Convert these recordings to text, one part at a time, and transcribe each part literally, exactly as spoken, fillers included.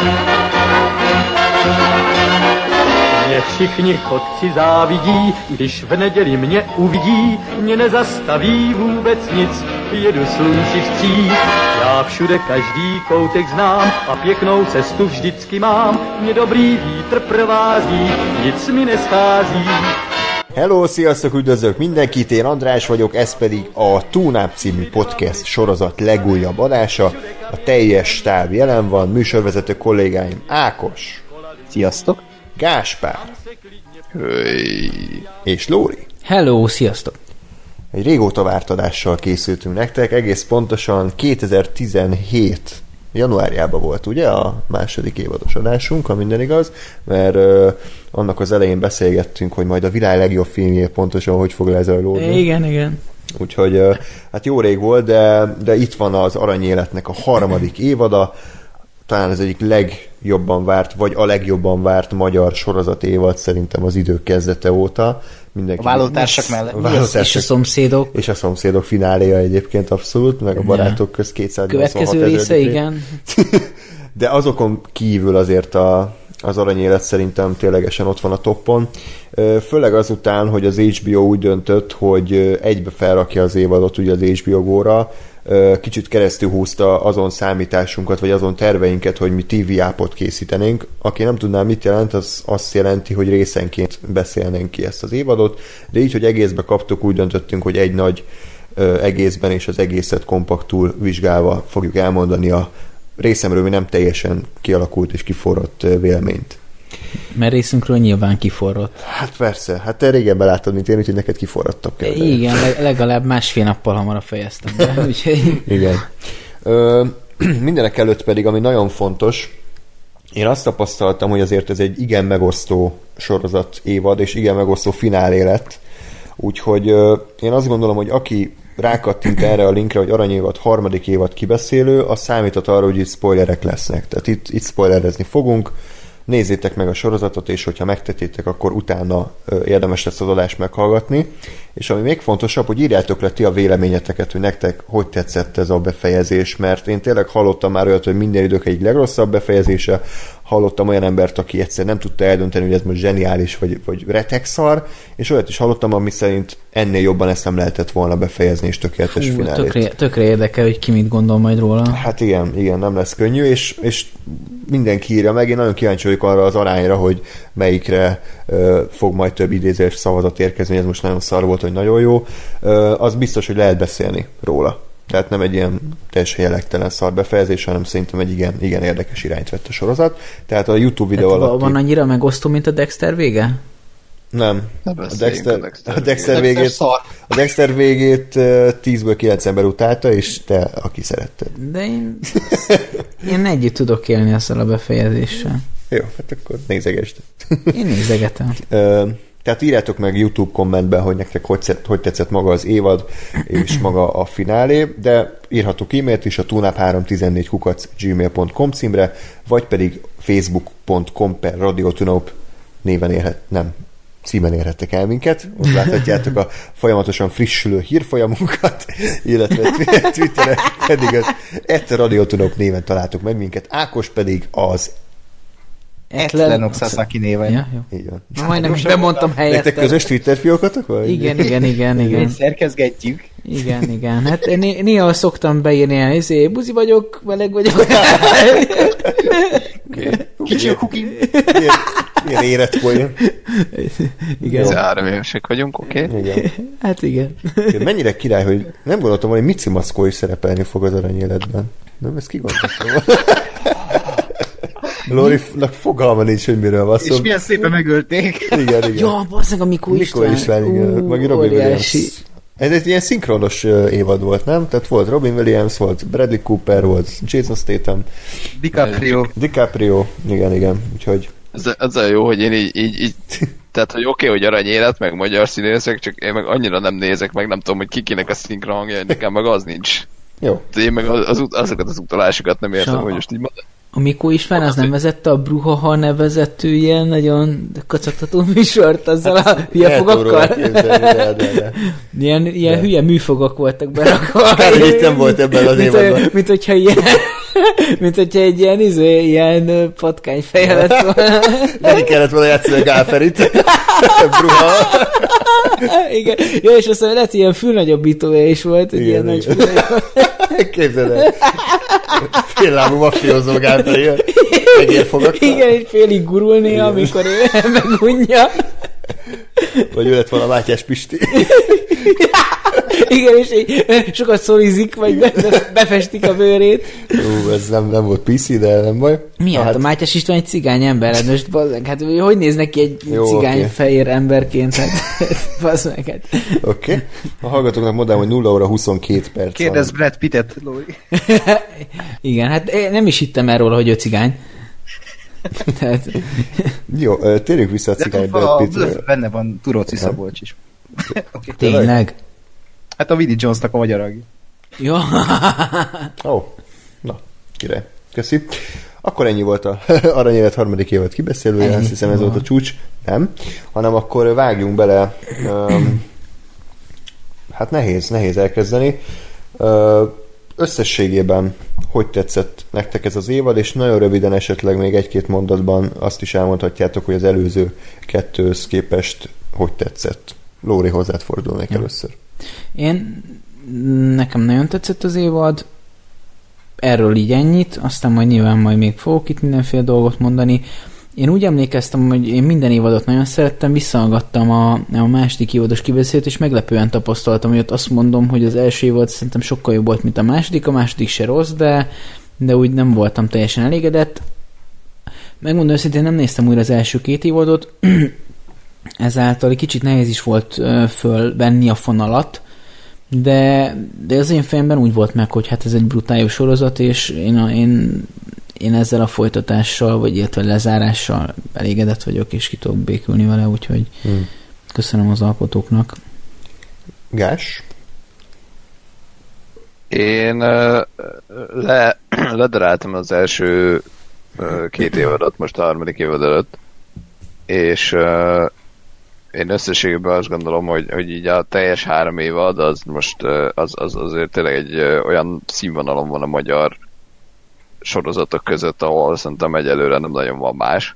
Mě všichni chodci závidí, když v neděli mě uvidí, mě nezastaví vůbec nic, jedu slunci vstříc. Já všude každý koutek znám a pěknou cestu vždycky mám, mě dobrý vítr provází, nic mi neschází. Hello, sziasztok, üdvözlök mindenkit, én András vagyok, ez pedig a Tune Up című podcast sorozat legújabb adása. A teljes stáb jelen van, műsorvezető kollégáim Ákos. Sziasztok. Gáspár. Hey. És Lóri. Hello, sziasztok. Egy régóta várt adással készültünk nektek, egész pontosan kétezer-tizenhét januárjában volt ugye a második évados adásunk, ha minden igaz, mert uh, annak az elején beszélgettünk, hogy majd a világ legjobb filmje pontosan hogy fog lezajlódni. Igen, igen. Úgyhogy uh, hát jó rég volt, de, de itt van az Aranyéletnek a harmadik évada, talán az egyik legjobban várt, vagy a legjobban várt magyar sorozat évad szerintem az idők kezdete óta. Mindenki a vállótársak mellett. A vállótársak, és a szomszédok. És a szomszédok fináléja egyébként abszolút, meg a barátok közt kétszáznyolcvanhat következő része, igen. De azokon kívül azért a, az Aranyélet szerintem ténylegesen ott van a toppon. Főleg azután, hogy az há bé o úgy döntött, hogy egybe felrakja az évadot ugye az há bé o Go-ra, kicsit keresztül húzta azon számításunkat, vagy azon terveinket, hogy mi té vé appot készítenénk. Aki nem tudná, mit jelent, az azt jelenti, hogy részenként beszélnénk ki ezt az évadot, de így, hogy egészbe kaptuk, úgy döntöttünk, hogy egy nagy egészben és az egészet kompaktul vizsgálva fogjuk elmondani a részemről mi nem teljesen kialakult és kiforrott véleményt. Mert részünkről nyilván kiforrott. Hát persze, hát te régebben láttad, mint én, úgyhogy neked kiforradtabb kell. Igen, legalább másfél nappal hamarabb fejeztem be. Úgyhogy... Igen. Ö, mindenek előtt pedig, ami nagyon fontos, én azt tapasztaltam, hogy azért ez egy igen megosztó sorozat évad, és igen megosztó finálé lett. Úgyhogy ö, én azt gondolom, hogy aki rákattint erre a linkre, hogy Aranyévad harmadik évad kibeszélő, az számított arra, hogy itt spoilerek lesznek. Tehát itt, itt spoilerezni fogunk. Nézzétek meg a sorozatot, és hogyha megtettétek, akkor utána ö, érdemes lesz az adást meghallgatni. És ami még fontosabb, hogy írjátok le ti a véleményeteket, hogy nektek hogy tetszett ez a befejezés, mert én tényleg hallottam már olyat, hogy minden idők egyik legrosszabb befejezése, hallottam olyan embert, aki egyszer nem tudta eldönteni, hogy ez most zseniális, vagy, vagy retegszar, és olyat is hallottam, ami szerint ennél jobban ezt nem lehetett volna befejezni, és tökéletes Fú, finálét. Tökre, tökre érdekel, hogy ki mit gondol majd róla. Hát igen, igen, nem lesz könnyű, és, és mindenki írja meg, én nagyon kíváncsi vagyok arra az arányra, hogy melyikre uh, fog majd több idézés szavazat érkezni, ez most nagyon szar volt, hogy nagyon jó. Uh, az biztos, hogy lehet beszélni róla. Tehát nem egy ilyen teljesen jellegtelen szar befejezés, hanem szerintem egy igen, igen érdekes irányt vett a sorozat. Tehát a YouTube videó hát alatt... Van annyira megosztó, mint a Dexter vége? Nem. A Dexter, a Dexter, a Dexter végét, a Dexter végét tízből kilenc ember utálta, és te, aki szeretted. De én, én együtt tudok élni ezzel a befejezéssel. Jó, hát akkor nézegesd. Én nézegetem. Tehát írjátok meg YouTube kommentben, hogy nektek hogy, hogy tetszett maga az évad, és maga a finálé, de írhatok e-mailt is a tuneup három tizennégy kukac gmail pont com címre, vagy pedig facebook pont com per Radio Tuneup néven érhet, nem, címen érhettek el minket, ott láthatjátok a folyamatosan frissülő hírfolyamunkat, illetve Twitteren pedig az et Radio Tuneup néven találtok meg minket, Ákos pedig az Etlenok Sasaki néven. Ja, jó. Így van. Na, majdnem is bemondtam helyette. Nektek közös Twitter fiókotok? Vagy? Igen, igen, igen, igen. Szerkezgetjük. Igen, igen. Hát né- néha szoktam beírni el, izé, buzi vagyok, meleg vagyok. Kicsi a kuki. Milyen, milyen érett poén. Igen. Ez három évesek vagyunk, oké? Okay? Igen. Hát igen. Mennyire király, hogy nem gondoltam, hogy Mici Maszkó is szerepelni fog az Aranyéletben. Nem, ezt kigondoltam. Lórinak fogalma nincs, hogy miről van szó. És milyen szépen megölték. Igen, igen. Ja, basszeg a Mikó István. Mikó István, igen. Meg Robin Williams. Ez egy ilyen szinkronos évad volt, nem? Tehát volt Robin Williams, volt Bradley Cooper, volt Jason Statham. DiCaprio. DiCaprio, igen, igen. Úgyhogy... Ez, ez a jó, hogy én így, így, így tehát, hogy oké, okay, hogy Aranyélet, meg magyar színészek, csak én meg annyira nem nézek, meg nem tudom, hogy kikinek a szinkron hangja, nekem meg az nincs. Jó. Én meg az, az, azokat az utalásokat nem értem, Sa- hogy most így... A Mikó István az nem vezette a Bruhaha nevezetű ilyen nagyon kacagtató műsort azzal a hülye fogakkal? De, de, de. Ilyen, ilyen hülye műfogak voltak berakva. Kár, hogy itt nem volt ebben az mint, évadban. mint hogyha ilyen Mint hogyha egy ilyen, izé, ilyen patkányfeje lett volna. Neki kellett volna játszani a Gálferit. Bruha. Igen. Ja, és aztán lehet, ilyen fülnagyobbítója is volt, egy Igen, ilyen nagy igen. fülnagyobb. Képzeld el. Féllábú mafiózó Gálferi. Megérfogatta. Igen, egy félig gurulni, amikor ő megunja. Vagy ő lett volna Mátyás Pisti. Igen, és így sokat szorizik, vagy be, be, befestik a bőrét. Ú, ez nem, nem volt pé cé, de nem baj. Mi hát? A Mátyás István egy cigány ember, hát most bazzeg, hát hogy néz neki egy Jó, cigány oké. fehér emberként, hát bazzeg, hát. Oké. Okay. A hallgatóknak mondám, hogy nulla óra huszonkét perc. Kérdezz Brad Pittet, Lóri. Igen, hát én nem is hittem el róla, hogy ő cigány. Tehát... Jó, ö, térjünk vissza a De cigány a Brad Pittre. benne van Turóci Szabolcs is. Okay. Tényleg? Hát a Willie Jonesnak a magyar agja. Jó. Ó, oh. Na, király. Köszi. Akkor ennyi volt a Aranyélet harmadik évad kibeszélője, Ennyi. azt hiszem ez volt a csúcs. Nem, hanem akkor vágjunk bele. Um, hát nehéz, nehéz elkezdeni. Uh, összességében hogy tetszett nektek ez az évad, és nagyon röviden esetleg még egy-két mondatban azt is elmondhatjátok, hogy az előző kettőhöz képest hogy tetszett. Lóri, hozzád fordulnék ja. először. Én, nekem nagyon tetszett az évad, erről így ennyit, aztán majd nyilván majd még fogok itt mindenféle dolgot mondani. Én úgy emlékeztem, hogy én minden évadot nagyon szerettem, visszahallgattam a, a második évados kibeszélőt, és meglepően tapasztaltam, hogy ott azt mondom, hogy az első évad szerintem sokkal jobb volt, mint a második, a második se rossz, de, de úgy nem voltam teljesen elégedett. Megmondom őszintén, nem néztem újra az első két évadot, ezáltal egy kicsit nehéz is volt fölvenni a fonalat, de, de az én fejemben úgy volt meg, hogy hát ez egy brutális sorozat, és én, a, én, én ezzel a folytatással, vagy illetve lezárással elégedett vagyok, és ki tudok békülni vele, úgyhogy hmm. köszönöm az alkotóknak. Gás? Én le, ledaráltam az első két évadat, most a harmadik évad előtt, és én összességében azt gondolom, hogy, hogy így a teljes három évad az most az, az azért tényleg egy olyan színvonalon van a magyar sorozatok között, ahol szerintem egyelőre nem nagyon van más.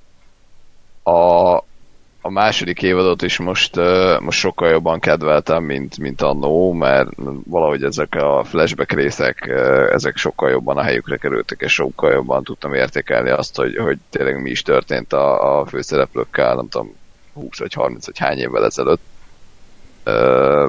A, a második évadot is most, most sokkal jobban kedveltem, mint, mint annó, mert valahogy ezek a flashback részek, ezek sokkal jobban a helyükre kerültek, és sokkal jobban tudtam értékelni azt, hogy, hogy tényleg mi is történt a, a főszereplőkkel, nem tudom, húsz vagy harminc vagy hány évvel ezelőtt. Ö,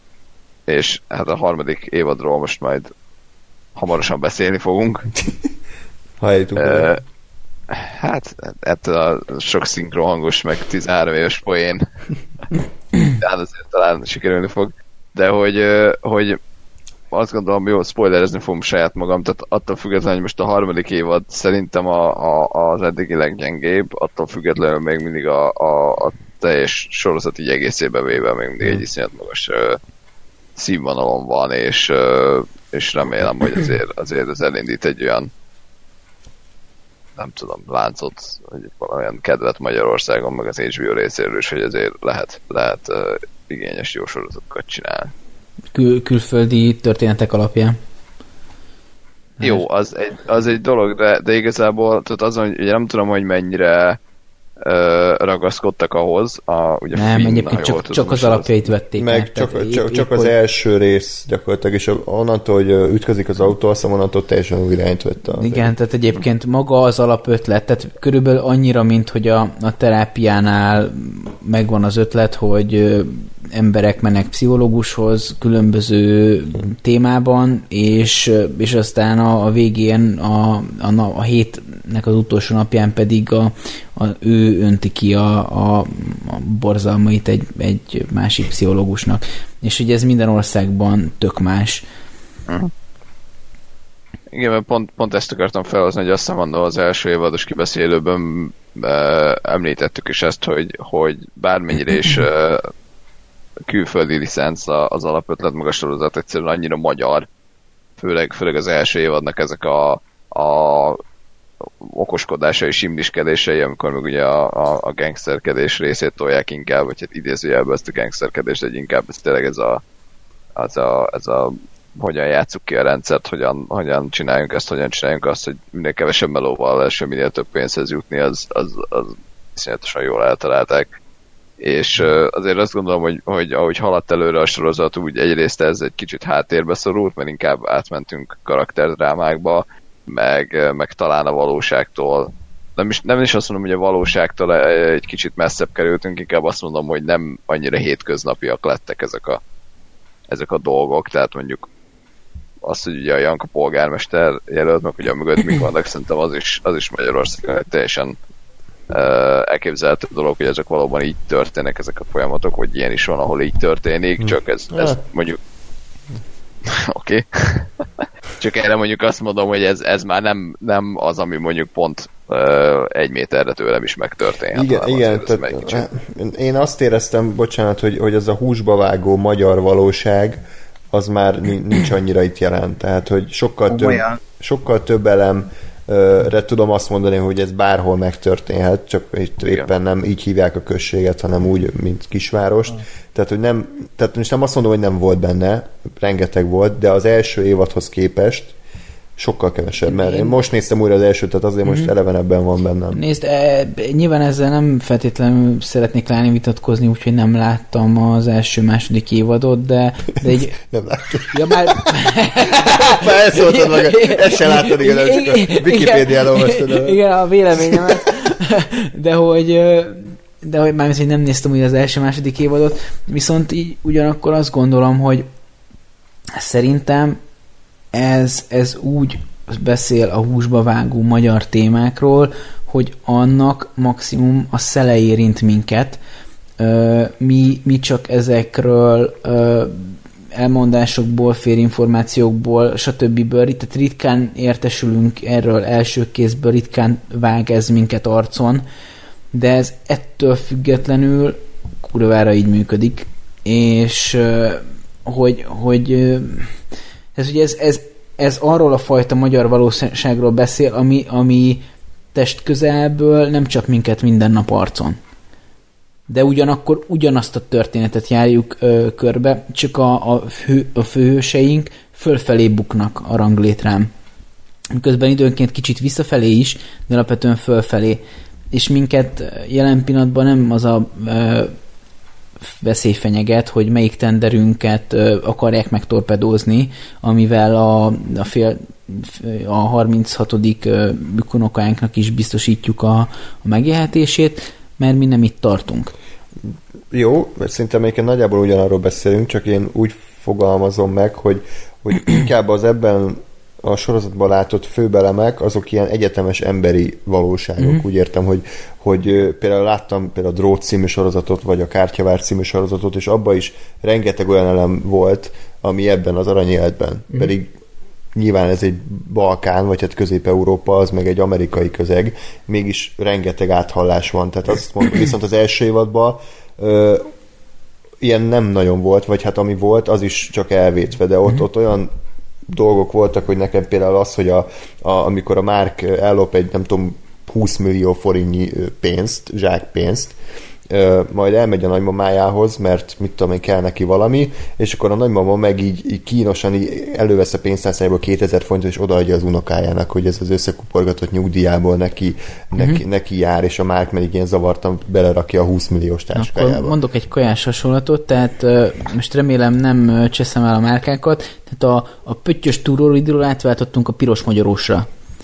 és hát a harmadik évadról most majd hamarosan beszélni fogunk. Hajtunk. Ö, hát ettől a sok szinkrohangos, meg tizenhárom éves poén hát azért talán sikerülni fog. De hogy, hogy azt gondolom, jó, spoilerezni fogom saját magam, tehát attól függetlenül, hogy most a harmadik évad szerintem a, a, az eddigi leggyengébb, attól függetlenül még mindig a, a, a teljes sorozat így egészében véve még mindig egy iszonyat magas uh, színvonalon van, és, uh, és remélem, hogy azért, azért ez elindít egy olyan nem tudom, láncot, hogy valamilyen kedvet Magyarországon, meg az há bé o részéről is, hogy azért lehet, lehet uh, igényes jó sorozatokat csinálni. Kül- külföldi történetek alapján. Jó, az egy, az egy dolog, de, de igazából tehát azon, hogy ugye nem tudom, hogy mennyire uh, ragaszkodtak ahhoz. A, ugye nem, Finn, egyébként csak, tudom, csak az alapjait vették meg. meg. Csak, tehát csak, épp, csak épp, az hogy... első rész gyakorlatilag, és onnantól, hogy ütközik az autó, azt hiszem, onnantól teljesen új irányt vette. Igen, tehát egyébként maga az alapötlet, tehát körülbelül annyira, mint hogy a, a terápiánál megvan az ötlet, hogy ö, emberek mennek pszichológushoz különböző témában, és, és aztán a, a végén a, a, a hétnek az utolsó napján pedig a, a, ő önti ki a, a, a borzalmait egy, egy másik pszichológusnak. És ugye ez minden országban tök más. Uh-huh. Igen, mert pont, pont ezt akartam felhozni, hogy azt hiszem, az első évados kibeszélőben uh, említettük is ezt, hogy, hogy bármennyire is uh, külföldi licenc az alapötlet, meg a sorozat egyszerűen annyira magyar, főleg, főleg az első évadnak ezek a, a okoskodásai, simliskedései, amikor meg ugye a, a, a gangsterkedés részét tolják inkább, vagy hát idézőjelben ezt a gangsterkedést, hogy inkább ez tényleg ez a, az a, ez a hogyan játsszuk ki a rendszert, hogyan, hogyan csináljunk ezt, hogyan csináljunk azt, hogy minél kevesebb melóval lehessen minél több pénzhez jutni, az, az, az iszonyatosan jól eltalálták. És uh, azért azt gondolom, hogy, hogy ahogy haladt előre a sorozat, úgy egyrészt ez egy kicsit háttérbe szorult, mert inkább átmentünk karakterdrámákba, meg, meg talán a valóságtól. Nem is, nem is azt mondom, hogy a valóságtól egy kicsit messzebb kerültünk, inkább azt mondom, hogy nem annyira hétköznapiak lettek ezek a, ezek a dolgok, tehát mondjuk azt, hogy ugye a Janka polgármester jelölt meg, hogy a mögött mik vannak, szerintem az is, az is Magyarországon egy teljesen uh, elképzelhető dolog, hogy ezek valóban így történnek, ezek a folyamatok, hogy ilyen is van, ahol így történik, csak ez, ez mondjuk oké. Csak erre mondjuk azt mondom, hogy ez, ez már nem, nem az, ami mondjuk pont uh, egy méterre tőlem is megtörténhet. Igen, igen tehát, én azt éreztem, bocsánat, hogy, hogy ez a húsba vágó magyar valóság az már nincs annyira itt jelen. Tehát, hogy sokkal több, sokkal több elemre tudom azt mondani, hogy ez bárhol megtörténhet, csak itt igen. éppen nem így hívják a községet, hanem úgy, mint kisvárost. Ah. Tehát, hogy nem, tehát most nem azt mondom, hogy nem volt benne, rengeteg volt, de az első évadhoz képest sokkal kevesebb, mert én most néztem újra az elsőt, tehát azért mm-hmm. most elevenebben van bennem. Nézd, e, nyilván ezzel nem feltétlenül szeretnék látni vitatkozni, úgyhogy nem láttam az első-második évadot, de, de egy... nem láttam. Ja, már... Felszóltad maga, ezt se láttad, igen, csak a Wikipédián olvastad. Igen, a véleményemet. De hogy... de hogy mármint, hogy nem néztem ugye az első-második évadot, viszont így ugyanakkor azt gondolom, hogy szerintem ez, ez úgy beszél a húsba vágó magyar témákról, hogy annak maximum a szele érint minket. Mi, mi csak ezekről elmondásokból, félinformációkból, stb. Tehát ritkán értesülünk erről első kézből, ritkán vág ez minket arcon, de ez ettől függetlenül kurvára így működik, és hogy, hogy ez, ugye ez, ez, ez arról a fajta magyar valóságról beszél, ami, ami testközelből nem csak minket minden nap arcon. De ugyanakkor ugyanazt a történetet járjuk ö, körbe, csak a, a, fő, a főhőseink fölfelé buknak a ranglétrán. Miközben időnként kicsit visszafelé is, de alapvetően fölfelé. És minket jelen pillanatban nem az a ö, veszély fenyeget, hogy melyik tenderünket ö, akarják megtorpedózni, amivel a, a, fél, a harminchatodik unokáinknak is biztosítjuk a, a megélhetését, mert mi nem itt tartunk. Jó, mert szerintem egyébként nagyjából ugyanarról beszélünk, csak én úgy fogalmazom meg, hogy, hogy inkább az ebben a sorozatban látott főbelemek, azok ilyen egyetemes emberi valóságok. Mm. Úgy értem, hogy, hogy például láttam például a Drót című sorozatot, vagy a Kártyavár című sorozatot, és abban is rengeteg olyan elem volt, ami ebben az aranyéletben. Mm. Pedig nyilván ez egy Balkán, vagy hát Közép-Európa, az meg egy amerikai közeg, mégis rengeteg áthallás van. Tehát azt mondom, viszont az első évadban ö, ilyen nem nagyon volt, vagy hát ami volt, az is csak elvétve, de ott, ott olyan dolgok voltak, hogy nekem például az, hogy a, a, amikor a Márk ellop egy, nem tudom, húsz millió forintnyi pénzt, zsákpénzt, majd elmegy a nagymamájához, mert mit tudom én, kell neki valami, és akkor a nagymama meg így, így kínosan így elővesz a pénztárcájából kétezer forintot, és odaadja az unokájának, hogy ez az összekuporgatott nyugdíjából neki, neki, uh-huh. neki jár, és a Márk meg ilyen zavartan belerakja a húsz milliós táskájába. Akkor mondok egy kajás hasonlatot, tehát uh, most remélem nem cseszem el a márkákat, tehát a, a pöttyös túróridról átváltottunk a piros magyarósra.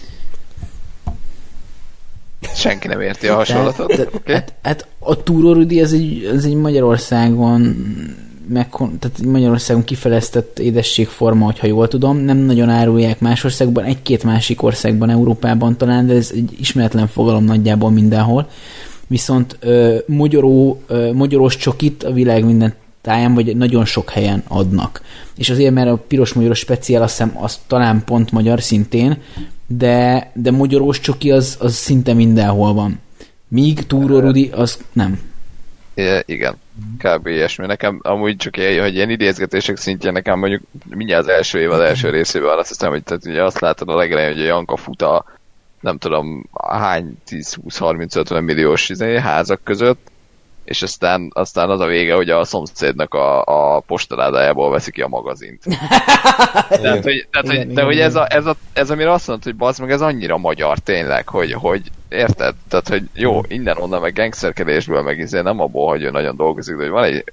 Senki nem érti a hasonlatot. Tehát, okay. hát, hát a túrórudi ez egy, ez egy Magyarországon meg, tehát Magyarországon kifejlesztett édességforma, hogyha jól tudom, nem nagyon árulják más országban, egy-két másik országban, Európában talán, de ez egy ismeretlen fogalom nagyjából mindenhol. Viszont ö, magyaró, ö, magyarós csokit a világ minden táján, vagy nagyon sok helyen adnak. És azért, mert a piros magyaros speciál, azt hiszem, az talán pont magyar szintén, de, de magyarós csoki az, az szinte mindenhol van. Míg Túró Rudi, az nem. I- igen, kb. Ilyesmi. Nekem amúgy csak ilyen, hogy ilyen idézgetések szintjén nekem mondjuk mindjárt az első év az első részében azt hiszem, hogy tehát ugye azt látod a legelején, hogy a Janka fut a nem tudom hány tíz húsz harminc ötven milliós izé, házak között, és aztán, aztán az a vége, hogy a szomszédnak a, a postaládájából veszi ki a magazint. tehát, hogy, tehát, igen, hogy, de igen, hogy igen. ez, a, ez, a, ez amire azt mondod, hogy bazd meg, ez annyira magyar tényleg, hogy, hogy érted? Tehát, hogy jó, innen-onnan meg gangsterkedésből meg izé nem abból, hogy ő nagyon dolgozik, de hogy van egy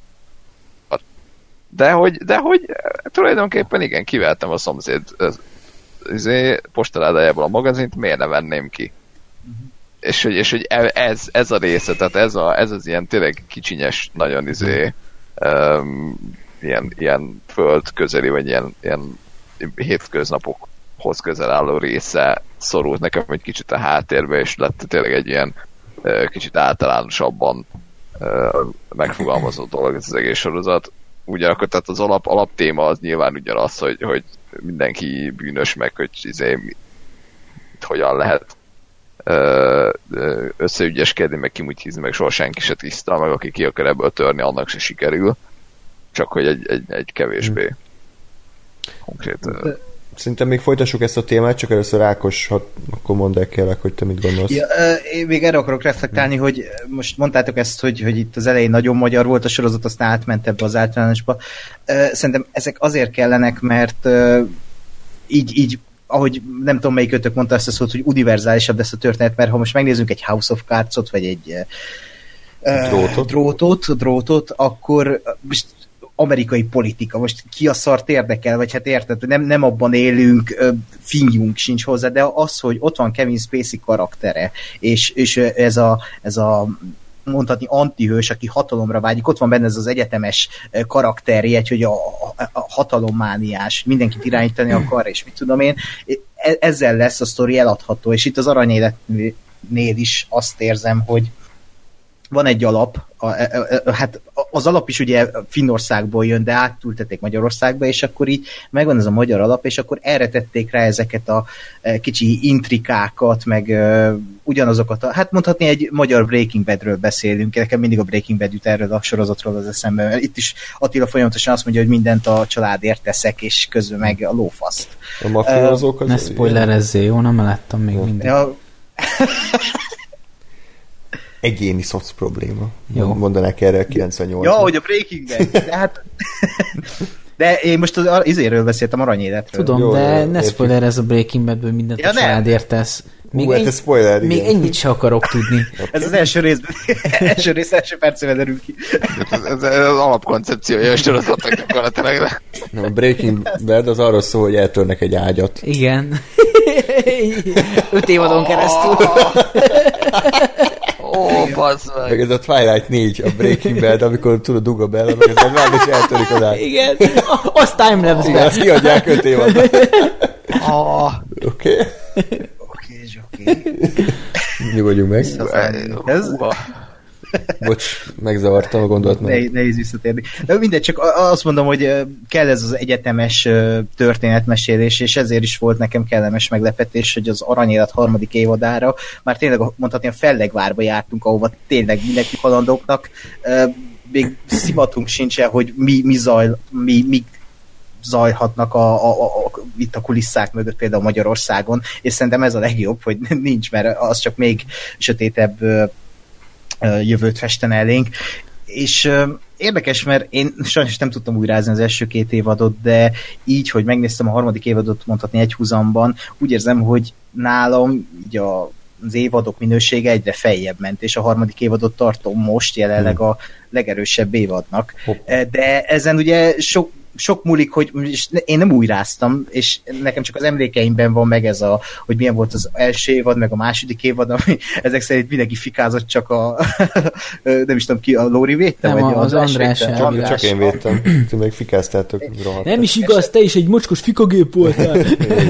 de hogy, de hogy tulajdonképpen igen, kivettem a szomszéd izé, postaládájából a magazint, miért ne venném ki? Uh-huh. És hogy, és hogy ez, ez a része, tehát ez, a, ez az ilyen tényleg kicsinyes, nagyon izé, um, ilyen, ilyen föld közeli, vagy ilyen, ilyen hétköznapokhoz közel álló része szorult nekem egy kicsit a háttérbe, és lett tényleg egy ilyen uh, kicsit általánosabban uh, megfogalmazott dolog ez az egész sorozat. Ugyanakkor tehát az alap, alaptéma az nyilván ugyanaz, hogy, hogy mindenki bűnös, meg hogy izé, mit, hogyan lehet ö, összeügyeskedni, meg kimutyizni, meg soha senki se tiszta, meg aki ki akar ebből törni, annak se sikerül. Csak hogy egy, egy, egy kevésbé konkrét... De... Szerintem még folytassuk ezt a témát, csak először Ákos, ha akkor mondd el kérlek, hogy te mit gondolsz. Ja, én még erre akarok reflektálni, hmm. hogy most mondtátok ezt, hogy, hogy itt az elején nagyon magyar volt a sorozat, aztán átment ebbe az általánosba. Szerintem ezek azért kellenek, mert így, így ahogy nem tudom melyik ötök mondta ezt a szót, hogy univerzálisabb lesz a történet, mert ha most megnézzünk egy House of Cards-ot, vagy egy drótot, drótot, drótot akkor most amerikai politika, most ki a szart érdekel, vagy hát érted, nem, nem abban élünk, fingjunk sincs hozzá, de az, hogy ott van Kevin Spacey karaktere, és, és ez a, ez a mondhatni antihős, aki hatalomra vágyik, ott van benne ez az egyetemes karakterje, hogy a, a, a hatalommániás, mindenkit irányítani akar, és mit tudom én, ezzel lesz a sztori eladható, és itt az Aranyéletnél is azt érzem, hogy van egy alap, a, a, a, hát az alap is ugye Finnországból jön, de átültették Magyarországba, és akkor így megvan ez a magyar alap, és akkor erre tették rá ezeket a kicsi intrikákat, meg uh, ugyanazokat, a, hát mondhatni egy magyar Breaking Badről beszélünk, nekem mindig a Breaking Bad jut erről a sorozatról az eszembe, mert itt is Attila folyamatosan azt mondja, hogy mindent a családért teszek, és közben meg a lófaszt. A mafiózók uh, ne spoilerezzél, jó, nem láttam még mindig. Ja. Egyéni szoc probléma. Jó. Mondanák erre kilencvennyolc. Ja, hogy a Breaking Bad. De hát... De én most az izéről beszéltem, Aranyéletről. Tudom, jó, de jó, ne spoilerezz a Breaking Badből mindent ja, a családért tesz. Még, Hú, egy, hát spoiler, még ennyit se akarok tudni. Ez az első részben, első rész, első percében derül ki. Ez, ez, ez az alapkoncepciója a sorozatnak gyakorlatilag. Nem, a Breaking Bad az arról szól, hogy eltörnek egy ágyat. Igen. Öt évadon keresztül. Ó, bassz meg. Meg ez a Twilight négy, a Breaking Bad, amikor tudod, dug a Bella, meg ez már is eltörik az ágyat. Igen. Azt timelapse-ben. Igen, azt kiadják öt évadban. Oké. Oké, oké. Nyugodjunk meg. Ez... Bocs, megzavartam a gondolatban. Ne, nehéz visszatérni. De mindegy, csak azt mondom, hogy kell ez az egyetemes történetmesélés, és ezért is volt nekem kellemes meglepetés, hogy az Aranyélet harmadik évadára már tényleg mondhatni a Fellegvárba jártunk, ahova tényleg mindenki halandóknak még szimatunk sincsen, hogy mi, mi zajl, mi, mi zajhatnak a, a, a, a, itt a kulisszák mögött például Magyarországon, és szerintem ez a legjobb, hogy nincs, mert az csak még sötétebb jövőt festen elénk. És uh, érdekes, mert én sajnos nem tudtam újrázni az első két évadot, de így, hogy megnéztem a harmadik évadot mondhatni egy húzamban, úgy érzem, hogy nálam így a, az évadok minősége egyre feljebb ment, és a harmadik évadot tartom most jelenleg a legerősebb évadnak. De ezen ugye sok sok múlik, hogy én nem újráztam, és nekem csak az emlékeimben van meg ez a, hogy milyen volt az első évad, meg a második évad, ami ezek szerint mindenki fikázott, csak a nem is tudom ki, a Lóri védte? Nem, vagy az, az András Csak, csak én védtem. Ti meg fikáztátok. Nem is igaz, te is egy mocskos fikagép voltál.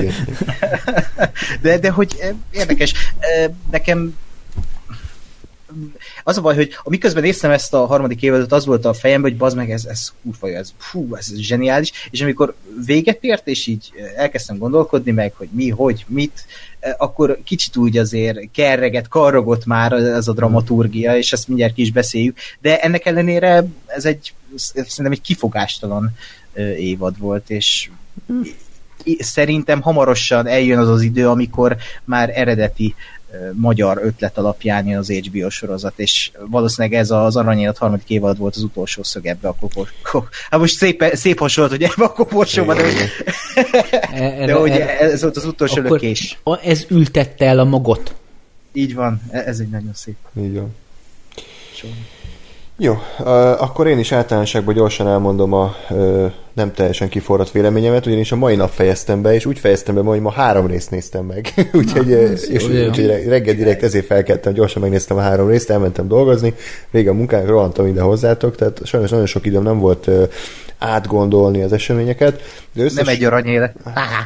de, de hogy érdekes, nekem az a baj, hogy miközben néztem ezt a harmadik évadot, az volt a fejemben, hogy bazd meg, ez, ez kurva, ez, fú, ez zseniális, és amikor véget ért, és így elkezdtem gondolkodni meg, hogy mi, hogy, mit, akkor kicsit úgy azért kerreget, karrogott már ez a dramaturgia, és ezt mindjárt ki is beszéljük, de ennek ellenére ez egy, szerintem egy kifogástalan évad volt, és szerintem hamarosan eljön az az idő, amikor már eredeti magyar ötlet alapján jön az há bé o sorozat, és valószínűleg ez az Aranyélet harmadik évad volt az utolsó szög ebbe a koporsóba. Hát most szép, szép hasonlat, hogy ebbe a koporsóba, de, hogy, de hogy ez volt az utolsó lökés. Ez ültette el a magot. Így van, ez egy nagyon szép. Így van. Jó, akkor én is általánosságban gyorsan elmondom a nem teljesen kiforrat véleményemet, ugyanis a mai nap fejeztem be, és úgy fejeztem be, hogy ma három részt néztem meg. úgyhogy, Na, és, úgyhogy reggel direkt ezért felkeltem, gyorsan megnéztem a három részt, elmentem dolgozni, vége a munkának, rohantam ide hozzátok, tehát sajnos nagyon sok időm nem volt átgondolni az eseményeket. De összes... Nem egy aranyélet.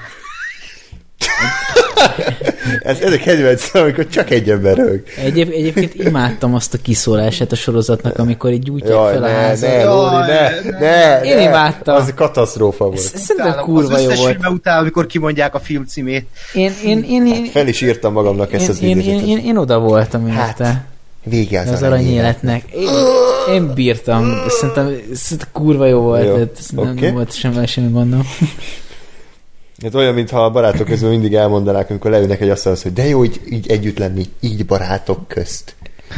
ez, ez a kedvenc, amikor csak egy ember rög. Egyéb, egyébként imádtam azt a kiszólását a sorozatnak, amikor így gyújtják Jaj, fel a házat. Ne, Lóri, ne, ne, Én ne, imádtam. Az katasztrófa volt. Szerintem kurva jó volt. Az után, amikor kimondják a film címét. Én, én, én, én, hát fel is írtam magamnak ezt én, az én, én, én, én oda voltam érte. Hát, vége az, az aranyéletnek. Én, én bírtam. Szerintem, szerintem kurva jó volt. Jó. Nem, okay. nem volt semmi, semmi gondom. Ez olyan, mintha a barátok közül mindig elmondanák, amikor leülnek egy asztalhoz, hogy de jó így, így együtt lenni, így barátok közt.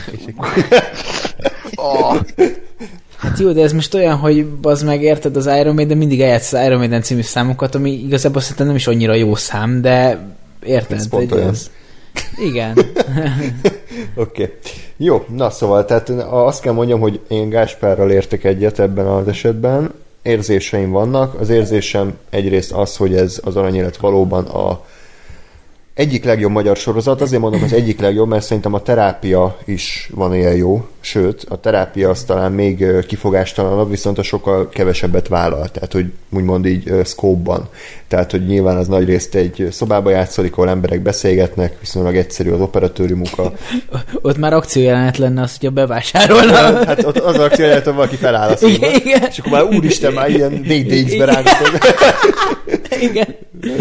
oh. Hát jó, de ez most olyan, hogy bazd meg, érted az Iron Maiden, mindig eljátsz az Iron Maiden című számokat, ami igazából szerintem nem is annyira jó szám, de érted? Ez pont olyan. Az... Igen. Oké. Okay. Jó, na szóval, tehát azt kell mondjam, hogy én Gáspárral értek egyet ebben az esetben, érzéseim vannak. Az érzésem egyrészt az, hogy ez az Aranyélet valóban a egyik legjobb magyar sorozat. Azért mondom, az egyik legjobb, mert szerintem a Terápia is van ilyen jó. Sőt, a Terápia az talán még kifogástalanabb, viszont a sokkal kevesebbet vállal. Tehát, hogy úgymond így scope-ban. Tehát, hogy nyilván az nagy részt egy szobába játszolik, ahol emberek beszélgetnek, viszonylag egyszerű az operatőri munka. Ott már akciójelenet lenne az, hogyha bevásárolna. Hát ott az akciójelenet, hogy valaki feláll a színbe. És akkor már úristen, már ilyen négy dé iksz-be rágotod. Igen.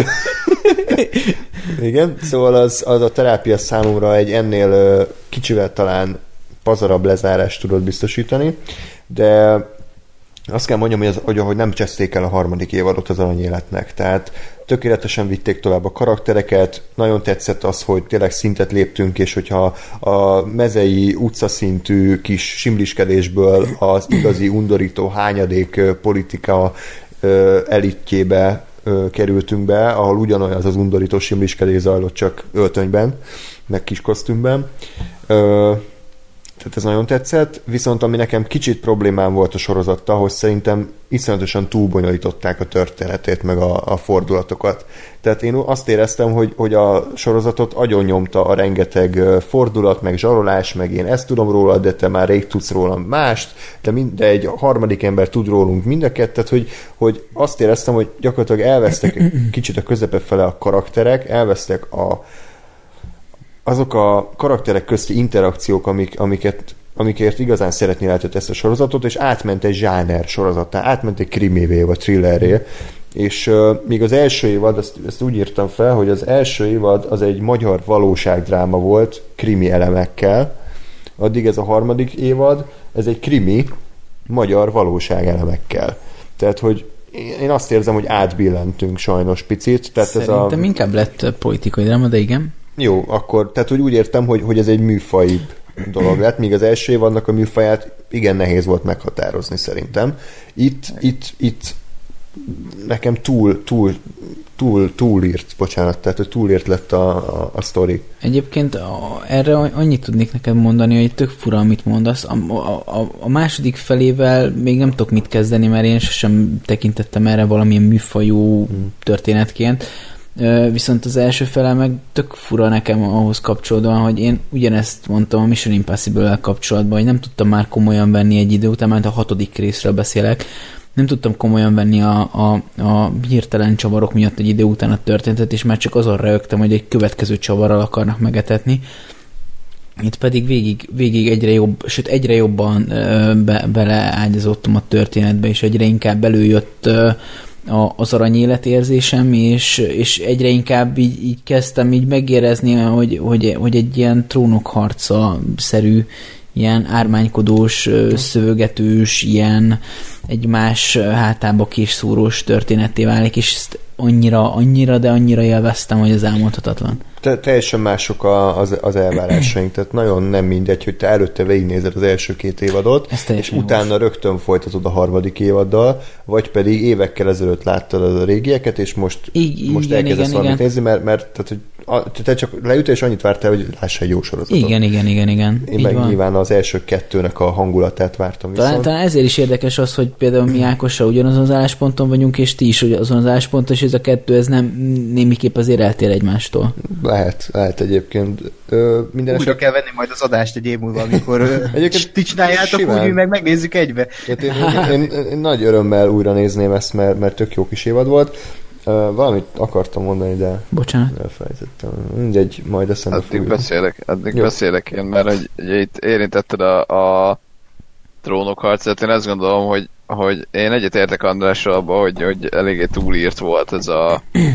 Igen, szóval az, az a Terápia számomra egy ennél uh, kicsivel talán pazarabb lezárást tudod biztosítani, de azt kell mondjam, hogy, az, hogy ahogy nem cseszték el a harmadik évadot az Aranyéletnek, tehát tökéletesen vitték tovább a karaktereket, nagyon tetszett az, hogy tényleg szintet léptünk, és hogyha a mezei utcaszintű kis simliskedésből az igazi undorító hányadék politika uh, elitjébe kerültünk be, ahol ugyanolyan az az undorító simliskedés zajlott, csak öltönyben, meg kis kosztümben. Ö, tehát ez nagyon tetszett, viszont ami nekem kicsit problémám volt a sorozattal, hogy szerintem iszonyatosan túlbonyolították a történetét, meg a, a fordulatokat. Tehát én azt éreztem, hogy, hogy a sorozatot agyonnyomta a rengeteg fordulat, meg zsarolás, meg én ezt tudom róla, de te már rég tudsz rólam mást, de, mind, de egy harmadik ember tud rólunk mind a kettet, hogy, hogy azt éreztem, hogy gyakorlatilag elvesztek kicsit a közepe fele a karakterek, elvesztek a azok a karakterek közti interakciók, amik, amiket, amikért igazán szeretni lehetett ezt a sorozatot, és átment egy zsáner sorozattá, átment egy krimivé, vagy thrillerré, és uh, még az első évad, ezt, ezt úgy írtam fel, hogy az első évad az egy magyar valóságdráma volt, krimi elemekkel, addig ez a harmadik évad, ez egy krimi, magyar valóságelemekkel. Tehát, hogy én azt érzem, hogy átbillentünk sajnos picit. Tehát szerintem ez a... inkább lett politikai dráma, de igen. Jó, akkor, tehát hogy úgy értem, hogy, hogy ez egy műfajibb dolog lett, míg az első évadnak a műfaját igen nehéz volt meghatározni szerintem. Itt, itt, itt nekem túl, túl, túl, túlírt, bocsánat, tehát hogy túlírt lett a, a, a sztori. Egyébként a, erre annyit tudnék neked mondani, hogy tök fura, amit mondasz. A, a, a második felével még nem tudok mit kezdeni, mert én sosem tekintettem erre valamilyen műfajú hmm. történetként. Viszont az első fele meg tök fura nekem ahhoz kapcsolódóan, hogy én ugyanezt mondtam a Mission Impossible-vel kapcsolatban, hogy nem tudtam már komolyan venni egy idő után, mert a hatodik részről beszélek, nem tudtam komolyan venni a, a, a hirtelen csavarok miatt egy idő után a történetet, és már csak azon röhögtem, hogy egy következő csavarral akarnak megetetni. Itt pedig végig, végig egyre jobb, sőt egyre jobban be, beleágyazottam a történetbe, és egyre inkább előjött az Aranyélet érzésem, és, és egyre inkább így, így kezdtem így megérezni, hogy, hogy, hogy egy ilyen trónokharca-szerű, ilyen ármánykodós, szövögetős, ilyen egymás hátába késszúrós történetté válik, és ezt annyira, annyira, de annyira élveztem, hogy az elmondhatatlan. Te, teljesen mások a, az, az elvárásaink, tehát nagyon nem mindegy, hogy te előtte végignézed az első két évadot, és utána most rögtön folytatod a harmadik évaddal, vagy pedig évekkel ezelőtt láttad a régieket, és most, I- most igen, elkezdesz igen, valamit igen. nézni, mert, mert tehát, hogy a, te csak leütél, és annyit vártál, hogy láss egy jó sorozatot. Igen, igen, igen, igen. Én Így meg van. nyilván az első kettőnek a hangulatát vártam viszont. Talán, talán ezért is érdekes az, hogy például mi Ákossal ugyanazon az állásponton vagyunk, és ti is azon az állásponton, és ez a kettő, ez nem némiképp azért eltér egymástól. Lehet, lehet egyébként. Ö, minden Újra eset... kell venni majd az adást egy év múlva, amikor Egyébként ti csináljátok simán. úgy, mi meg megnézzük egybe. Hát én, én, én, én nagy örömmel újra nézném ezt, mert, mert tök jó kis évad volt. Uh, valamit akartam mondani, de Bocsánat. elfelejtettem. Mindegy, majd eszembe Addig fogjuk. beszélek, addig Jó. beszélek én, mert hogy, ugye itt érintetted a, a trónok harcát, én azt gondolom, hogy, hogy én egyet értek Andrással abban, hogy, hogy eléggé túlírt volt ez a,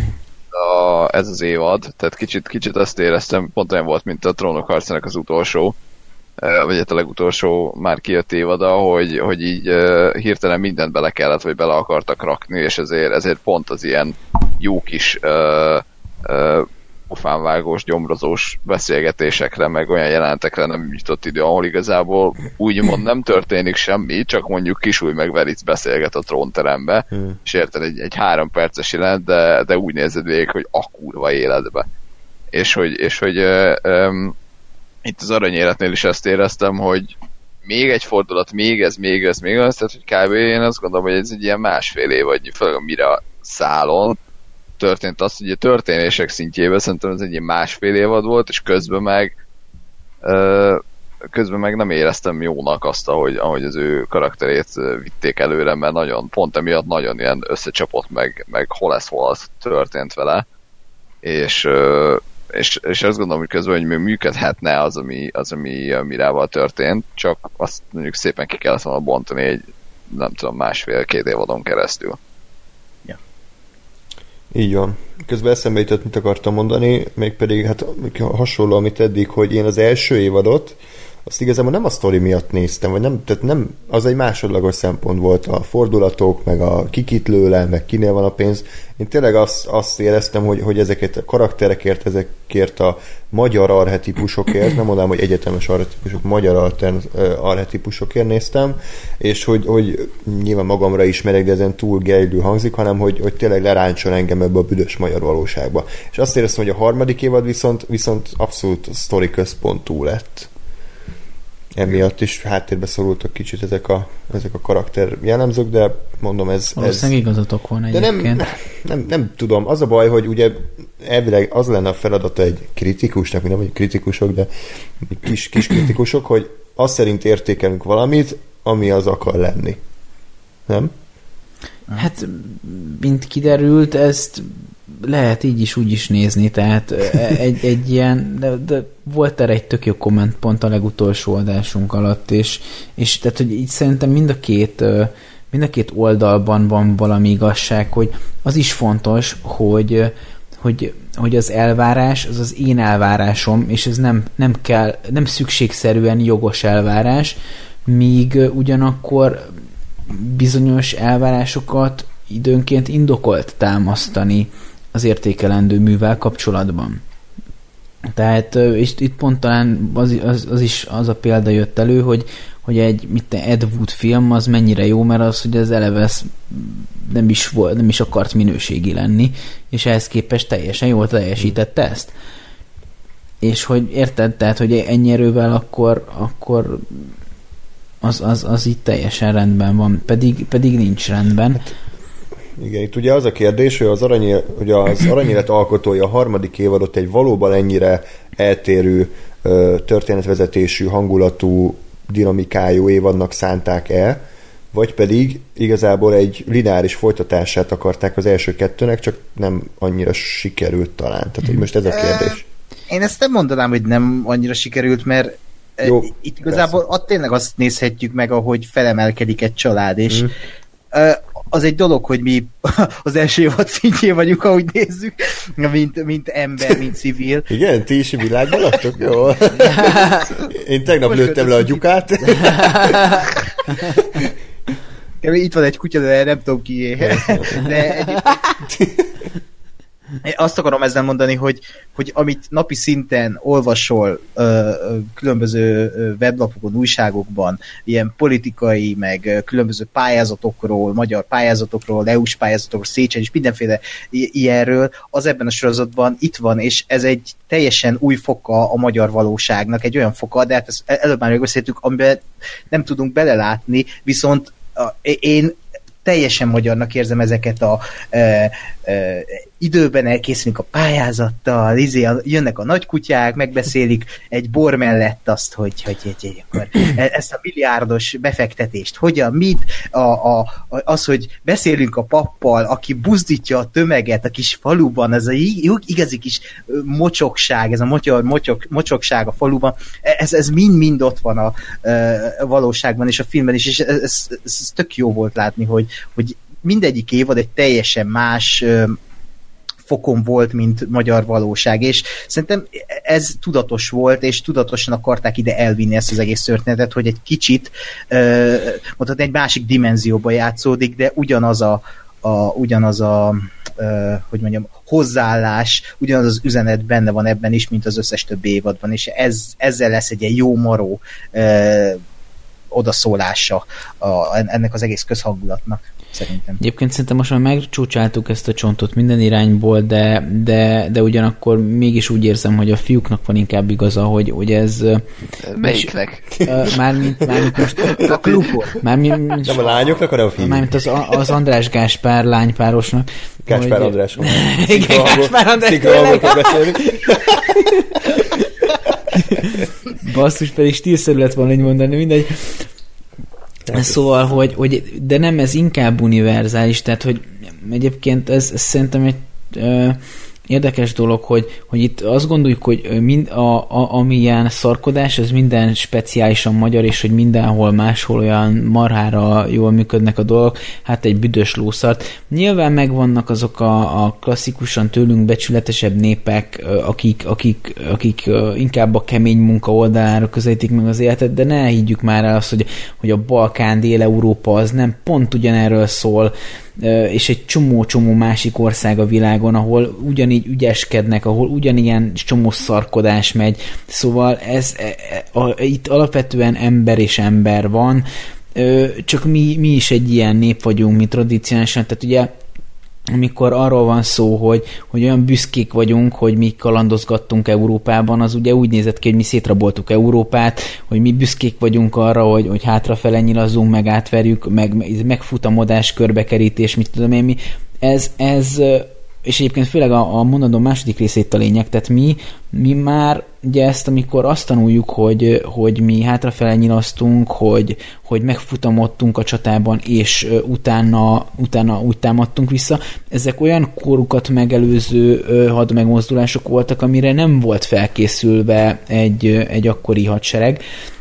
a ez az évad, tehát kicsit, kicsit azt éreztem, pont olyan volt, mint a trónok harcának az utolsó, eh, vagy hát a legutolsó már kijött évada, hogy, hogy így uh, hirtelen mindent bele kellett, vagy bele akartak rakni, és ezért, ezért pont az ilyen jó kis uh, uh, pofánvágós, gyomrozós beszélgetésekre, meg olyan jelentekre nem jutott idő, ahol igazából úgymond nem történik semmi, csak mondjuk Kisúly meg Veric beszélget a trónterembe, hmm. és érted, egy, egy három perces jelent, de, de úgy nézed végig, hogy a kurva életbe. És hogy, és hogy um, itt az aranyéletnél is ezt éreztem, hogy még egy fordulat, még ez, még ez, még az, tehát hogy kb. Én azt gondolom, hogy ez egy ilyen másfél év, vagy főleg mire szálon történt az, hogy a történések szintjében szerintem ez egy ilyen másfél évad volt, és közben meg ö, közben meg nem éreztem jónak azt, ahogy, ahogy az ő karakterét vitték előre, mert nagyon, pont emiatt nagyon ilyen összecsapott, meg, meg hol ez, hol az történt vele, és, ö, és, és azt gondolom, hogy közben, hogy még működhetne az, ami, az, ami a Mirával történt, csak azt mondjuk szépen ki kellett volna bontani egy, nem tudom, másfél-két évadon keresztül. Így van. Közben eszembe jutott, mit akartam mondani, mégpedig hát hasonló, amit eddig, hogy én az első évadot, azt igazából nem a sztori miatt néztem, vagy nem, tehát nem, az egy másodlagos szempont volt, a fordulatok, meg a kikit lőle, meg kinél van a pénz. Én tényleg azt, azt éreztem, hogy, hogy ezeket a karakterekért, ezekért a magyar arhetipusokért, nem mondanám, hogy egyetemes arhetipusok, magyar altern, arhetipusokért néztem, és hogy, hogy nyilván magamra ismerek, de ezen túl gejlő hangzik, hanem hogy, hogy tényleg leráncsol engem ebbe a büdös magyar valóságba. És azt éreztem, hogy a harmadik évad viszont, viszont abszolút sztori központú lett. Emiatt is háttérbe szorultak kicsit ezek a, ezek a karakter jellemzők, de mondom, ez... Valószínűleg ez... igazatok van egyébként. De nem, nem, nem tudom, az a baj, hogy ugye elvileg az lenne a feladata egy kritikusnak, mi nem vagy kritikusok, de kis, kis kritikusok, hogy azt szerint értékelünk valamit, ami az akar lenni. Nem? Hát, mint kiderült, ezt lehet így is, úgy is nézni, tehát egy, egy ilyen, de, de volt erre egy tök jó komment pont a legutolsó adásunk alatt, és, és tehát, hogy így szerintem mind a két mind a két oldalban van valami igazság, hogy az is fontos, hogy, hogy, hogy az elvárás, az az én elvárásom, és ez nem, nem kell, nem szükségszerűen jogos elvárás, míg ugyanakkor bizonyos elvárásokat időnként indokolt támasztani az értékelendő művel kapcsolatban. Tehát, és itt pont talán az, az, az is az a példa jött elő, hogy, hogy egy mit Ed Wood film az mennyire jó, mert az, hogy az eleve nem is, volt, nem is akart minőségi lenni, és ehhez képest teljesen jól teljesítette ezt. És hogy érted, tehát, hogy ennyi erővel akkor, akkor az, az, az itt teljesen rendben van, pedig, pedig nincs rendben. Hát, igen, itt ugye az a kérdés, hogy az, arany, hogy az Aranyélet alkotója a harmadik évadot egy valóban ennyire eltérő történetvezetésű, hangulatú, dinamikájú évadnak szánták el, vagy pedig igazából egy lineáris folytatását akarták az első kettőnek, csak nem annyira sikerült talán. Tehát, hogy most ez a kérdés. Én ezt nem mondanám, hogy nem annyira sikerült, mert jó, itt igazából ott tényleg azt nézhetjük meg, ahogy felemelkedik egy család, és mm. az egy dolog, hogy mi az első évad szintjén vagyunk, ahogy nézzük, mint, mint ember, mint civil. Igen, ti is világban laktok? Jó. Én tegnap most lőttem le a gyukát. Itt van egy kutya, de nem tudom ki. De Azt akarom ezzel mondani, hogy, hogy amit napi szinten olvasol ö, különböző weblapokon, újságokban, ilyen politikai, meg különböző pályázatokról, magyar pályázatokról, é u-s pályázatokról, Széchenyi és mindenféle ilyenről, az ebben a sorozatban itt van, és ez egy teljesen új foka a magyar valóságnak, egy olyan foka, de hát ezt előbb már megbeszéltük, amiben nem tudunk belelátni, viszont én teljesen magyarnak érzem ezeket a e, e, időben elkészülünk a pályázattal, izé, a, jönnek a nagykutyák, megbeszélik egy bor mellett azt, hogy, hogy, hogy, hogy akkor ezt a milliárdos befektetést, hogyan, mit, a, a, az, hogy beszélünk a pappal, aki buzdítja a tömeget a kis faluban, ez a igazi kis mocsokság, ez a motyog, motyog, mocsokság a faluban, ez, ez mind-mind ott van a, a valóságban és a filmben is, és ez, ez, ez tök jó volt látni, hogy hogy mindegyik évad egy teljesen más ö, fokon volt, mint magyar valóság, és szerintem ez tudatos volt, és tudatosan akarták ide elvinni ezt az egész történetet, hogy egy kicsit ö, mondhatni, egy másik dimenzióba játszódik, de ugyanaz a, a, ugyanaz a ö, hogy mondjam, hozzáállás, ugyanaz az üzenet benne van ebben is, mint az összes többi évadban, és ez, ezzel lesz egy ilyen jó maró ö, odaszólása a, ennek az egész közhangulatnak, szerintem. Egyébként szerintem most már megcsúcsáltuk ezt a csontot minden irányból, de, de, de ugyanakkor mégis úgy érzem, hogy a fiúknak van inkább igaza, hogy, hogy ez... Melyiknek? Mármint, mármint most a klubból. Mármint, nem a lányoknak, hanem a fiúk. Mármint az, az András Gáspár lánypárosnak. Gáspár hogy... András. Igen, Gáspár András. Szinkrohangokról beszélünk. Basszus, pedig stílszerű lett volna így mondani, mindegy. Szóval, hogy, hogy, de nem, ez inkább univerzális, tehát, hogy egyébként ez, ez szerintem egy ö, érdekes dolog, hogy, hogy itt azt gondoljuk, hogy mind, a, a, amilyen szarkodás, ez minden speciálisan magyar, és hogy mindenhol máshol olyan marhára jól működnek a dolgok, hát egy büdös lószart. Nyilván megvannak azok a, a klasszikusan tőlünk becsületesebb népek, akik, akik, akik inkább a kemény munka oldalára közelítik meg az életet, de ne higgyük már el azt, hogy, hogy a Balkán, Dél-Európa az nem pont ugyanerről szól, és egy csomó-csomó másik ország a világon, ahol ugyanígy ügyeskednek, ahol ugyanilyen csomó szarkodás megy. Szóval ez, a, a, itt alapvetően ember és ember van, csak mi, mi is egy ilyen nép vagyunk, mi tradicionálisan, tehát ugye amikor arról van szó, hogy, hogy olyan büszkék vagyunk, hogy mi kalandozgattunk Európában, az ugye úgy nézett ki, hogy mi szétraboltuk Európát, hogy mi büszkék vagyunk arra, hogy, hogy hátrafele nyilazzunk, meg átverjük, meg megfutamodás, körbekerítés, mit tudom én mi. Ez, ez és egyébként főleg a, a mondatom második részét a lényeg, tehát mi, mi már ugye ezt, amikor azt tanuljuk, hogy, hogy mi hátrafele nyilaztunk, hogy, hogy megfutamodtunk a csatában, és utána, utána úgy támadtunk vissza, ezek olyan korukat megelőző hadmegmozdulások voltak, amire nem volt felkészülve egy, egy akkori hadsereg.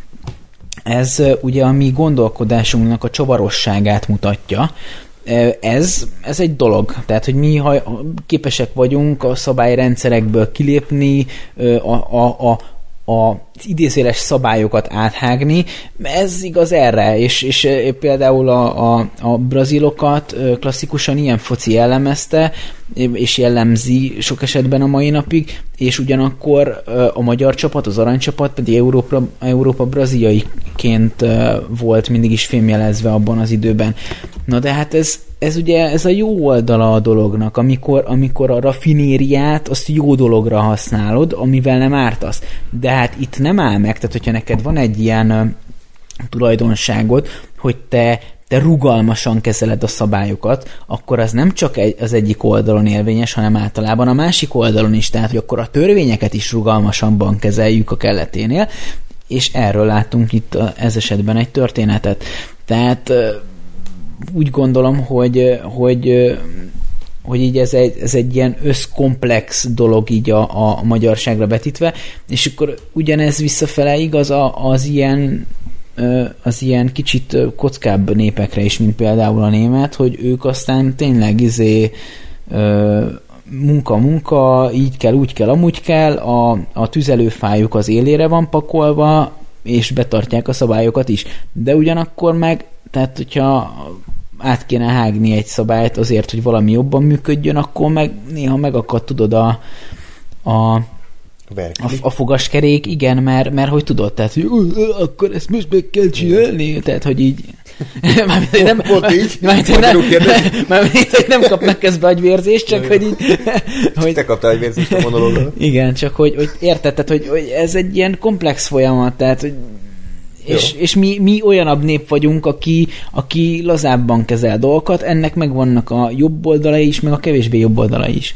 Ez ugye a mi gondolkodásunknak a csavarosságát mutatja. Ez, ez egy dolog. Tehát, hogy mi ha képesek vagyunk a szabályrendszerekből kilépni, a, a, a, az idézéles szabályokat áthágni, ez igaz erre, és, és például a, a, a brazilokat klasszikusan ilyen foci jellemezte, és jellemzi sok esetben a mai napig, és ugyanakkor a magyar csapat, az aranycsapat pedig Európa, Európa braziliaiként volt mindig is fémjelezve abban az időben. Na de hát ez, ez ugye ez a jó oldala a dolognak, amikor, amikor a raffinériát azt jó dologra használod, amivel nem ártasz. De hát itt nem áll meg, tehát hogyha neked van egy ilyen tulajdonságod, hogy te te rugalmasan kezeled a szabályokat, akkor az nem csak egy, az egyik oldalon érvényes, hanem általában a másik oldalon is, tehát hogy akkor a törvényeket is rugalmasabban kezeljük a kelleténél, és erről látunk itt ez esetben egy történetet. Tehát úgy gondolom, hogy, hogy, hogy így ez egy, ez egy ilyen összkomplex dolog így a, a magyarságra vetítve, és akkor ugyanez visszafele igaz az ilyen az ilyen kicsit kockább népekre is, mint például a német, hogy ők aztán tényleg izé munka-munka, így kell, úgy kell, amúgy kell, a, a tüzelőfájuk az élére van pakolva, és betartják a szabályokat is. De ugyanakkor meg, tehát hogyha át kéne hágni egy szabályt azért, hogy valami jobban működjön, akkor meg néha megakad, tudod, a, a, a, a fogaskerék, igen, mert, mert hogy tudod, tehát, hogy akkor ezt most meg kell csinálni, tehát, hogy így Mármint, nem, mármint, nem kapnak közben agyvérzést, csak hogy így... Hogy, te kaptál agyvérzést a monológról. Igen, csak hogy, hogy érted, tehát, hogy, hogy ez egy ilyen komplex folyamat, tehát, hogy és, és mi, mi olyanabb nép vagyunk, aki, aki lazábban kezel dolgokat, ennek megvannak a jobb oldalai is, meg a kevésbé jobb oldalai is.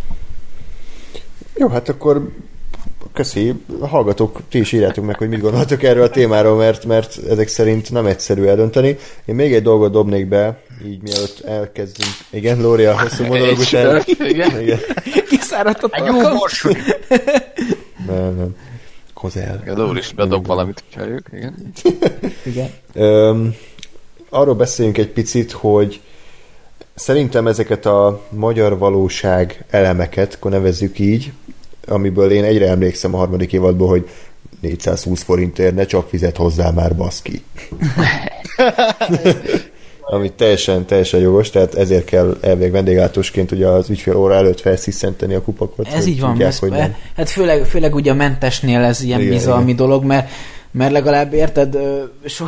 Jó, hát akkor köszi, hallgatók, ti is írjátok meg, hogy mit gondoltok erről a témáról, mert, mert ezek szerint nem egyszerű eldönteni. Én még egy dolgot dobnék be, így mielőtt elkezdünk. Igen, Lóri, a hosszú monológ után. Igen. Igen. Kiszáradt a Jó borsú! Nem, nem. Kozel. A Lóri is bedob valamit, halljuk, igen. Igen. Öm, arról beszéljünk egy picit, hogy szerintem ezeket a magyar valóság elemeket, akkor nevezzük így, amiből én egyre emlékszem a harmadik évadból, hogy négyszázhúsz forintért ne csak fizet hozzá már, baszki. Ami teljesen, teljesen jogos, tehát ezért kell elvég vendéglátósként ugye az ügyfél óra előtt felsziszenteni a kupakot. Ez így van, tudják, ez, hogy nem. Hát főleg, főleg ugye a mentesnél ez ilyen igen, bizalmi igen. dolog, mert mert legalább érted, so,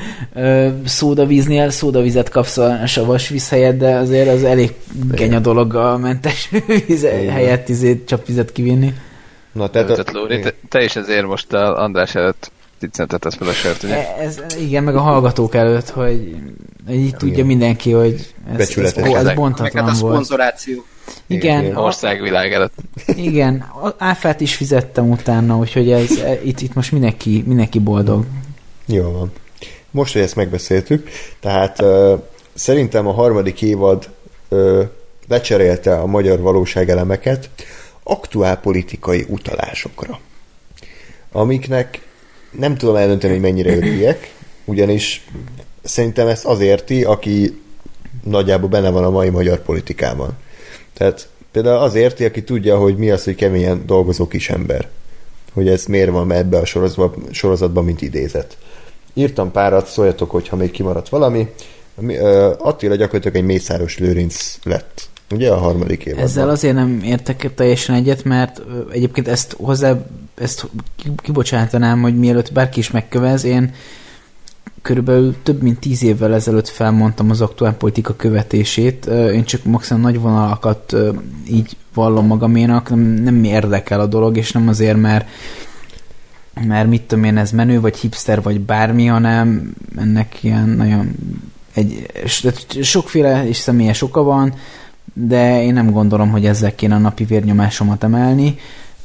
szódavíznél szódavizet kapsz a savas víz helyett, de azért az elég genya dolog a mentes víz helyett izét, csapvizet kivinni. Na, tehát a... Lóri, te, te is ezért most a András előtt tizentetesz fel a sört, ugye? Ez, igen, meg a hallgatók előtt, hogy így ja, tudja igen. mindenki, hogy ez, ez, ez bontatlan volt. A szponzoráció. Igen. igen. Országvilág előtt. Igen, áfát is fizettem utána, úgyhogy ez, itt, itt most mindenki, mindenki boldog. Jó van. Most, hogy ezt megbeszéltük, tehát uh, szerintem a harmadik évad uh, lecserélte a magyar valóságelemeket aktuálpolitikai utalásokra, amiknek nem tudom eldönteni, hogy mennyire örüljek, ugyanis szerintem ezt az érti, aki nagyjából benne van a mai magyar politikában. Tehát például az érti, aki tudja, hogy mi az, hogy keményen dolgozó kisember. Hogy ez miért van ebbe a sorozatban, sorozatban, mint idézet. Írtam párat, szóljatok, hogyha még kimaradt valami. Attila gyakorlatilag egy Mészáros Lőrinc lett. Ugye a harmadik évadban. Ezzel azért nem értek teljesen egyet, mert egyébként ezt hozzá ezt kibocsátanám, hogy mielőtt bárki is megkövez, én körülbelül több mint tíz évvel ezelőtt felmondtam az aktuálpolitika követését. Én csak maximum nagy vonalakat így vallom magaménak, nem, nem érdekel a dolog, és nem azért, mert mert mit tudom én, ez menő, vagy hipster, vagy bármi, hanem ennek ilyen nagyon egy, sokféle és személyes oka van, de én nem gondolom, hogy ezzel kéne a napi vérnyomásomat emelni,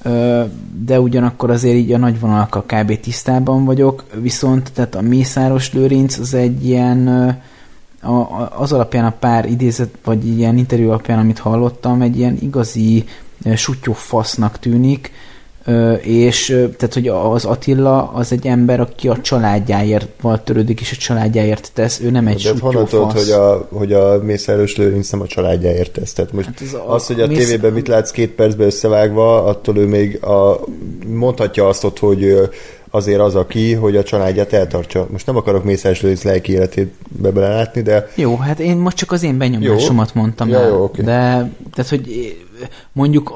de ugyanakkor azért így a nagy vonalakkal kb. Tisztában vagyok, viszont tehát a Mészáros Lőrinc az egy ilyen a, a, az alapján a pár idézet, vagy ilyen interjú alapján, amit hallottam, egy ilyen igazi sutyó fasznak tűnik, és tehát, hogy az Attila az egy ember, aki a családjáért val törődik, és a családjáért tesz, ő nem egy sutyó fasz. De honnan tudod, hogy a, hogy a Mészáros Lőrinc nem a családjáért tesz? Tehát most hát az, a, az, hogy a, a mész... tévében mit látsz két percben összevágva, attól ő még a, mondhatja azt ott, hogy azért az, aki, hogy a családját eltartsa. Most nem akarok Mészáros Lőrinc lelki életébe belelátni, de... Jó, hát én most csak az én benyomásomat jó. mondtam ja, el. Jó, okay. De, tehát, hogy mondjuk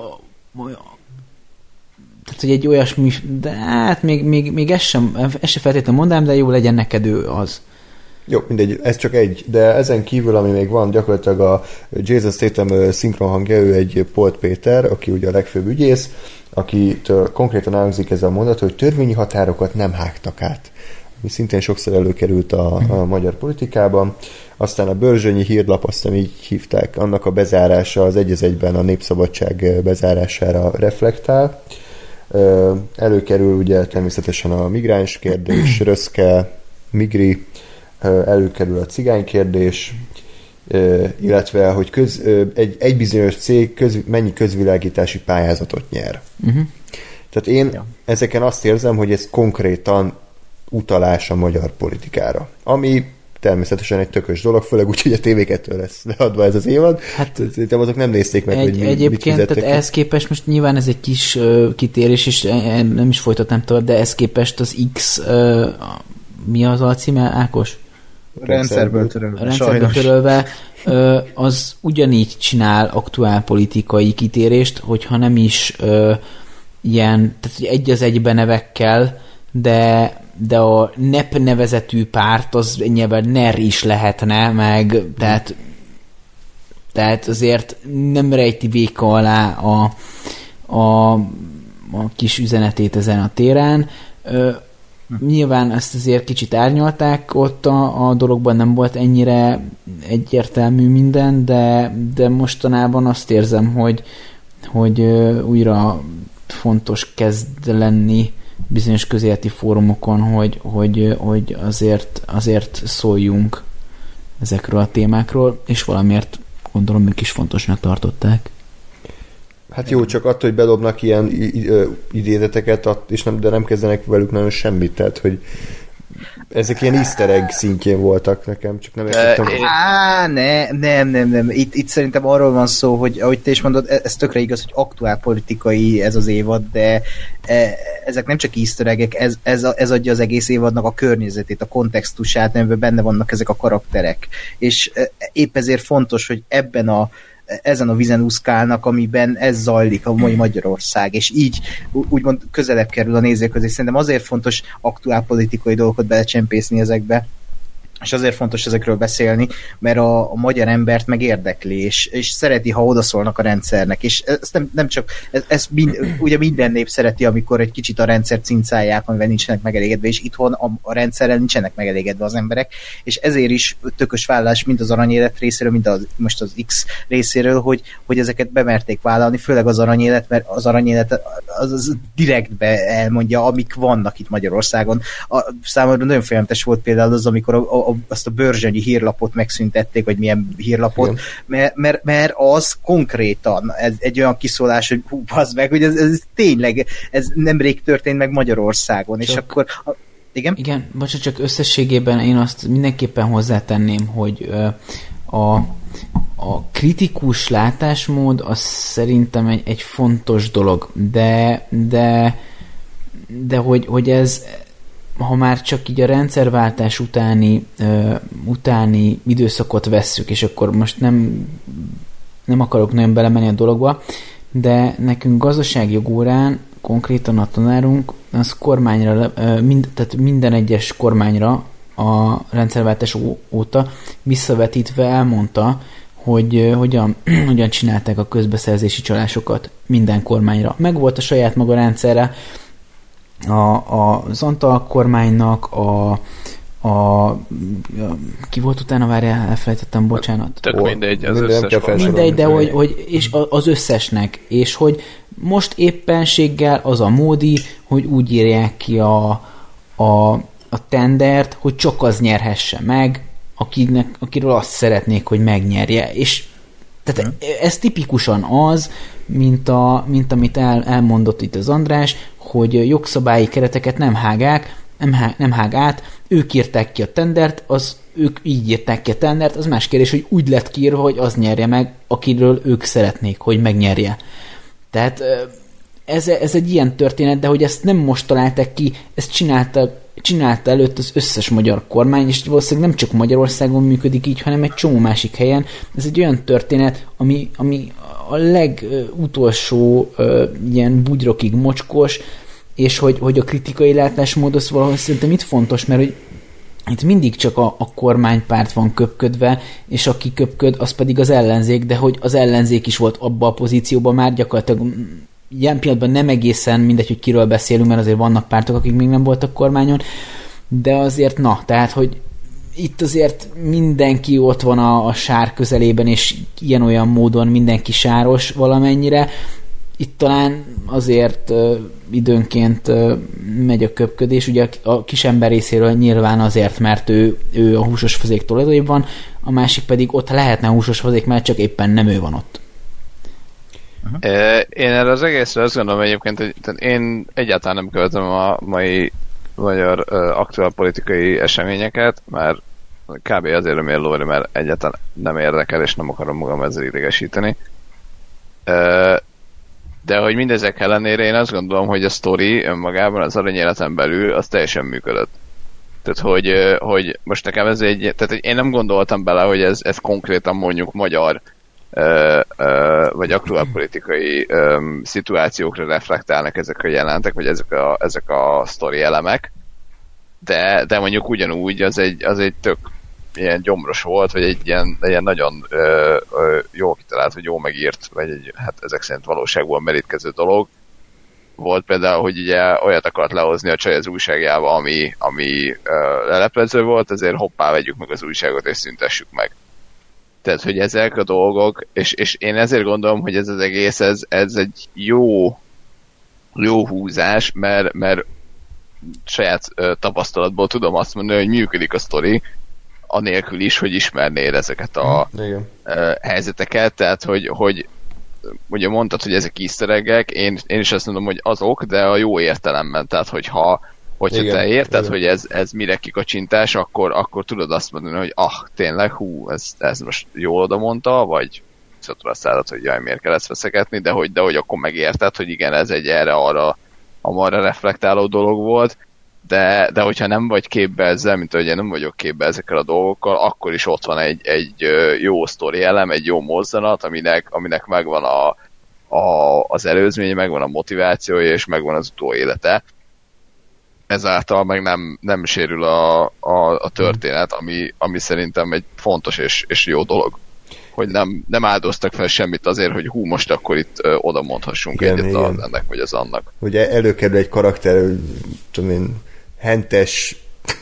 tehát, hogy egy olyasmi, de hát még, még, még ezt sem, ezt sem feltétlenül mondanám, de jó legyen neked ő az. Jó, mindegy, ez csak egy, de ezen kívül, ami még van, gyakorlatilag a Jason Statham szinkronhangja, ő egy Polt Péter, aki ugye a legfőbb ügyész, akitől konkrétan elhangzik ez a mondat, hogy törvényi határokat nem hágtak át. Ami szintén sokszor előkerült a, a magyar politikában. Aztán a Börzsönyi hírlap, aztán így hívták, annak a bezárása az egy az egyben a Népszabadság bezárására reflektál. Előkerül ugye természetesen a migráns kérdés, Röszke, Migri, előkerül a cigány kérdés, illetve, hogy köz, egy, egy bizonyos cég köz, mennyi közvilágítási pályázatot nyer. Uh-huh. Tehát én ja. ezeken azt érzem, hogy ez konkrétan utalás a magyar politikára. Ami természetesen egy tökös dolog, főleg úgy, hogy a té vé kettő lesz leadva ez az évad. Hát szerintem azok nem nézték meg, egy, hogy mi, egyébként, mit tehát ehhez képest most nyilván ez egy kis uh, kitérés, és nem is folytatnám tovább, de ehhez képest az X uh, mi az alcíme, Ákos? rendszerből törölve. A rendszerből törölve ö, az ugyanígy csinál aktuálpolitikai kitérést, hogyha nem is ö, ilyen, tehát egy az egyben nevekkel, de, de a en e pé nevezetű párt az nyilván NER is lehetne, meg tehát, tehát azért nem rejti véka alá a, a, a kis üzenetét ezen a téren. Ö, Nyilván ezt azért kicsit árnyalták, ott a, a dologban nem volt ennyire egyértelmű minden, de, de mostanában azt érzem, hogy, hogy újra fontos kezd lenni bizonyos közéleti fórumokon, hogy, hogy, hogy azért, azért szóljunk ezekről a témákról, és valamiért gondolom ők is fontosnak tartották. Hát jó, csak attól, hogy bedobnak ilyen idézeteket, és nem, de nem kezdenek velük nagyon semmit, tehát, hogy ezek ilyen easter egg szintjén voltak nekem, csak nem értettem. Á, ne, nem, nem, nem. Itt, itt szerintem arról van szó, hogy ahogy te is mondod, ez tökre igaz, hogy aktuál politikai ez az évad, de ezek nem csak easter eggek, ez, ez, ez adja az egész évadnak a környezetét, a kontextusát, amiben benne vannak ezek a karakterek. És épp ezért fontos, hogy ebben a ezen a vizen úszkálnak, amiben ez zajlik, a mai Magyarország, és így úgymond közelebb kerül a nézőkhöz, és szerintem azért fontos aktuál politikai dolgokat belecsempészni ezekbe, és azért fontos ezekről beszélni, mert a, a magyar embert meg érdekli, és, és szereti, ha odaszólnak a rendszernek, és ezt nem, nem csak, ez, ez mind, ugye minden nép szereti, amikor egy kicsit a rendszer cincálják, amivel nincsenek megelégedve, és itthon a, a rendszerrel nincsenek megelégedve az emberek, és ezért is tökös vállás mind az Aranyélet részéről, mind az, most az X részéről, hogy, hogy ezeket bemerték vállalni, főleg az Aranyélet, mert az Aranyélet az, az direktbe elmondja, amik vannak itt Magyarországon. A, számomra nagyon félelmetes volt például az, amikor a, a azt a börzsönyi hírlapot megszüntették, vagy milyen hírlapot, mert, mert, mert az konkrétan ez egy olyan kiszólás, hogy hú, bazd meg, hogy ez, ez tényleg, ez nemrég történt meg Magyarországon, csak, és akkor a, igen? Igen, bocsánat, csak összességében én azt mindenképpen hozzátenném, hogy a, a kritikus látásmód az szerintem egy, egy fontos dolog, de de, de hogy, hogy ez ha már csak így a rendszerváltás utáni, uh, utáni időszakot vesszük, és akkor most nem, nem akarok nagyon belemenni a dologba, de nekünk gazdaságjog órán konkrétan a tanárunk az kormányra, uh, mind, tehát minden egyes kormányra a rendszerváltás ó- óta visszavetítve elmondta, hogy uh, hogyan, hogyan csinálták a közbeszerzési csalásokat minden kormányra. Meg volt a saját maga rendszerre, A, a, az Antal kormánynak, a, a, a ki volt utána, várjál, elfelejtettem, bocsánat. Tök mindegy, az Minden összes mindegy, de hogy, hogy és az összesnek, és hogy most éppenséggel az a módi, hogy úgy írják ki a, a, a tendert, hogy csak az nyerhesse meg, akinek, akiről azt szeretnék, hogy megnyerje, és tehát ez tipikusan az, mint, a, mint amit el, elmondott itt az András, hogy jogszabályi kereteket nem hágák, nem, há, nem hág át, ők írták ki a tendert, az ők így írták ki a tendert, az más kérdés, hogy úgy lett kiírva, hogy az nyerje meg, akiről ők szeretnék, hogy megnyerje. Tehát ez, ez egy ilyen történet, de hogy ezt nem most találták ki, ezt csinálta, csinálta előtt az összes magyar kormány, és valószínűleg nem csak Magyarországon működik így, hanem egy csomó másik helyen. Ez egy olyan történet, ami, ami a legutolsó uh, ilyen bugyrokig mocskos, és hogy, hogy a kritikai látásmód az valahol szerintem itt fontos, mert hogy itt mindig csak a, a kormánypárt van köpködve, és aki köpköd, az pedig az ellenzék, de hogy az ellenzék is volt abban a pozícióban már gyakorlatilag ilyen pillanatban nem egészen mindegy, hogy kiről beszélünk, mert azért vannak pártok, akik még nem voltak kormányon, de azért na, tehát, hogy itt azért mindenki ott van a, a sár közelében, és ilyen-olyan módon mindenki sáros valamennyire. Itt talán azért uh, időnként uh, megy a köpködés, ugye a, a kisember részéről nyilván azért, mert ő, ő a húsos fazéktól odébb van, a másik pedig ott lehetne húsos fazék, mert csak éppen nem ő van ott. Uh-huh. Én erre az egészre azt gondolom egyébként, hogy én egyáltalán nem követem a mai magyar uh, aktuál politikai eseményeket, mert kb. Azért nem ér lóri, mert egyáltalán nem érdekel, és nem akarom magam ezzel idegesíteni. Uh, de hogy mindezek ellenére én azt gondolom, hogy a sztori önmagában az aranyéleten belül az teljesen működött. Tehát, hogy, hogy most nekem ez egy, tehát hogy én nem gondoltam bele, hogy ez, ez konkrétan mondjuk magyar ö, ö, vagy aktuálpolitikai szituációkra reflektálnak ezek a jelentek, vagy ezek a, ezek a sztori elemek, de, de mondjuk ugyanúgy az egy, az egy tök ilyen gyomros volt, vagy egy ilyen, egy ilyen nagyon ö, ö, jó kitalált, vagy jó megírt, vagy egy, hát ezek szerint valóságból merítkező dolog volt például, hogy ugye olyat akart lehozni a csaj az újságjába, ami, ami ö, leleplező volt, ezért hoppá, vegyük meg az újságot és szüntessük meg. Tehát, hogy ezek a dolgok, és, és én ezért gondolom, hogy ez az egész, ez, ez egy jó jó húzás, mert, mert saját ö, tapasztalatból tudom azt mondani, hogy működik a sztori, anélkül is, hogy ismernéd ezeket a Igen. ö, helyzeteket, tehát, hogy, hogy ugye mondtad, hogy ezek easter egg-ek, én, én is azt mondom, hogy azok, de a jó értelemben, tehát, hogyha, hogyha igen, te érted, igen. hogy ez, ez mire kikacsintás, akkor, akkor tudod azt mondani, hogy ah, tényleg, hú, ez, ez most jól oda mondta, vagy szóval azt állad, hogy jaj, miért kell ezt feszegetni, de hogy, de hogy akkor megérted, hogy igen, ez egy erre-arra, amarra reflektáló dolog volt, de, de hogyha nem vagy képbe ezzel, mint ahogy én nem vagyok képbe ezekkel a dolgokkal, akkor is ott van egy, egy jó sztori elem, egy jó mozzanat, aminek, aminek megvan a, a, az előzménye, megvan a motivációja, és megvan az utóélete. Ezáltal meg nem, nem sérül a, a, a történet, ami, ami szerintem egy fontos és, és jó dolog. Hogy nem, nem áldoztak fel semmit azért, hogy hú, most akkor itt ö, oda mondhassunk igen, egyet igen. Az ennek vagy az annak. Ugye előkerül egy karakter, tudom én, hentes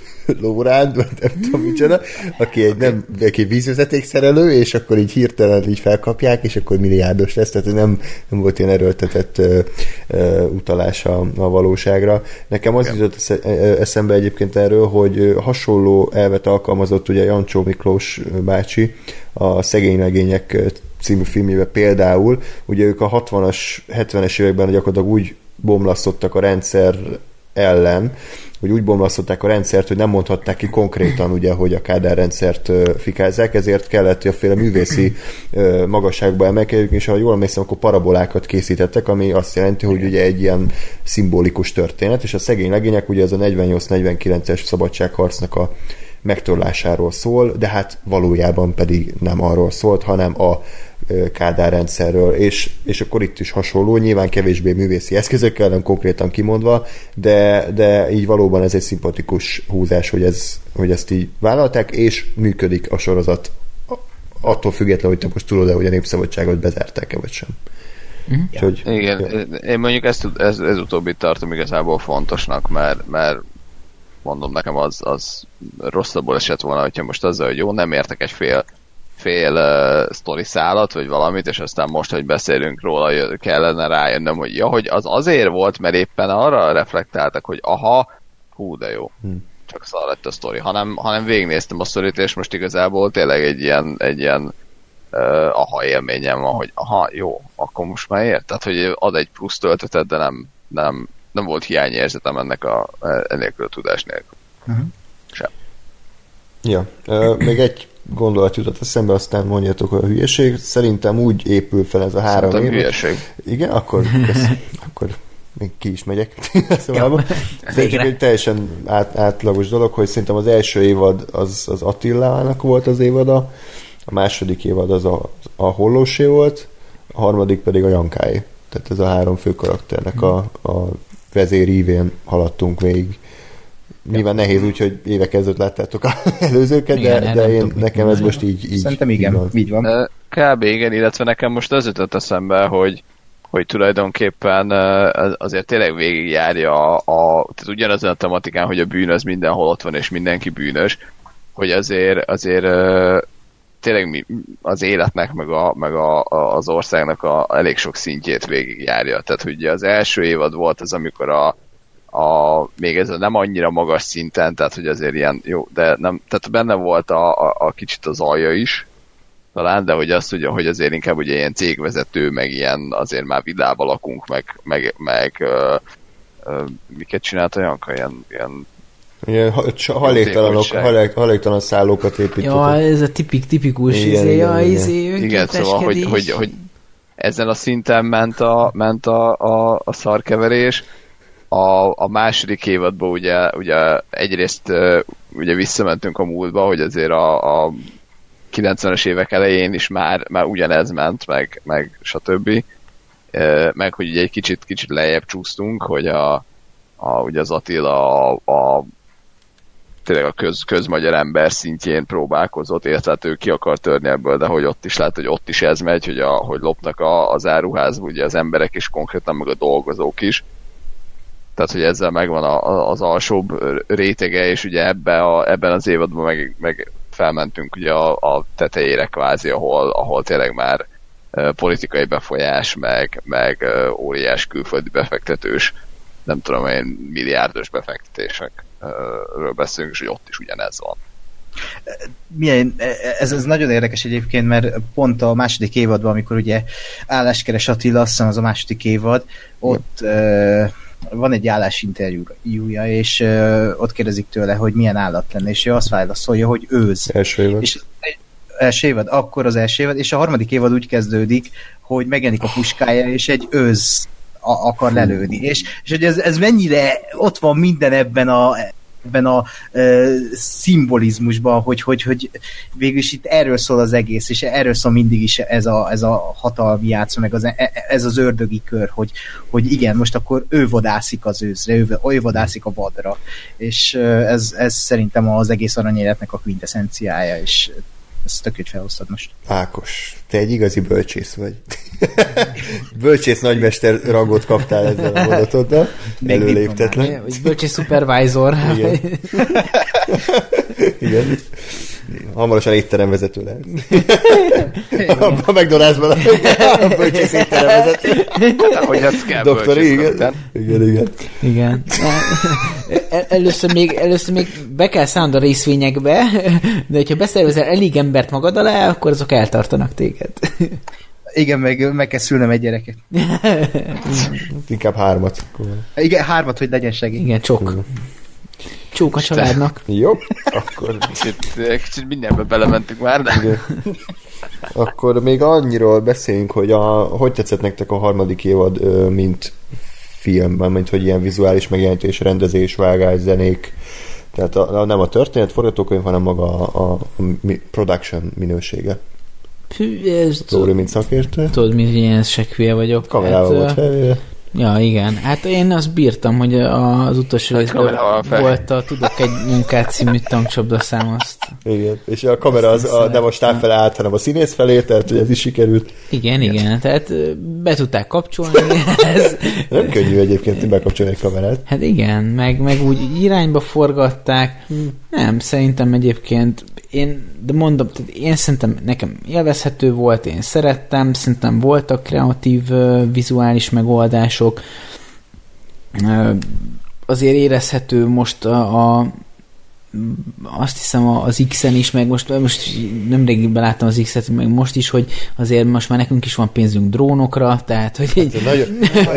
Lóránd, vagy nem tudom micsoda, aki egy, nem, aki vízvezetékszerelő, és akkor így hirtelen így felkapják, és akkor milliárdos lesz, tehát nem, nem volt ilyen erőltetett uh, uh, utalás a, a valóságra. Nekem az jutott eszembe egyébként erről, hogy hasonló elvet alkalmazott ugye Jancsó Miklós bácsi a Szegény legények című filmjében például, ugye ők a hatvanas, hetvenes években gyakorlatilag úgy bomlasztottak a rendszer ellen, hogy úgy bomlasztották a rendszert, hogy nem mondhatták ki konkrétan, ugye, hogy a Kádár rendszert uh, fikázzák, ezért kellett, hogy a féle művészi uh, magasságba emelkedjük, és ha jól emlékszem, akkor parabolákat készítettek, ami azt jelenti, hogy ugye egy ilyen szimbolikus történet, és a Szegény legények ugye ez a negyvennyolc negyvenkilences szabadságharcnak a megtorlásáról szól, de hát valójában pedig nem arról szólt, hanem a Kádár rendszerről, és, és akkor itt is hasonló, nyilván kevésbé művészi eszközökkel, nem konkrétan kimondva, de, de így valóban ez egy szimpatikus húzás, hogy, ez, hogy ezt így vállalták, és működik a sorozat attól függetlenül, hogy te most tudod-e, hogy a Népszabadságot bezárták-e, vagy sem. Mm-hmm. Ja. Hogy, igen, ja. Én mondjuk ezt, ez, ez utóbbit tartom igazából fontosnak, mert, mert mondom, nekem az, az rosszabbul esett volna, hogyha most azzal, hogy jó, nem értek egy fél fél uh, sztori szálat, vagy valamit, és aztán most, hogy beszélünk róla, kellene rájönnöm, hogy ja, hogy az azért volt, mert éppen arra reflektáltak, hogy aha, hú, de jó. Hmm. Csak szar lett a sztori. Hanem, hanem végignéztem a sztorit, és most igazából tényleg egy ilyen, egy ilyen uh, aha élményem van, hogy aha, jó, akkor most már ért. Tehát, hogy ad egy plusz töltetet, de nem, nem, nem volt hiányérzetem ennek a, enélkül a tudás nélkül. Uh-huh. Sem. Ja, uh, még egy gondolat jutott eszembe, aztán mondjatok, hogy a hülyeség. Szerintem úgy épül fel ez a három év. Szerintem hülyeség. Igen, akkor, kösz, akkor még ki is megyek. Szóval szerintem egy teljesen át, átlagos dolog, hogy szerintem az első évad az, az Attilának volt az évada, a második évad az a, a Hollósé volt, a harmadik pedig a Jankáé. Tehát ez a három fő karakternek a, a vezérívén haladtunk végig. Nyilván nehéz úgy, hogy évek ezelőtt láttátok az előzőket, igen, de, de én, nekem ez most így, így Szerintem igen, így van. Így van. Kb. Igen, illetve nekem most az jutott eszembe, hogy, hogy tulajdonképpen azért tényleg végigjárja a, a, tehát ugyanazon a tematikán, hogy a bűnöz mindenhol ott van, és mindenki bűnös, hogy azért, azért tényleg az életnek, meg, a, meg a, az országnak a elég sok szintjét végigjárja. Tehát ugye az első évad volt az, amikor a A, még ez a nem annyira magas szinten, tehát hogy azért ilyen jó, de nem, tehát benne volt a, a, a kicsit az alja is, talán, de hogy azt tudja, hogy azért inkább ugye ilyen cégvezető, meg ilyen azért már világban lakunk, meg, meg, meg ö, ö, miket csinált a Janka? Ilyen, ilyen ilyen haléktalanok, haléktalan szállókat építettek. Ja, ez a tipik, tipikus igen, izé, igen, a, igen. izé, igen, szóval, hogy, hogy, hogy ezen a szinten ment a, ment a, a, a szarkeverés, a, a második évadban ugye, ugye egyrészt uh, ugye visszamentünk a múltba, hogy azért a, a kilencvenes évek elején is már, már ugyanez ment, meg, meg stb. Uh, meg hogy ugye egy kicsit, kicsit lejjebb csúsztunk, hogy a, a, ugye az Attila a, a tényleg a köz, közmagyar ember szintjén próbálkozott, illetve ő ki akar törni ebből, de hogy ott is lát, hogy ott is ez megy, hogy, a, hogy lopnak a, az áruházba ugye az emberek is konkrétan, meg a dolgozók is. Tehát, hogy ezzel megvan a, a, az alsóbb rétege, és ugye ebbe a, ebben az évadban meg, meg felmentünk ugye a, a tetejére kvázi, ahol, ahol tényleg már uh, politikai befolyás, meg, meg uh, óriás külföldi befektetős, nem tudom én, milliárdos befektetésekről beszélünk, és hogy ott is ugyanez van. Milyen, ez, ez nagyon érdekes egyébként, mert pont a második évadban, amikor ugye álláskeres Attila, azt hiszem az a második évad, ott uh, van egy állásinterjúja, és uh, ott kérdezik tőle, hogy milyen állat lenne, és ő azt válaszolja, hogy őz. Első évad. És első évad, akkor az első évad, és a harmadik évad úgy kezdődik, hogy megjelenik a puskája, és egy őz a, akar lelőni. És, és hogy ez, ez mennyire ott van minden ebben a ebben a e, szimbolizmusban, hogy, hogy, hogy végülis itt erről szól az egész, és erről szól mindig is ez a, ez a hatalmi játszó, meg az, ez az ördögi kör, hogy, hogy igen, most akkor ő vadászik az őzre, ő, ő vadászik a vadra, és ez, ez szerintem az egész aranyéletnek a quintessenciája, és ezt tök, hogy felhoztad most. Ákos, te egy igazi bölcsész vagy. Bölcsész nagymester rangot kaptál ezzel a mondatoddal. Előléptetlen. Bölcsész supervisor. Igen. Igen. Hamarosan étteremvezető lehet. A McDonald's-ban a bölcsész étteremvezető. Hogy ez kell doktori, igen. Igen, igen. Igen. El, először, még, először még be kell szállnod a részvényekbe, de hogyha beszervezel elég embert magad alá, akkor azok eltartanak téged. Igen, meg, meg kell szülnem egy gyereket. Inkább hármat. Igen, hármat, hogy legyen segély. Igen, csok. Csók a családnak. Jó, akkor... Kicsit, kicsit mindenbe belementünk már, de... Igen. Akkor még annyiról beszéljünk, hogy a, hogy tetszett nektek a harmadik évad, mint filmben, mint hogy ilyen vizuális megjelentés, rendezés, vágás, zenék, tehát a, a, nem a történet, forgatókönyv, hanem maga a, a, a production minősége. Lóri, mint szakértő. Tudod, mint ilyen sekvélye vagyok. Kamerával hát, volt felvéve. Ja, igen. Hát én azt bírtam, hogy az utolsó részben volt a Tudok egy munkát című tankcsapdaszám, azt. Igen, és a kamera az a, nem a stáb felé állt, hanem a színész felé, tehát hogy ez is sikerült. Igen, igen, igen. Tehát be tudták kapcsolni. Ez... Nem könnyű egyébként bekapcsolni egy kamerát. Hát igen, meg, meg úgy irányba forgatták. Nem, szerintem egyébként én, de mondom, én szerintem nekem élvezhető volt, én szerettem, szerintem voltak kreatív vizuális megoldások. Azért érezhető most a, a azt hiszem az X-en is, meg most, most nemrégiben láttam az X-et, meg most is, hogy azért most már nekünk is van pénzünk drónokra, tehát, hogy egy... Hát, nagyon...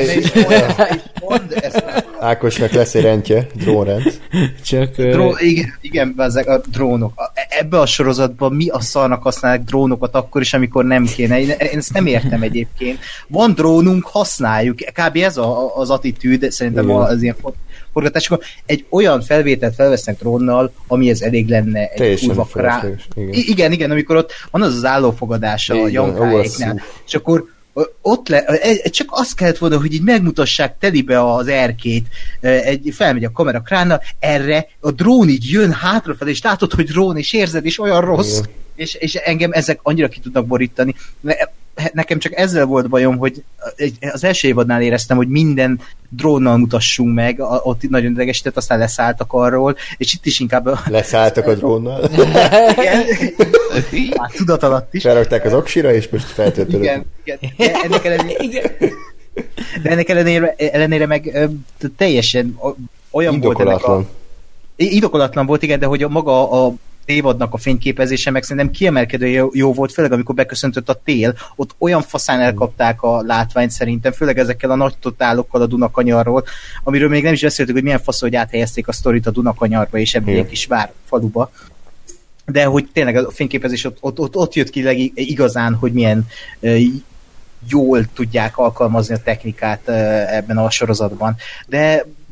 Ákosnak lesz egy rendje, drónrend. Csak... Dró... Igen, igen, ezek a drónok. Ebbe a sorozatban mi a szarnak használják drónokat akkor is, amikor nem kéne. Én, én ezt nem értem egyébként. Van drónunk, használjuk. Kb. Ez a, az attitűd, szerintem igen. Az ilyen forgatásokon. Egy olyan felvételt felvesznek drónnal, amihez elég lenne egy kurva krá... Igen. igen, igen, amikor ott van az az állófogadása a Jankáéknál, és akkor ott le, csak azt kellett volna, hogy így megmutassák telibe az erkét, egy, felmegy a kamera kránnal, erre a drón így jön hátrafelé, és látod, hogy drón, és érzed, és olyan rossz, és, és engem ezek annyira ki tudnak borítani. Nekem csak ezzel volt bajom, hogy az első évadnál éreztem, hogy minden drónnal mutassunk meg, ott nagyon idegesített, aztán leszálltak arról, és itt is inkább... A... Leszálltak a drónnal? Igen. Már tudat alatt is. Felrakták az oksira, és most feltöltődött. Igen, igen. De ennek ellenére, de ennek ellenére, ellenére meg teljesen olyan indokolatlan. volt ennek a... Indokolatlan volt, igen, de hogy a maga a évadnak a fényképezése meg szerintem kiemelkedő jó, jó volt, főleg amikor beköszöntött a tél, ott olyan faszán elkapták a látványt szerintem, főleg ezekkel a nagy totálokkal a Dunakanyarról, amiről még nem is beszéltük, hogy milyen fasz, hogy áthelyezték a sztorit a Dunakanyarba és ebből egy kis vár faluba. De hogy tényleg a fényképezés ott, ott, ott, ott jött ki leg, igazán, hogy milyen uh, jól tudják alkalmazni a technikát uh, ebben a sorozatban. De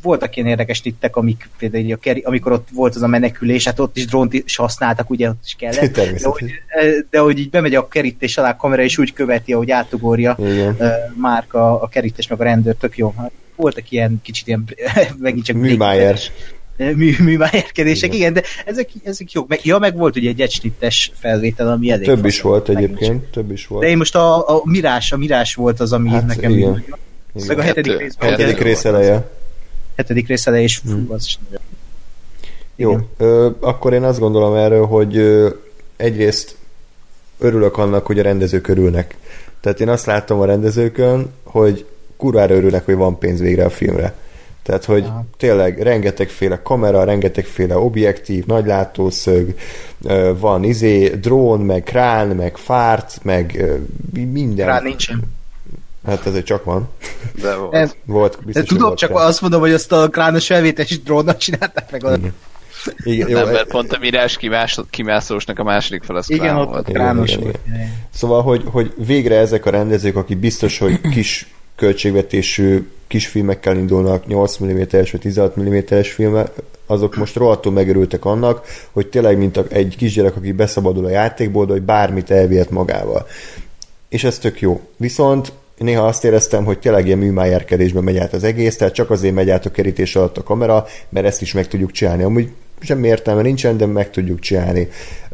voltak ilyen érdekes tittek, amik például a keri, amikor ott volt az a menekülés, hát ott is drónt is használtak, ugye ott is kellett. De hogy, de hogy így bemegy a kerítés alá a kamera, és úgy követi, ahogy átugorja uh, Márka a kerítés, meg a rendőr, tök jó. Voltak ilyen kicsit ilyen megint csak Műmájer. Mű, műmájerkedések, igen, de ezek, ezek jók. Meg, ja, meg volt ugye egy egysnittes felvétel, ami elég több is volt egyébként, több is volt. De én most a, a Mirás, a Mirás volt az, ami hát nekem igen. Nagyon. Igen. Meg a hetedik rész. A hetedik rész eleje. Hetedik rész eleje, és fú, az is nagyon. Jó, ö, akkor én azt gondolom erről, hogy ö, egyrészt örülök annak, hogy a rendezők örülnek. Tehát én azt láttam a rendezőkön, hogy kurvára örülnek, hogy van pénz végre a filmre. Tehát, hogy aha. tényleg rengetegféle kamera, rengetegféle objektív, nagy látószög, van izé, drón, meg krán, meg fárt, meg minden. Krán nincsen. Hát ezért csak van. De volt. volt biztos, de tudom, volt csak krán. Azt mondom, hogy azt a krános felvételi drónnal csinálták meg. Igen. Igen, jó, nem, mert pont a Mirás kimás, kimászósnak a második fel az igen, krán ott volt. krános igen, volt. Igen, igen. Szóval, hogy, hogy végre ezek a rendezők, akik biztos, hogy kis költségvetésű kis filmekkel indulnak, nyolc milliméteres vagy tizenhat milliméteres filmek, azok most rohadtul megörültek annak, hogy tényleg mint egy kisgyerek, aki beszabadul a játékból, hogy bármit elvihet magával. És ez tök jó. Viszont néha azt éreztem, hogy tényleg ilyen műmájárkedésben megy át az egész, tehát csak azért megy át a kerítés alatt a kamera, mert ezt is meg tudjuk csinálni. Amúgy semmi értelme nincsen, de meg tudjuk csinálni.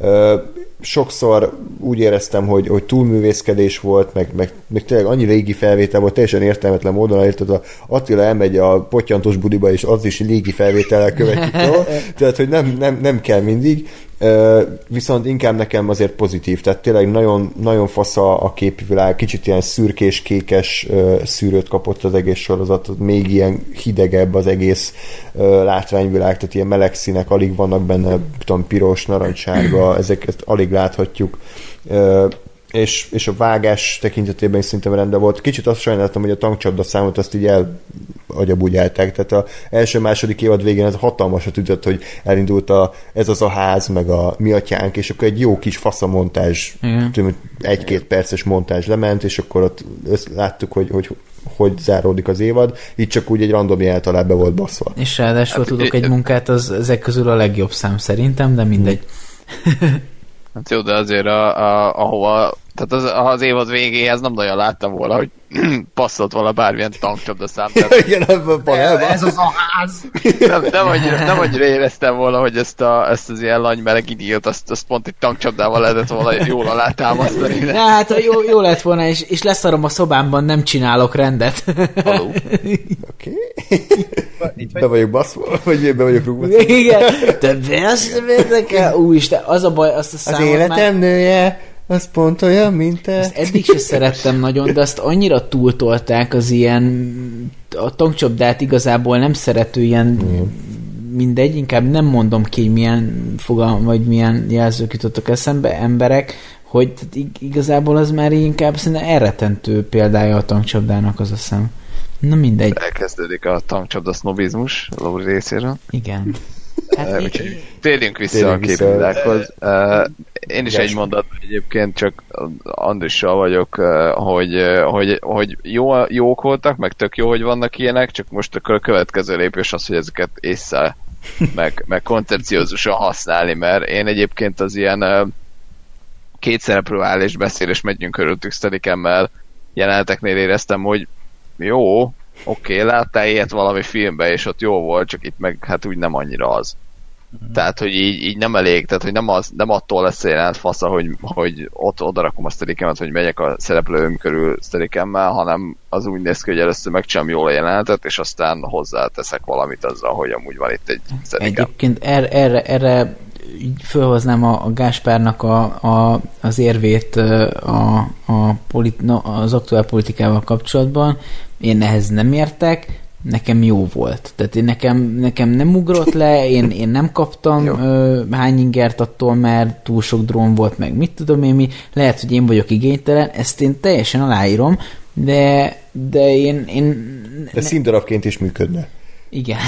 Sokszor úgy éreztem, hogy, hogy túlművészkedés volt, meg, meg, meg tényleg annyi légi felvétel volt, teljesen értelmetlen módon, érted, a Attila elmegy a pottyantos budiba, és az is légi felvétellel követjük, jó? Tehát, hogy nem, nem, nem kell mindig, viszont inkább nekem azért pozitív, tehát tényleg nagyon, nagyon fasz a, a képvilág, kicsit ilyen szürkés-kékes szűrőt kapott az egész sorozat, még ilyen hidegebb az egész látványvilág, tehát ilyen meleg színek alig vannak benne, tudom, piros, narancssárga, ezeket alig láthatjuk. És, és a vágás tekintetében is szerintem rendben volt. Kicsit azt sajnáltam, hogy a tankcsapda számot azt így elagyabugyálták. Tehát az első-második évad végén ez hatalmasat ütött, hogy elindult a, ez az a ház, meg a mi atyánk, és akkor egy jó kis faszamontázs, egy-két perces montázs lement, és akkor ott láttuk, hogy, hogy hogy záródik az évad, így csak úgy egy random jel talán be volt baszva. És ráadásul hát, tudok egy munkát, az ezek közül a legjobb szám szerintem, de mindegy. Hát jó, de azért a, a, ahova, tehát az, az évad végéhez nem nagyon láttam volna, hogy passzolt volna bármilyen tankcsapda szám. Igen, ez az a ház! Nem, nem, annyira, nem annyira éreztem volna, hogy ezt, a, ezt az ilyen langymeleg idiót, azt, azt pont egy tankcsapdával lehetett volna jól alátámasztani. De hát jó, jó lett volna, és, és leszarom a szobámban, nem csinálok rendet. Oké. Be vagyok baszva, vagy be vagyok rúgva. Igen, de ezt érdekel? Úristen, az a baj, azt a számot az életem már... nője, az pont olyan, mint te. Ezt eddig se szerettem nagyon, de azt annyira túltolták az ilyen a tankcsapdát igazából nem szerető ilyen mm. mindegy, inkább nem mondom ki, hogy milyen fogalm, vagy milyen jelzők jutottak eszembe, emberek, hogy igazából az már inkább szerintem elretentő példája a tankcsapdának az a szem. Na mindegy. Elkezdődik a tankcsapda sznobizmus a Lóri részéről. Igen. Hát, úgyhogy térjünk vissza térjünk a képvilághoz. Uh, én is egy mondat egyébként, csak Andrissal vagyok, uh, hogy, uh, hogy, hogy jó, jók voltak, meg tök jó, hogy vannak ilyenek, csak most akkor a következő lépés az, hogy ezeket észre meg, meg koncepciózusan használni, mert én egyébként az ilyen uh, két szereplő áll és beszél, és megyünk körültük Steadicam-mel jeleneteknél éreztem, hogy jó, oké, okay, láttál ilyet valami filmbe, és ott jó volt, csak itt meg hát úgy nem annyira az. Mm-hmm. Tehát, hogy így, így nem elég, tehát, hogy nem, az, nem attól lesz a jelenet fasza, hogy, hogy ott odarakom a Steadicamet, hogy megyek a szereplőm körül Steadicammel, hanem az úgy néz ki, hogy először megcsinálom jól a jelenetet, és aztán hozzáteszek valamit azzal, hogy amúgy van itt egy Steadicam. Egyébként erre, erre, erre fölhoznám a, a Gáspárnak a, a, az érvét a, a polit, no, az aktuál politikával kapcsolatban. Én ehhez nem értek, nekem jó volt. Tehát én nekem, nekem nem ugrott le, én, én nem kaptam ö, hány ingert attól, mert túl sok drón volt, meg mit tudom én mi. Lehet, hogy én vagyok igénytelen, ezt én teljesen aláírom, de, de én... én de színdarabként is működne. Igen.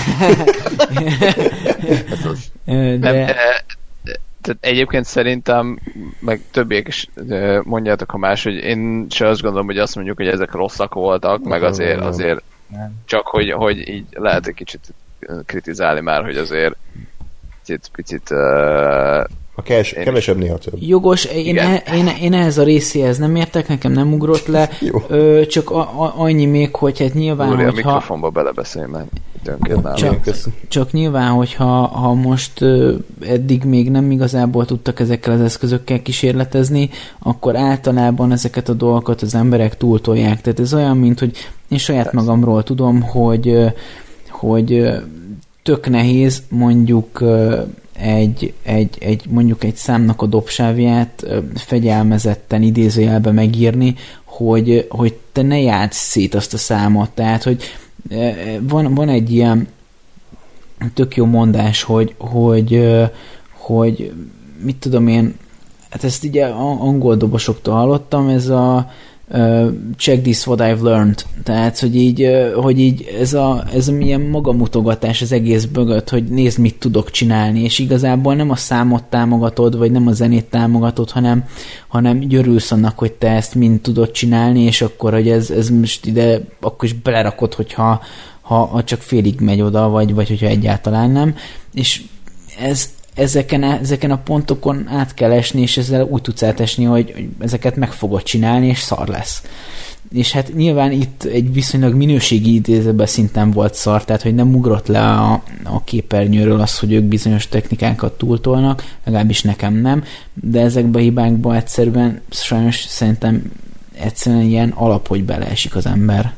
de... Nem, tehát egyébként szerintem, meg többiek is mondjátok, ha más, hogy én se azt gondolom, hogy azt mondjuk, hogy ezek rosszak voltak, meg azért, azért Nem. Csak hogy, hogy így lehet egy kicsit kritizálni már, hogy azért picit, picit uh, a kes, kevesebb néha több. Jogos, én, e, én, én ehhez a részéhez nem értek, nekem nem ugrott le, ö, csak a, a, annyi még, hogy hát nyilván, Úri, hogyha... a mikrofonba belebeszélj, mert időnként nálam. Csak, csak nyilván, hogyha ha most ö, eddig még nem igazából tudtak ezekkel az eszközökkel kísérletezni, akkor általában ezeket a dolgokat az emberek túltolják. Tehát ez olyan, mint hogy én saját Persze. magamról tudom, hogy, hogy tök nehéz mondjuk egy, egy, egy, mondjuk egy számnak a dobsávját fegyelmezetten idézőjelbe megírni, hogy, hogy te ne játsz szét azt a számot. Tehát, hogy van, van egy ilyen tök jó mondás, hogy, hogy, hogy mit tudom én, hát ezt ugye angol dobosoktól hallottam, ez a Uh, check this what I've learned. Tehát, hogy így, uh, hogy így ez a, ez a milyen magamutogatás az egész mögött, hogy nézd, mit tudok csinálni, és igazából nem a számot támogatod, vagy nem a zenét támogatod, hanem, hanem györülsz annak, hogy te ezt mind tudod csinálni, és akkor, hogy ez, ez most ide, akkor is belerakod, hogyha ha, ha csak félig megy oda, vagy, vagy hogyha egyáltalán nem. És ez Ezeken, ezeken a pontokon át kell esni, és ezzel úgy tudsz átesni, hogy, hogy ezeket meg fogod csinálni, és szar lesz. És hát nyilván itt egy viszonylag minőségi idézőben szinten volt szar, tehát hogy nem ugrott le a, a képernyőről az, hogy ők bizonyos technikákat túltolnak, legalábbis nekem nem, de ezekbe a hibákba egyszerűen sajnos szerintem egyszerűen ilyen alap, hogy beleesik az ember.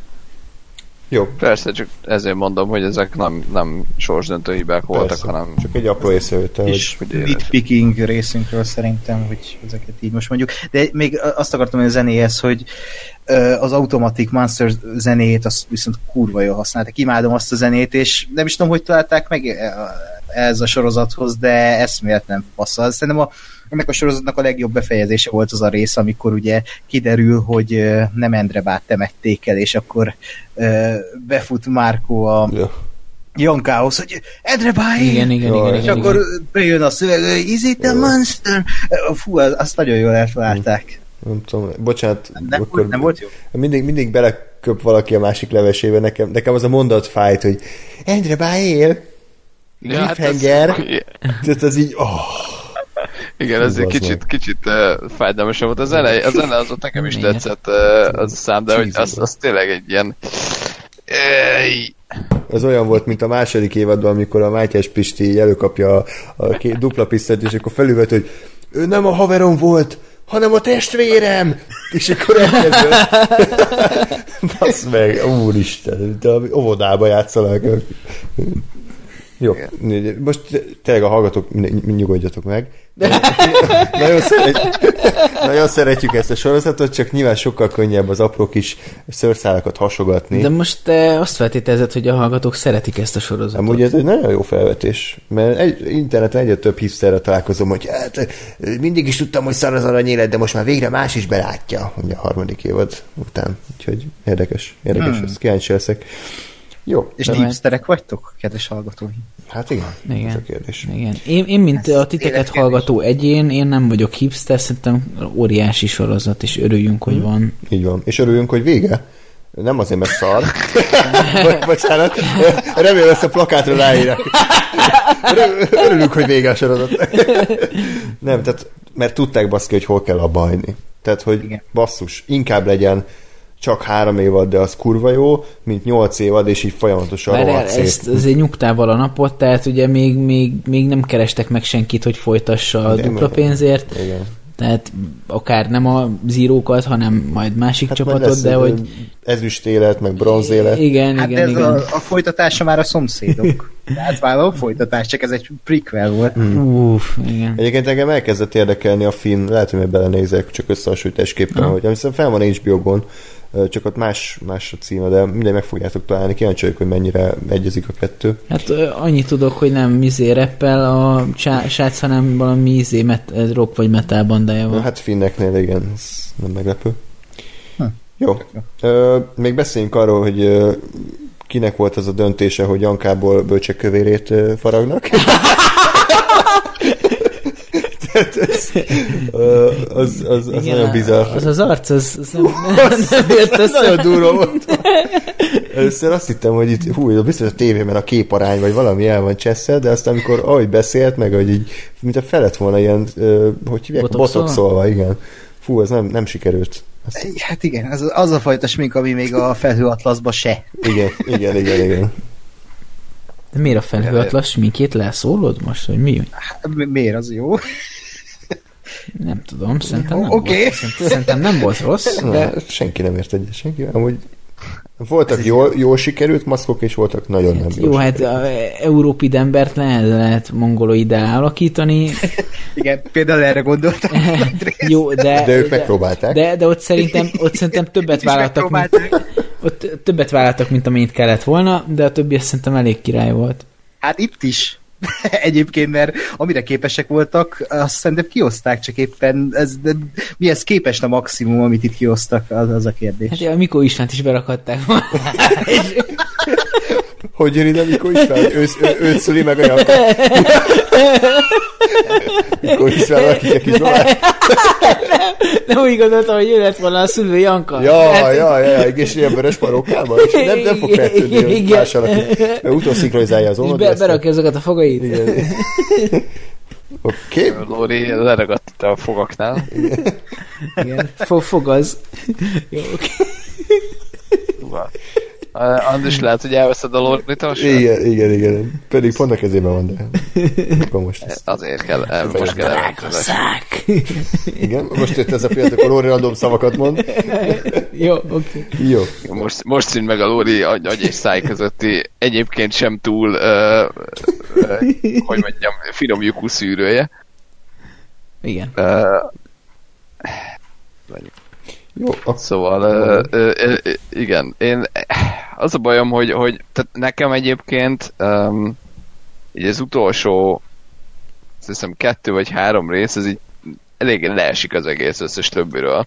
Jó. Persze, csak ezért mondom, hogy ezek nem, nem sorsdöntő hibák voltak, Persze. hanem... Csak egy apró észrevétel. És hogy nitpicking részünkről szerintem, hogy ezeket így most mondjuk. De még azt akartam, hogy a zenéhez, hogy az Automatic Monster zenéjét azt viszont kurva jól használták. Imádom azt a zenét, és nem is tudom, hogy találták meg ez a sorozathoz, de eszméletlen passzol. Szerintem a ennek a sorozatnak a legjobb befejezése volt az a rész, amikor ugye kiderül, hogy nem Endrebát temették el, és akkor uh, befut Márkó a ja. Jankához, hogy Endrebáé! Igen, igen, igen, és igen, akkor igen. bejön a szöveg, hogy is it a monster? Fú, azt nagyon jól eltalálták. Nem tudom, bocsánat. Nem, akkor nem volt jó? Mindig, mindig beleköp valaki a másik levesébe, nekem, nekem az a mondat fájt, hogy Endrebáé él! Ja, Cliffhanger! Hát tehát az így, oh. Igen, ez egy kicsit, kicsit uh, fájdalmasabb volt. A zene, a zene az ott nekem is Igen. tetszett uh, az a szám, de hogy az, az tényleg egy ilyen... Az olyan volt, mint a második évadban, amikor a Mátyás Pisti előkapja a, a két dupla pisztolyt, és akkor felülvet, hogy ő nem a haverom volt, hanem a testvérem! És akkor elkezdő. Basz meg, úristen, de óvodába játszanak. Jó, most tényleg a hallgatók, nyugodjatok meg. Nagyon, szeret, nagyon szeretjük ezt a sorozatot, csak nyilván sokkal könnyebb az apró kis szőrszálakat hasogatni. De most te azt feltételezed, hogy a hallgatók szeretik ezt a sorozatot. Amúgy ez egy nagyon jó felvetés, mert egy, interneten egyre több hipsterrel találkozom, hogy hát, mindig is tudtam, hogy szar az aranyélet, de most már végre más is belátja, ugye a harmadik évad után. Úgyhogy érdekes, érdekes, hmm. ez kíváncsi leszek. Jó. És ti hipsterek vagytok, kedves hallgatói? Hát igen, igen. ez a kérdés. Igen. Én, én, mint ez a titeket hallgató egyén, én nem vagyok hipster, szerintem óriási sorozat, és örüljünk, hogy van. Így van. És örüljünk, hogy vége. Nem azért, mert szar. Bocsánat. Remélem, ezt a plakátra ráírják. Örülünk, hogy vége a sorozat. Nem, tehát, mert tudták baszki, hogy hol kell abba hagyni. Tehát, hogy igen. Basszus, inkább legyen csak három évad, de az kurva jó, mint nyolc évad, és így folyamatosan rohadt szét. Ezt azért nyugtával a napot, tehát ugye még, még, még nem kerestek meg senkit, hogy folytassa a de dupla meg, pénzért. Igen. Tehát akár nem a zírókat, hanem majd másik hát csapatot, majd de hogy... Ezüst élet, meg bronz élet. Igen, hát igen, ez igen. A, a folytatása már a szomszédok. Tehát vállaló folytatás, csak ez egy prequel volt. Mm. Uff, igen. Egyébként engem elkezdett érdekelni a film, lehet, hogy még belenézek, csak összehasonlításképpen, hogy hiszem fel van há bé ó-gon, csak ott más, más a címe, de mindegy meg fogjátok találni, kíváncsi vagyok, hogy mennyire egyezik a kettő. Hát annyit tudok, hogy nem mizé rappel a srác, hanem valami izé met, rock vagy metal bandája van. Na, hát finneknél igen, ez nem meglepő. Hm. Jó. Ö, még beszéljünk arról, hogy ö, kinek volt az a döntése, hogy Jankából bölcsekkövérét ö, faragnak. Tehát ez, az, az, az igen, nagyon bizarr. Az az arc, az, az nem, nem, nem ért ez nagyon durva volt. Először azt hittem, hogy itt, hú, biztos a tévében a képarány, vagy valami el van csesszel, de aztán amikor ahogy beszélt, meg hogy így, mint a felett volna ilyen, hogy hívják, botoxolva, igen. Fú, ez nem, nem sikerült. Azt... Hát igen, az, az a fajta smink, ami még a felhőatlaszba se. Igen, igen, igen, igen. De miért a felhőatlasz sminkét leszólod most, hogy mi? Hát, miért az jó? Nem tudom, szerintem nem, okay. volt, szerintem, szerintem nem volt rossz. De... Na, senki nem ért egyet, senki. Amúgy voltak jól, jól sikerült maszkok, és voltak nagyon hát nem jó. Jó, hát európid embert lehet, lehet mongoloiddel alakítani. Igen, például erre gondoltam. Jó, de, de ők megpróbálták. De, de ott szerintem, ott szerintem többet vállaltak, mint, ott többet vállaltak, mint amennyit kellett volna, de a többi azt szerintem elég király volt. Hát itt is. Egyébként, mert amire képesek voltak, azt szerintem kioszták, csak éppen ez, de mihez képest a maximum, amit itt kiosztak, az, az a kérdés. Hát ja, a Mikó Istvánt is berakhatták volna. Hogy jön ide Mikó István? Őt, őt szüli meg a Janka. Mikó István lakik kis Dolár. Nem úgy gondoltam, hogy jön lett volna a szülő Janka. Ja, hát... ja, ja, ja, és ilyen vörös parókában, és nem, nem fog feltűnni más alakít. Mert utószinkronizálja az onod. És be, berakja azokat a fogait. Igen. Oké. Okay. Lóri leragadt itt a fogaknál. Igen. Igen. Fogaz. Jó, oké. Okay. Uh, Andris, lehet, hogy elveszed a Lórit most? Igen, igen, igen. Pedig pont a kezében van, de akkor most ezt. Azért kell, el, most kell elvenni. Igen, most jött ez a pillanat, akkor Lóri random szavakat mond. Jó, oké. Okay. Jó. Most, most szűnt meg a Lóri agy, agy és száj közötti egyébként sem túl uh, uh, hogy mondjam, finom lyukú szűrője. Igen. Uh, Jó, akkor... Szóval uh, uh, uh, igen, én az a bajom, hogy, hogy tehát nekem egyébként um, így az utolsó azt hiszem kettő vagy három rész, ez így elég leesik az egész összes többiről.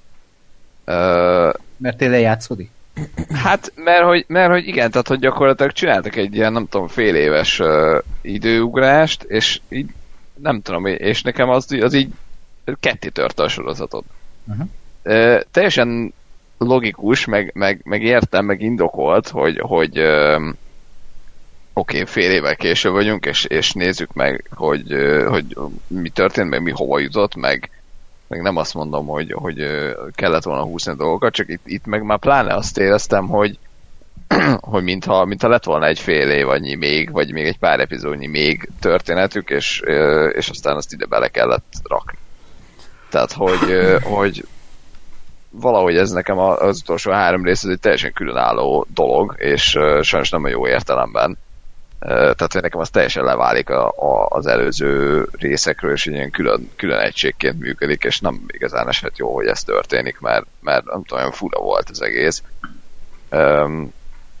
Uh, mert tényleg játszódik? Hát, mert hogy, mert hogy igen, tehát hogy gyakorlatilag csináltak egy ilyen, nem tudom, fél éves uh, időugrást, és így nem tudom, és nekem az, az így ketté törte a sorozatot. Uh-huh. Uh, teljesen logikus, meg, meg, meg értem, meg indokolt, hogy, hogy uh, oké, okay, fél évvel később vagyunk, és, és nézzük meg, hogy, uh, hogy mi történt, meg mi hova jutott, meg, meg nem azt mondom, hogy, hogy uh, kellett volna húszni dolgokat, csak itt, itt meg már pláne azt éreztem, hogy, hogy mintha, mintha lett volna egy fél év annyi még, vagy még egy pár epizódnyi még történetük, és, uh, és aztán azt ide bele kellett rakni. Tehát, hogy, uh, hogy valahogy ez nekem az utolsó három rész ez egy teljesen különálló dolog, és uh, sajnos nem a jó értelemben. Uh, tehát, hogy nekem az teljesen leválik a, a, az előző részekről, és ilyen külön, külön egységként működik, és nem igazán esett jó, hogy ez történik, mert, mert nem tudom, olyan fura volt az egész. Um,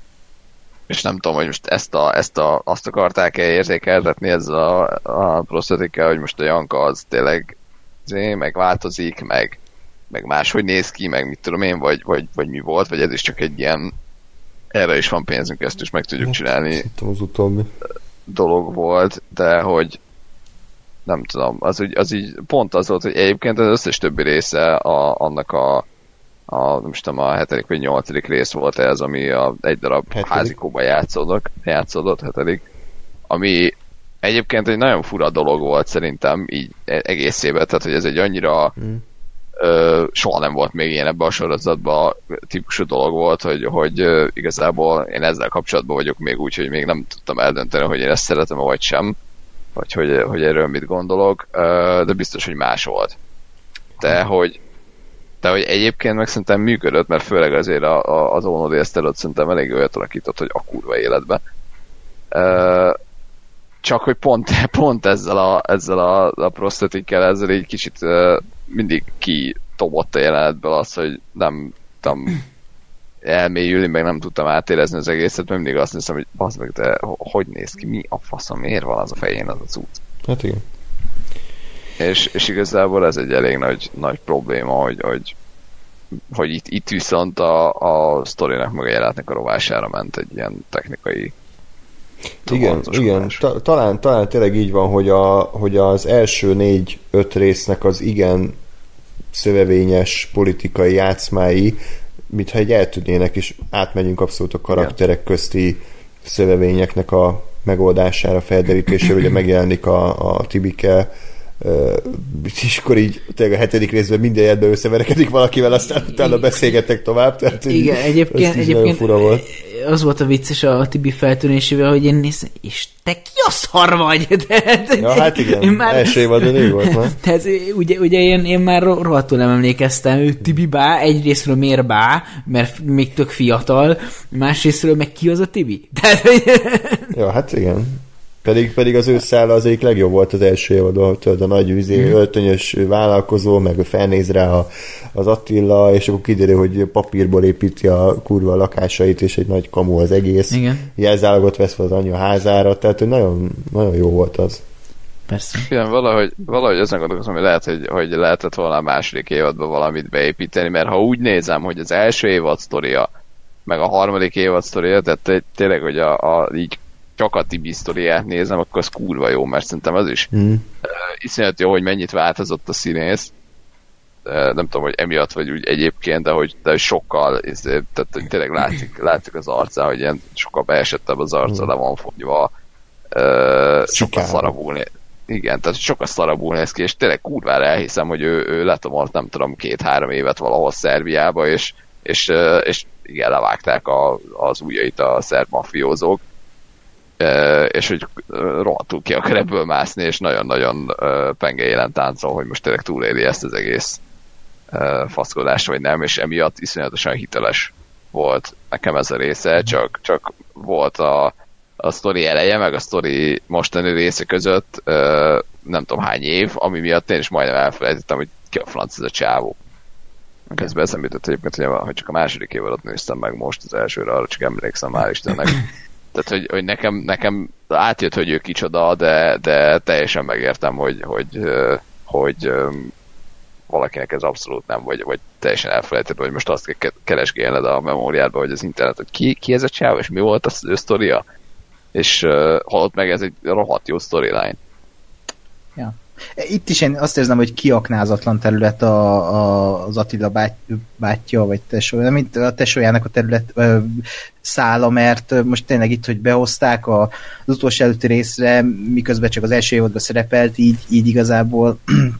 és nem tudom, hogy most ezt, a, ezt a, azt akarták-e érzékeltetni ezzel a, a prosztetikkel, hogy most a Janka az tényleg megváltozik, meg meg máshogy néz ki, meg mit tudom én, vagy, vagy, vagy mi volt, vagy ez is csak egy ilyen erre is van pénzünk, ezt is meg tudjuk csinálni az utóbbi dolog volt, de hogy nem tudom, az, úgy, az így pont az volt, hogy egyébként az összes többi része a, annak a, a nem tudom, a hetedik vagy nyolcadik rész volt ez, ami a egy darab hetedik házikóban játszódott, játszódott, hetedik, ami egyébként egy nagyon fura dolog volt szerintem így egészében, tehát hogy ez egy annyira hmm. Ö, soha nem volt még ilyen ebben a sorozatban típusú dolog volt, hogy, hogy ö, igazából én ezzel kapcsolatban vagyok még úgy, hogy még nem tudtam eldönteni, hogy én ezt szeretem vagy sem, vagy hogy, hogy erről mit gondolok, ö, de biztos, hogy más volt. De hogy, de hogy egyébként meg szerintem működött, mert főleg azért a, a, az Onodi Eszterot szerintem elég olyat alakított, hogy a kurva életbe. Ö, csak hogy pont, pont ezzel a, ezzel a, a prosztetikkel, ezzel egy kicsit uh, mindig kitobott a jelenetből az, hogy nem tudtam elmélyülni, meg nem tudtam átérezni az egészet, mert mindig azt hiszem, hogy bazd meg, de hogy néz ki, mi a faszom, miért van az a fején az a cucc? Hát igen. És, és igazából ez egy elég nagy, nagy probléma, hogy, hogy, hogy itt, itt viszont a, a sztorinak meg a jelenetnek a rovására ment egy ilyen technikai igen, igen. Ta, talán, talán tényleg így van, hogy, a, hogy az első négy-öt résznek az igen szövevényes politikai játszmái mintha egy eltűnnének, és átmegyünk abszolút a karakterek közti szövevényeknek a megoldására, felderítésére, ugye megjelenik a, a Tibike, Uh, és akkor így tényleg a hetedik részben minden jelben összeverekedik valakivel, aztán utána beszélgettek tovább. Tehát igen, egyébként, egyébként fura volt. Az volt a vicces a Tibi feltűnésével, hogy én nézem, és te ki a szar vagy? De, de, ja, hát igen, már, első évadon ő volt, ma. Tehát ugye, ugye én, én már rohadtul nem emlékeztem, ő Tibi bá, egyrésztről miért bá, mert még tök fiatal, másrésztről meg ki az a Tibi? Tehát, ja, hát igen. Pedig, pedig az ő szála az egyik legjobb volt az első évadon, tudod, a nagy vizé, mm. öltönyös vállalkozó, meg felnéz rá a, az Attila, és akkor kiderül, hogy papírból építi a kurva lakásait, és egy nagy kamu az egész. Igen. Jelzálogot vesz fel az anyja házára, tehát hogy nagyon, nagyon jó volt az. Persze. Igen, valahogy, valahogy ezen gondolkozom, hogy lehet, hogy, hogy lehetett volna a második évadban valamit beépíteni, mert ha úgy nézem, hogy az első évad sztoria, meg a harmadik évad sztoria, tehát tényleg, hogy a, a így csak a Tibi sztoriát nézem, akkor az kurva jó, mert szerintem az is mm. uh, iszonyat jó, hogy mennyit változott a színész. Uh, nem tudom, hogy emiatt vagy úgy egyébként, de hogy, de hogy sokkal, tehát hogy tényleg látszik, látszik az arca, hogy ilyen sokkal beesettebb az arca, mm. le van fogva. Uh, sokkal szarabul néz. Igen, tehát sokkal szarabul néz ki, és tényleg kurvára elhiszem, hogy ő, ő letomolt, nem tudom, két-három évet valahol Szerbiába, és, és, uh, és igen, levágták a, az ujjait a szerb mafiózók. Uh, és hogy uh, rohadtul ki akar ebből mászni, és nagyon-nagyon uh, penge élen táncol, hogy most tényleg túléli ezt az egész uh, faszkodást, vagy nem, és emiatt iszonyatosan hiteles volt nekem ez a része, csak, csak volt a, a sztori eleje, meg a sztori mostani része között uh, nem tudom hány év, ami miatt én is majdnem elfelejtettem, hogy ki a franc ez a csávó. Közben eszembe jutott egyébként, hogy csak a második évadot néztem meg most, az elsőre arra csak emlékszem, már Istennek. Tehát, hogy, hogy nekem, nekem átjött, hogy ő kicsoda, de, de teljesen megértem, hogy, hogy, hogy, hogy valakinek ez abszolút nem, vagy, vagy teljesen elfelejtett, hogy most azt kell keresgélned a memóriádba, hogy az internet, hogy ki, ki ez a csáv, és mi volt az ő sztoria, és uh, halott meg, ez egy rohadt jó storyline. Ja. Itt is én azt érzem, hogy kiaknázatlan terület a, a, az Attila bát, bátyja, vagy tesó, nem mint a tesójának a terület ö, szála, mert most tényleg itt, hogy behozták a, az utolsó előtti részre, miközben csak az első évadban szerepelt, így, így igazából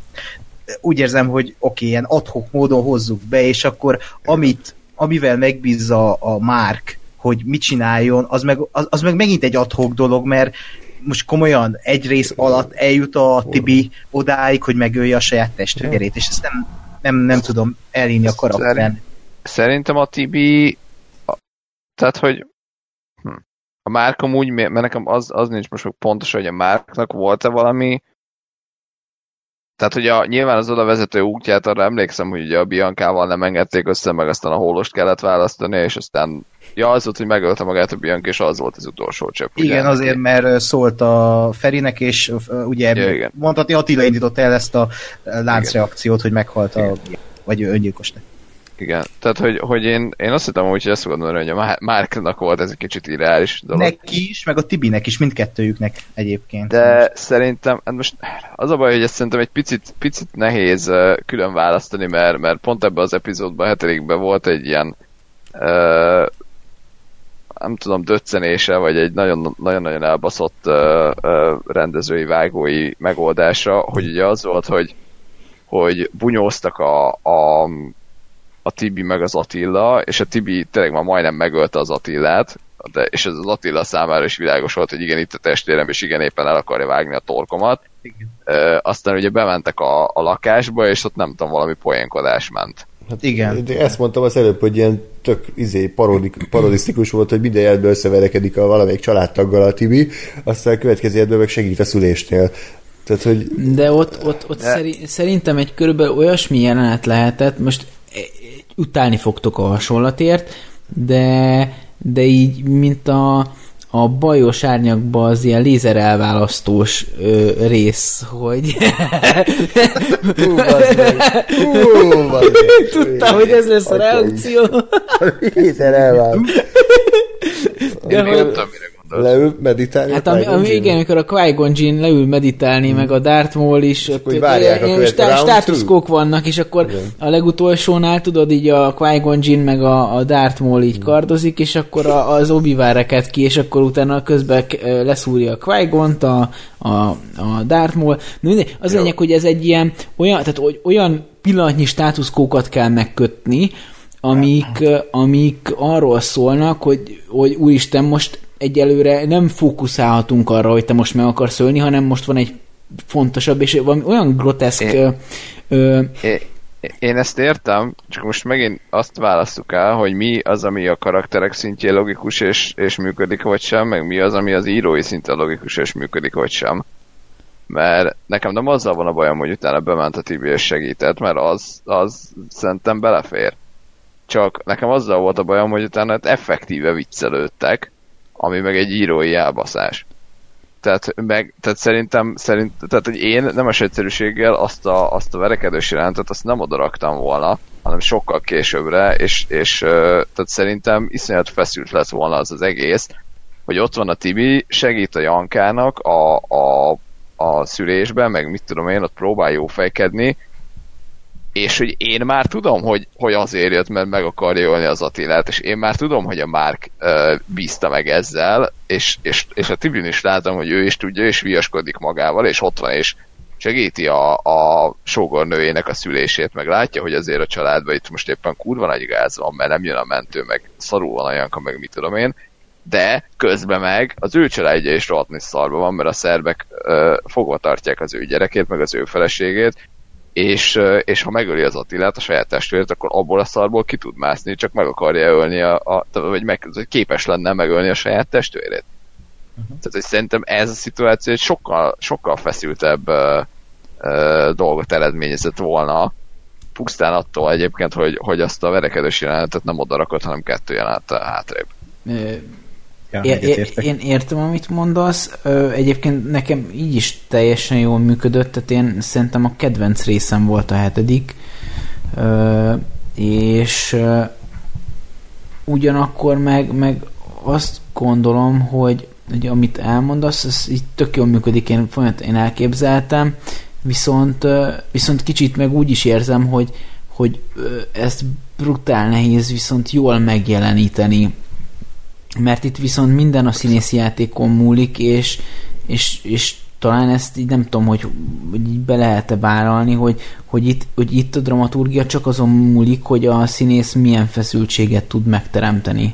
úgy érzem, hogy oké, okay, ilyen ad-hoc módon hozzuk be, és akkor amit, amivel megbízza a Mark, hogy mit csináljon, az meg, az, az meg megint egy ad-hoc dolog, mert most komolyan egy rész alatt eljut a Tibi odáig, hogy megölje a saját testvérét, és ezt nem, nem, nem tudom elhinni a karakteren. Szerint, szerintem a Tibi a, tehát, hogy hm, a Mark amúgy, mert nekem az, az nincs most pontos, hogy a Marknak volt-e valami, tehát, hogy a, nyilván az oda vezető útját, arra emlékszem, hogy ugye a Biancával nem engedték össze, meg aztán a Hólost kellett választani, és aztán ja, az volt, hogy megölte magát a Bianca, és az volt az utolsó csepp. Igen, ugye? Azért, mert szólt a Ferinek, és ugye ja, mondhatni Attila indított el ezt a láncreakciót, igen, hogy meghalt a, vagy ő öngyilkos lett. Igen, tehát hogy, hogy én, én azt hittem, hogy ezt gondolom, hogy a Marknak volt ez egy kicsit irreális dolog. Neki is, meg a Tibinek is, mindkettőjüknek egyébként. De most szerintem, most az a baj, hogy ezt szerintem egy picit, picit nehéz uh, külön választani, mert, mert pont ebben az epizódban, a hetedikben volt egy ilyen uh, nem tudom, döccenése, vagy egy nagyon, nagyon-nagyon elbaszott uh, uh, rendezői, vágói megoldásra, hogy ugye az volt, hogy, hogy bunyóztak a, a a Tibi meg az Attila, és a Tibi tényleg már majdnem megölte az Attilát, de, és ez az Attila számára is világos volt, hogy igen, itt a testvérem, és igen, éppen el akarja vágni a torkomat. E, aztán ugye bementek a, a lakásba, és ott nem tudom, valami poénkodás ment. Hát igen. De ezt mondtam az előbb, hogy ilyen tök izé, parodik, parodisztikus volt, hogy minden jelben összeverekedik a valamelyik családtaggal a Tibi, aztán a következő jelben meg segít a szülésnél. Tehát, hogy... De ott, ott, ott de... szerintem egy körülbelül olyasmi jelenet lehetett, most utálni fogtok a hasonlatért, de, de így, mint a, a bajos árnyakban az ilyen lézerelválasztós ö, rész, hogy Hú, Hú, tudtam, hogy ez lesz a reakció. Lézerelválasztós. De hogy, leül meditálni. Hát ami, ami igen, amikor a Qui-Gon Jinn leül meditálni, hmm. meg a Darth Maul is, ott hogy várják a stá- státuszkók vannak, és akkor igen. A legutolsónál, tudod, így a Qui-Gon Jinn meg a, a Darth Maul így hmm. kardozik, és akkor a, az Obi-Wan reked ki, és akkor utána közben leszúrja a Qui-Gont, a, a, a Darth Maul. Az lényeg, hogy ez egy ilyen olyan, tehát olyan pillanatnyi státuszkókat kell megkötni, amik, amik arról szólnak, hogy, hogy úristen, most egyelőre nem fókuszálhatunk arra, hogy te most meg akarsz ölni, hanem most van egy fontosabb, és valami olyan groteszk... Én, ö, én, én ezt értem, csak most megint azt választjuk el, hogy mi az, ami a karakterek szintjén logikus és, és működik, vagy sem, meg mi az, ami az írói szinten logikus és működik, vagy sem. Mert nekem nem azzal van a bajom, hogy utána bement a Tibi és segített, mert az, az szerintem belefér. Csak nekem azzal volt a bajom, hogy utána effektíve viccelődtek, ami meg egy írói elbaszás. Tehát, meg, tehát szerintem, szerint, tehát, hogy én nem a egyszerűséggel azt a, azt a verekedős jelentet, azt nem odaraktam volna, hanem sokkal későbbre, és, és tehát szerintem iszonyat feszült lett volna az az egész, hogy ott van a Tibi, segít a Jankának a, a, a szülésben, meg mit tudom én, ott próbál jófejkedni, és hogy én már tudom, hogy, hogy azért jött, mert meg akarja ölni az Attilát, és én már tudom, hogy a Mark uh, bízta meg ezzel, és, és, és a Tibin is látom, hogy ő is tudja, és viaskodik magával, és ott van, és segíti a, a sógornőjének a szülését, meg látja, hogy azért a családban itt most éppen kurva nagy gáz van, mert nem jön a mentő, meg szarul van a Janka, meg mit tudom én, de közben meg az ő családja is rohadt nagy szarba van, mert a szerbek uh, fogva tartják az ő gyerekét, meg az ő feleségét, És, és ha megöli az Attilát, a saját testvérét, akkor abból a szarból ki tud mászni, csak meg akarja ölni, a, a, vagy meg, képes lenne megölni a saját testvérét. Uh-huh. Tehát, hogy szerintem ez a szituáció egy sokkal, sokkal feszültebb uh, uh, dolgot eredményezett volna, pusztán attól egyébként, hogy, hogy azt a verekedős jelenetet nem odarakott, hanem kettő jelenetet hátrébb. Ja, é- é- én értem, amit mondasz. Ö, egyébként nekem így is teljesen jól működött, tehát én szerintem a kedvenc részem volt a hetedik, ö, és ö, ugyanakkor meg, meg azt gondolom, hogy, hogy amit elmondasz, ez így tök jól működik, én folyamatosan én elképzeltem, viszont, ö, viszont kicsit meg úgy is érzem, hogy, hogy ö, ezt brutál nehéz viszont jól megjeleníteni, mert itt viszont minden a színészi játékon múlik, és, és, és talán ezt így nem tudom, hogy, hogy így be lehet-e vállalni, hogy, hogy, itt, hogy itt a dramaturgia csak azon múlik, hogy a színész milyen feszültséget tud megteremteni.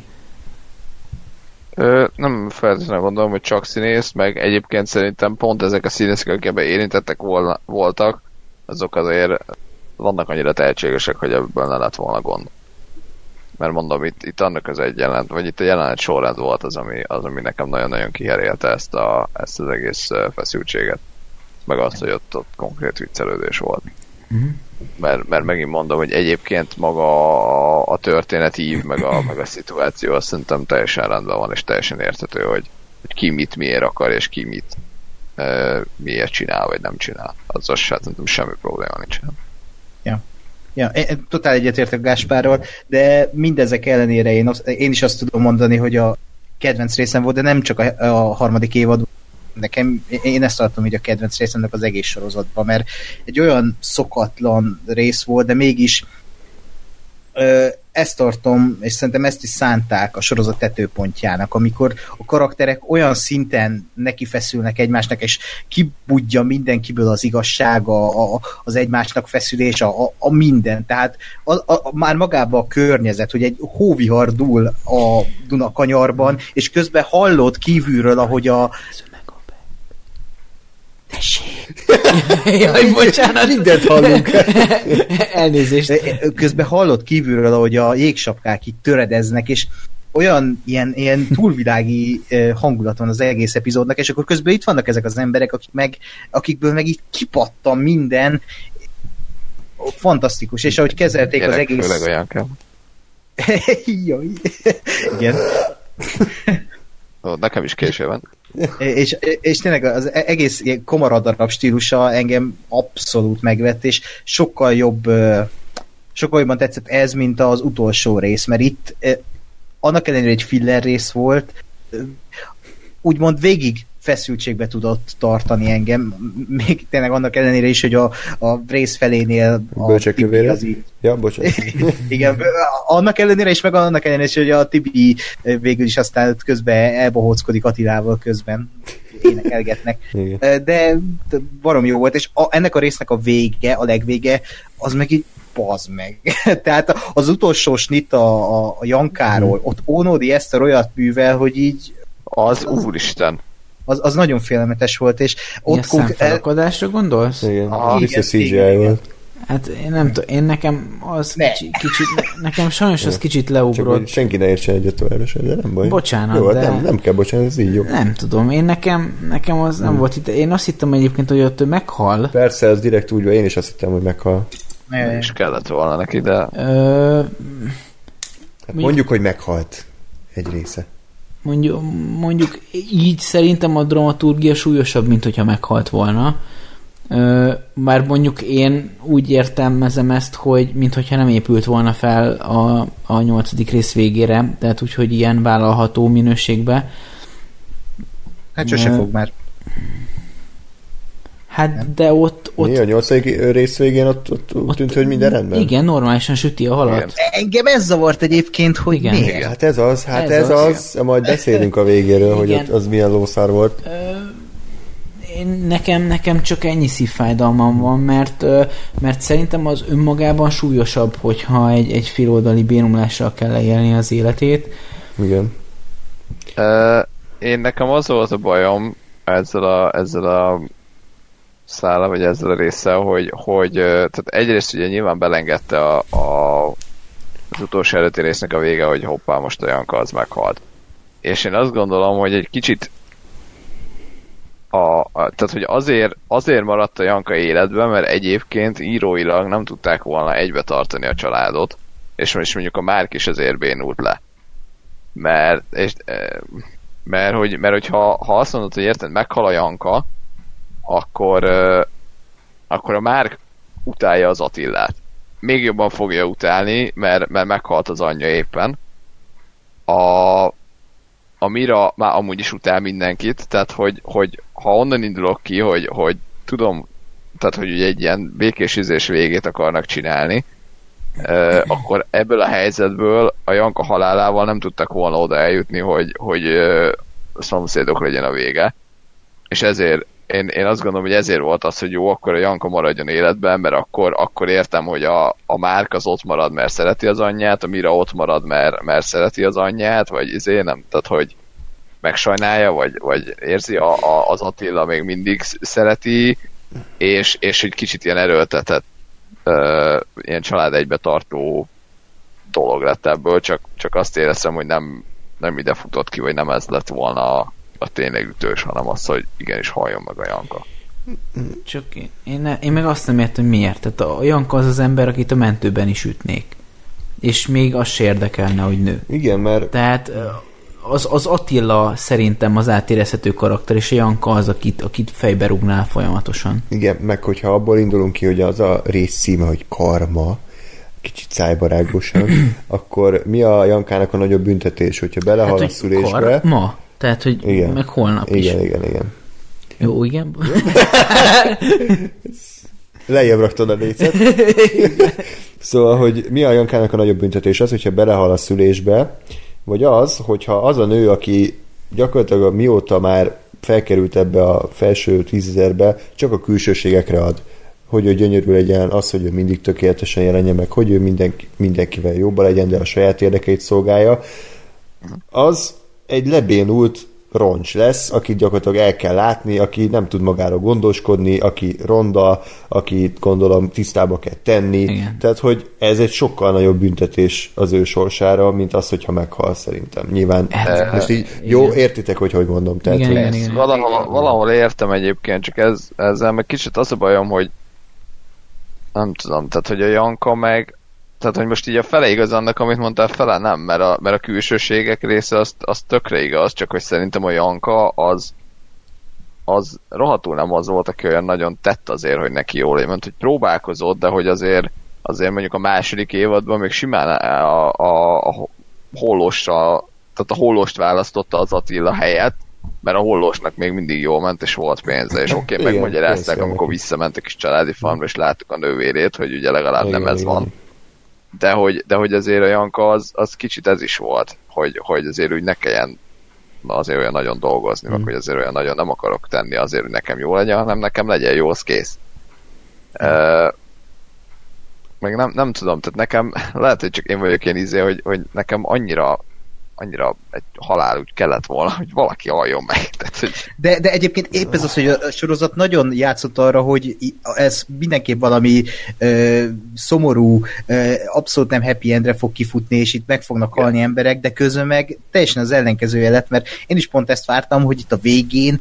Ö, nem feltétlenül gondolom, hogy csak színész, meg egyébként szerintem pont ezek a színészek, akik ebben érintettek volna, voltak, azok azért vannak annyira tehetségesek, hogy ebből ne lett volna gond. Mert mondom, itt, itt annak az egy jelenet, vagy itt a jelenet sorrend volt az, ami, az, ami nekem nagyon-nagyon kiherélte ezt, a, ezt az egész feszültséget. Meg azt, hogy ott, ott konkrét viccelődés volt. Uh-huh. Mert, mert megint mondom, hogy egyébként maga a, a történet ív, meg a, meg a szituáció, azt szerintem teljesen rendben van, és teljesen érthető, hogy, hogy ki mit miért akar, és ki mit e, miért csinál, vagy nem csinál. Azzal hát szerintem semmi probléma nincsen. Ja. Ja, én totál egyetértek Gáspárral, de mindezek ellenére én, az, én is azt tudom mondani, hogy a kedvenc részem volt, de nem csak a, a harmadik évad. Nekem, én ezt tartom így a kedvenc részemnek az egész sorozatban, mert egy olyan szokatlan rész volt, de mégis ö, ezt tartom, és szerintem ezt is szánták a sorozat tetőpontjának, amikor a karakterek olyan szinten nekifeszülnek egymásnak, és kibudja mindenkiből az igazság, a, a, az egymásnak feszülés, a, a, a minden. Tehát a, a, már magában a környezet, hogy egy hóvihar dúl a Dunakanyarban, és közben hallott kívülről, ahogy a Jaj, bocsánat. Mindent hallunk. Elnézést. Közben hallott kívülről, ahogy a jégsapkák itt töredeznek, és olyan ilyen, ilyen túlvilági hangulat van az egész epizódnak, és akkor közben itt vannak ezek az emberek, akik meg, akikből meg így kipattan minden. Fantasztikus, és ahogy kezelték Gyerek, az egész... Főleg olyan kell. Jaj. Igen. Ó, nekem is késő van. És, és tényleg az egész komaradarab stílusa engem abszolút megvett, és sokkal jobb, sokkal jobban tetszett ez, mint az utolsó rész, mert itt annak ellenére egy filler rész volt, úgymond végig feszültségbe tudott tartani engem, még tényleg annak ellenére is, hogy a, a rész felénél a Tibi az így... Ja, bocsánat. Igen, annak ellenére is, meg annak ellenére is, hogy a Tibi végül is aztán közben elbohóckodik Attilával közben, énekelgetnek. De, de baromi jó volt, és a, ennek a résznek a vége, a legvége, az meg így bazd meg. Tehát az utolsó snit a, a, a Jankáról, ott Ónódi Eszter olyat művel, hogy így az, az úristen. Az, az nagyon félelmetes volt, és ott... Ilyen számfalakadásra gondolsz? Igen, ah, igen, cé gé í volt. Hát én nem tudom, én nekem az ne. kicsit, kicsit, nekem sajnos az kicsit leugrott. Csak senki ne értsen egyet továbbra sem, de nem baj. Bocsánat, jó, de... Nem, nem kell bocsánat, ez így jó. Nem tudom, én nekem, nekem az nem hmm. volt itt. Én azt hittem egyébként, hogy ott meghal. Persze, ez direkt úgy van, én is azt hittem, hogy meghal. Nem is kellett volna neki, de... Ö... Hát mondjuk, hogy meghalt egy része. Mondjuk, mondjuk így szerintem a dramaturgia súlyosabb, mint hogyha meghalt volna. Már mondjuk én úgy értelmezem ezt, hogy minthogyha nem épült volna fel a, a nyolcadik rész végére, tehát úgyhogy ilyen vállalható minőségbe. Hát sose fog már. Hát nem. De ott... ott Mi a nyolcadik rész végén ott, ott, ott tűnt, hogy minden rendben? Igen, normálisan süti a halat. Igen. Engem ez zavart egyébként, hogy igen. miért? Igen. Hát ez az, hát ez, ez az, az. majd beszélünk a végéről, hogy ott az milyen lószár volt. Ö, én, nekem, nekem csak ennyi szívfájdalmam van, mert, mert szerintem az önmagában súlyosabb, hogyha egy, egy féloldali bénulással kell leélni az életét. Igen. Uh, én nekem az volt a bajom ezzel a, ezzel a szála, vagy ezzel a résszel, hogy, hogy tehát egyrészt ugye nyilván belengedte a, a, az utolsó előtti résznek a vége, hogy hoppá, most a Janka az meghalt. És én azt gondolom, hogy egy kicsit a, a, tehát, hogy azért, azért maradt a Janka életben, mert egyébként íróilag nem tudták volna egybe tartani a családot, és most mondjuk a Márk is azért bénult le. Mert, és, mert, hogy, mert hogyha ha azt mondod, hogy érted, meghal a Janka, akkor, uh, akkor a Márk utálja az Attillát. Még jobban fogja utálni, mert, mert meghalt az anyja éppen. A, a Mira már amúgy is utál mindenkit, tehát hogy, hogy ha onnan indulok ki, hogy, hogy tudom, tehát hogy ugye egy ilyen békés ízés végét akarnak csinálni, uh, akkor ebből a helyzetből a Janka halálával nem tudtak volna oda eljutni, hogy, hogy uh, szomszédok legyen a vége. És ezért Én, én azt gondolom, hogy ezért volt az, hogy jó, akkor a Janka maradjon életben, mert akkor, akkor értem, hogy a, a Márk az ott marad, mert szereti az anyját, a Mira ott marad, mert, mert szereti az anyját, vagy izé nem, tehát hogy megsajnálja, vagy, vagy érzi, a, a, az Attila még mindig szereti, és, és hogy kicsit ilyen erőltetett, uh, ilyen család egybe tartó dolog lett ebből, csak, csak azt éreztem, hogy nem, nem ide futott ki, vagy nem ez lett volna a a tényleg ütős, hanem az, hogy igenis halljon meg a Janka. Csak én, én, ne, én meg azt nem értem, hogy miért. Tehát a Janka az az ember, akit a mentőben is ütnék. És még az se érdekelne, hogy nő. Igen, mert... Tehát az, az Attila szerintem az átérezhető karakter, és a Janka az, akit, akit fejbe rúgnál folyamatosan. Igen, meg hogyha abból indulunk ki, hogy az a rész címe, hogy karma, kicsit szájbarágosan, akkor mi a Jankának a nagyobb büntetés, hogyha belehal hát, a szülésbe... Karma? Tehát, hogy igen. Meg holnap igen, is. Igen, igen, igen. Jó, igen. Lejjebb raktad a lécet. Szóval, hogy mi a Jankának a nagyobb büntetés? Az, hogyha belehal a szülésbe, vagy az, hogyha az a nő, aki gyakorlatilag mióta már felkerült ebbe a felső tízezerbe, csak a külsőségekre ad. Hogy ő gyönyörű legyen, az, hogy ő mindig tökéletesen jelenje meg, hogy ő mindenki, mindenkivel jobban legyen, de a saját érdekeit szolgálja. Az egy lebénult roncs lesz, akit gyakorlatilag el kell látni, aki nem tud magára gondoskodni, aki ronda, akit gondolom tisztába kell tenni. Igen. Tehát, hogy ez egy sokkal nagyobb büntetés az ő sorsára, mint az, hogyha meghal szerintem. Nyilván hát, most így igen. Jó, értitek, hogy hogy mondom. Tehát, igen, hogy igen, igen. Valahol, valahol értem egyébként, csak ez, ezzel meg kicsit az a bajom, hogy nem tudom, tehát, hogy a Janka meg tehát, hogy most így a fele igaz annak, amit mondtál, fele nem, mert a, mert a külsőségek része az, az tökre igaz, csak hogy szerintem a Janka az az rohadtul nem az volt, aki olyan nagyon tett azért, hogy neki jól legyen, hogy próbálkozott, de hogy azért azért mondjuk a második évadban még simán a, a, a hollósra, tehát a hollóst választotta az Attila helyett, mert a hollósnak még mindig jól ment, és volt pénze, és oké, okay, megmagyarázták, amikor visszamentek is családi farmra, és láttuk a nővérét, hogy ugye legalább igen, nem ez igen. van. De hogy, de hogy azért a Janka az, az kicsit ez is volt, hogy, hogy azért úgy ne kelljen azért olyan nagyon dolgozni, mm. meg hogy azért olyan nagyon nem akarok tenni azért, hogy nekem jó legyen, hanem nekem legyen jó, az kész. Mm. Uh, meg nem, nem tudom, tehát nekem lehet, hogy csak én vagyok ilyen izé, hogy, hogy nekem annyira annyira egy halál úgy kellett volna, hogy valaki halljon meg. Tehát, hogy... de, de egyébként épp ez az, hogy a sorozat nagyon játszott arra, hogy ez mindenképp valami ö, szomorú, ö, abszolút nem happy endre fog kifutni, és itt meg fognak halni emberek, de közben meg teljesen az ellenkezője lett, mert én is pont ezt vártam, hogy itt a végén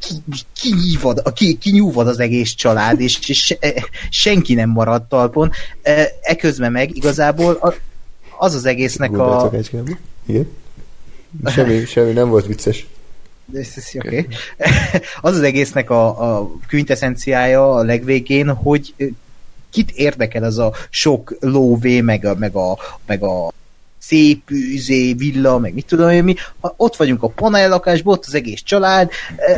kinyúvad ki, ki, ki az egész család, és, és se, senki nem maradt talpon. Eközben meg igazából az az egésznek a... Igen? Semmi, semmi, nem volt vicces. Oké. Okay. Az az egésznek a, a quintessenciája a legvégén, hogy kit érdekel az a sok lóvé, meg a, meg a, meg a szép üzé, villa, meg mit tudom én mi. Ha ott vagyunk a panel lakásban, ott az egész család,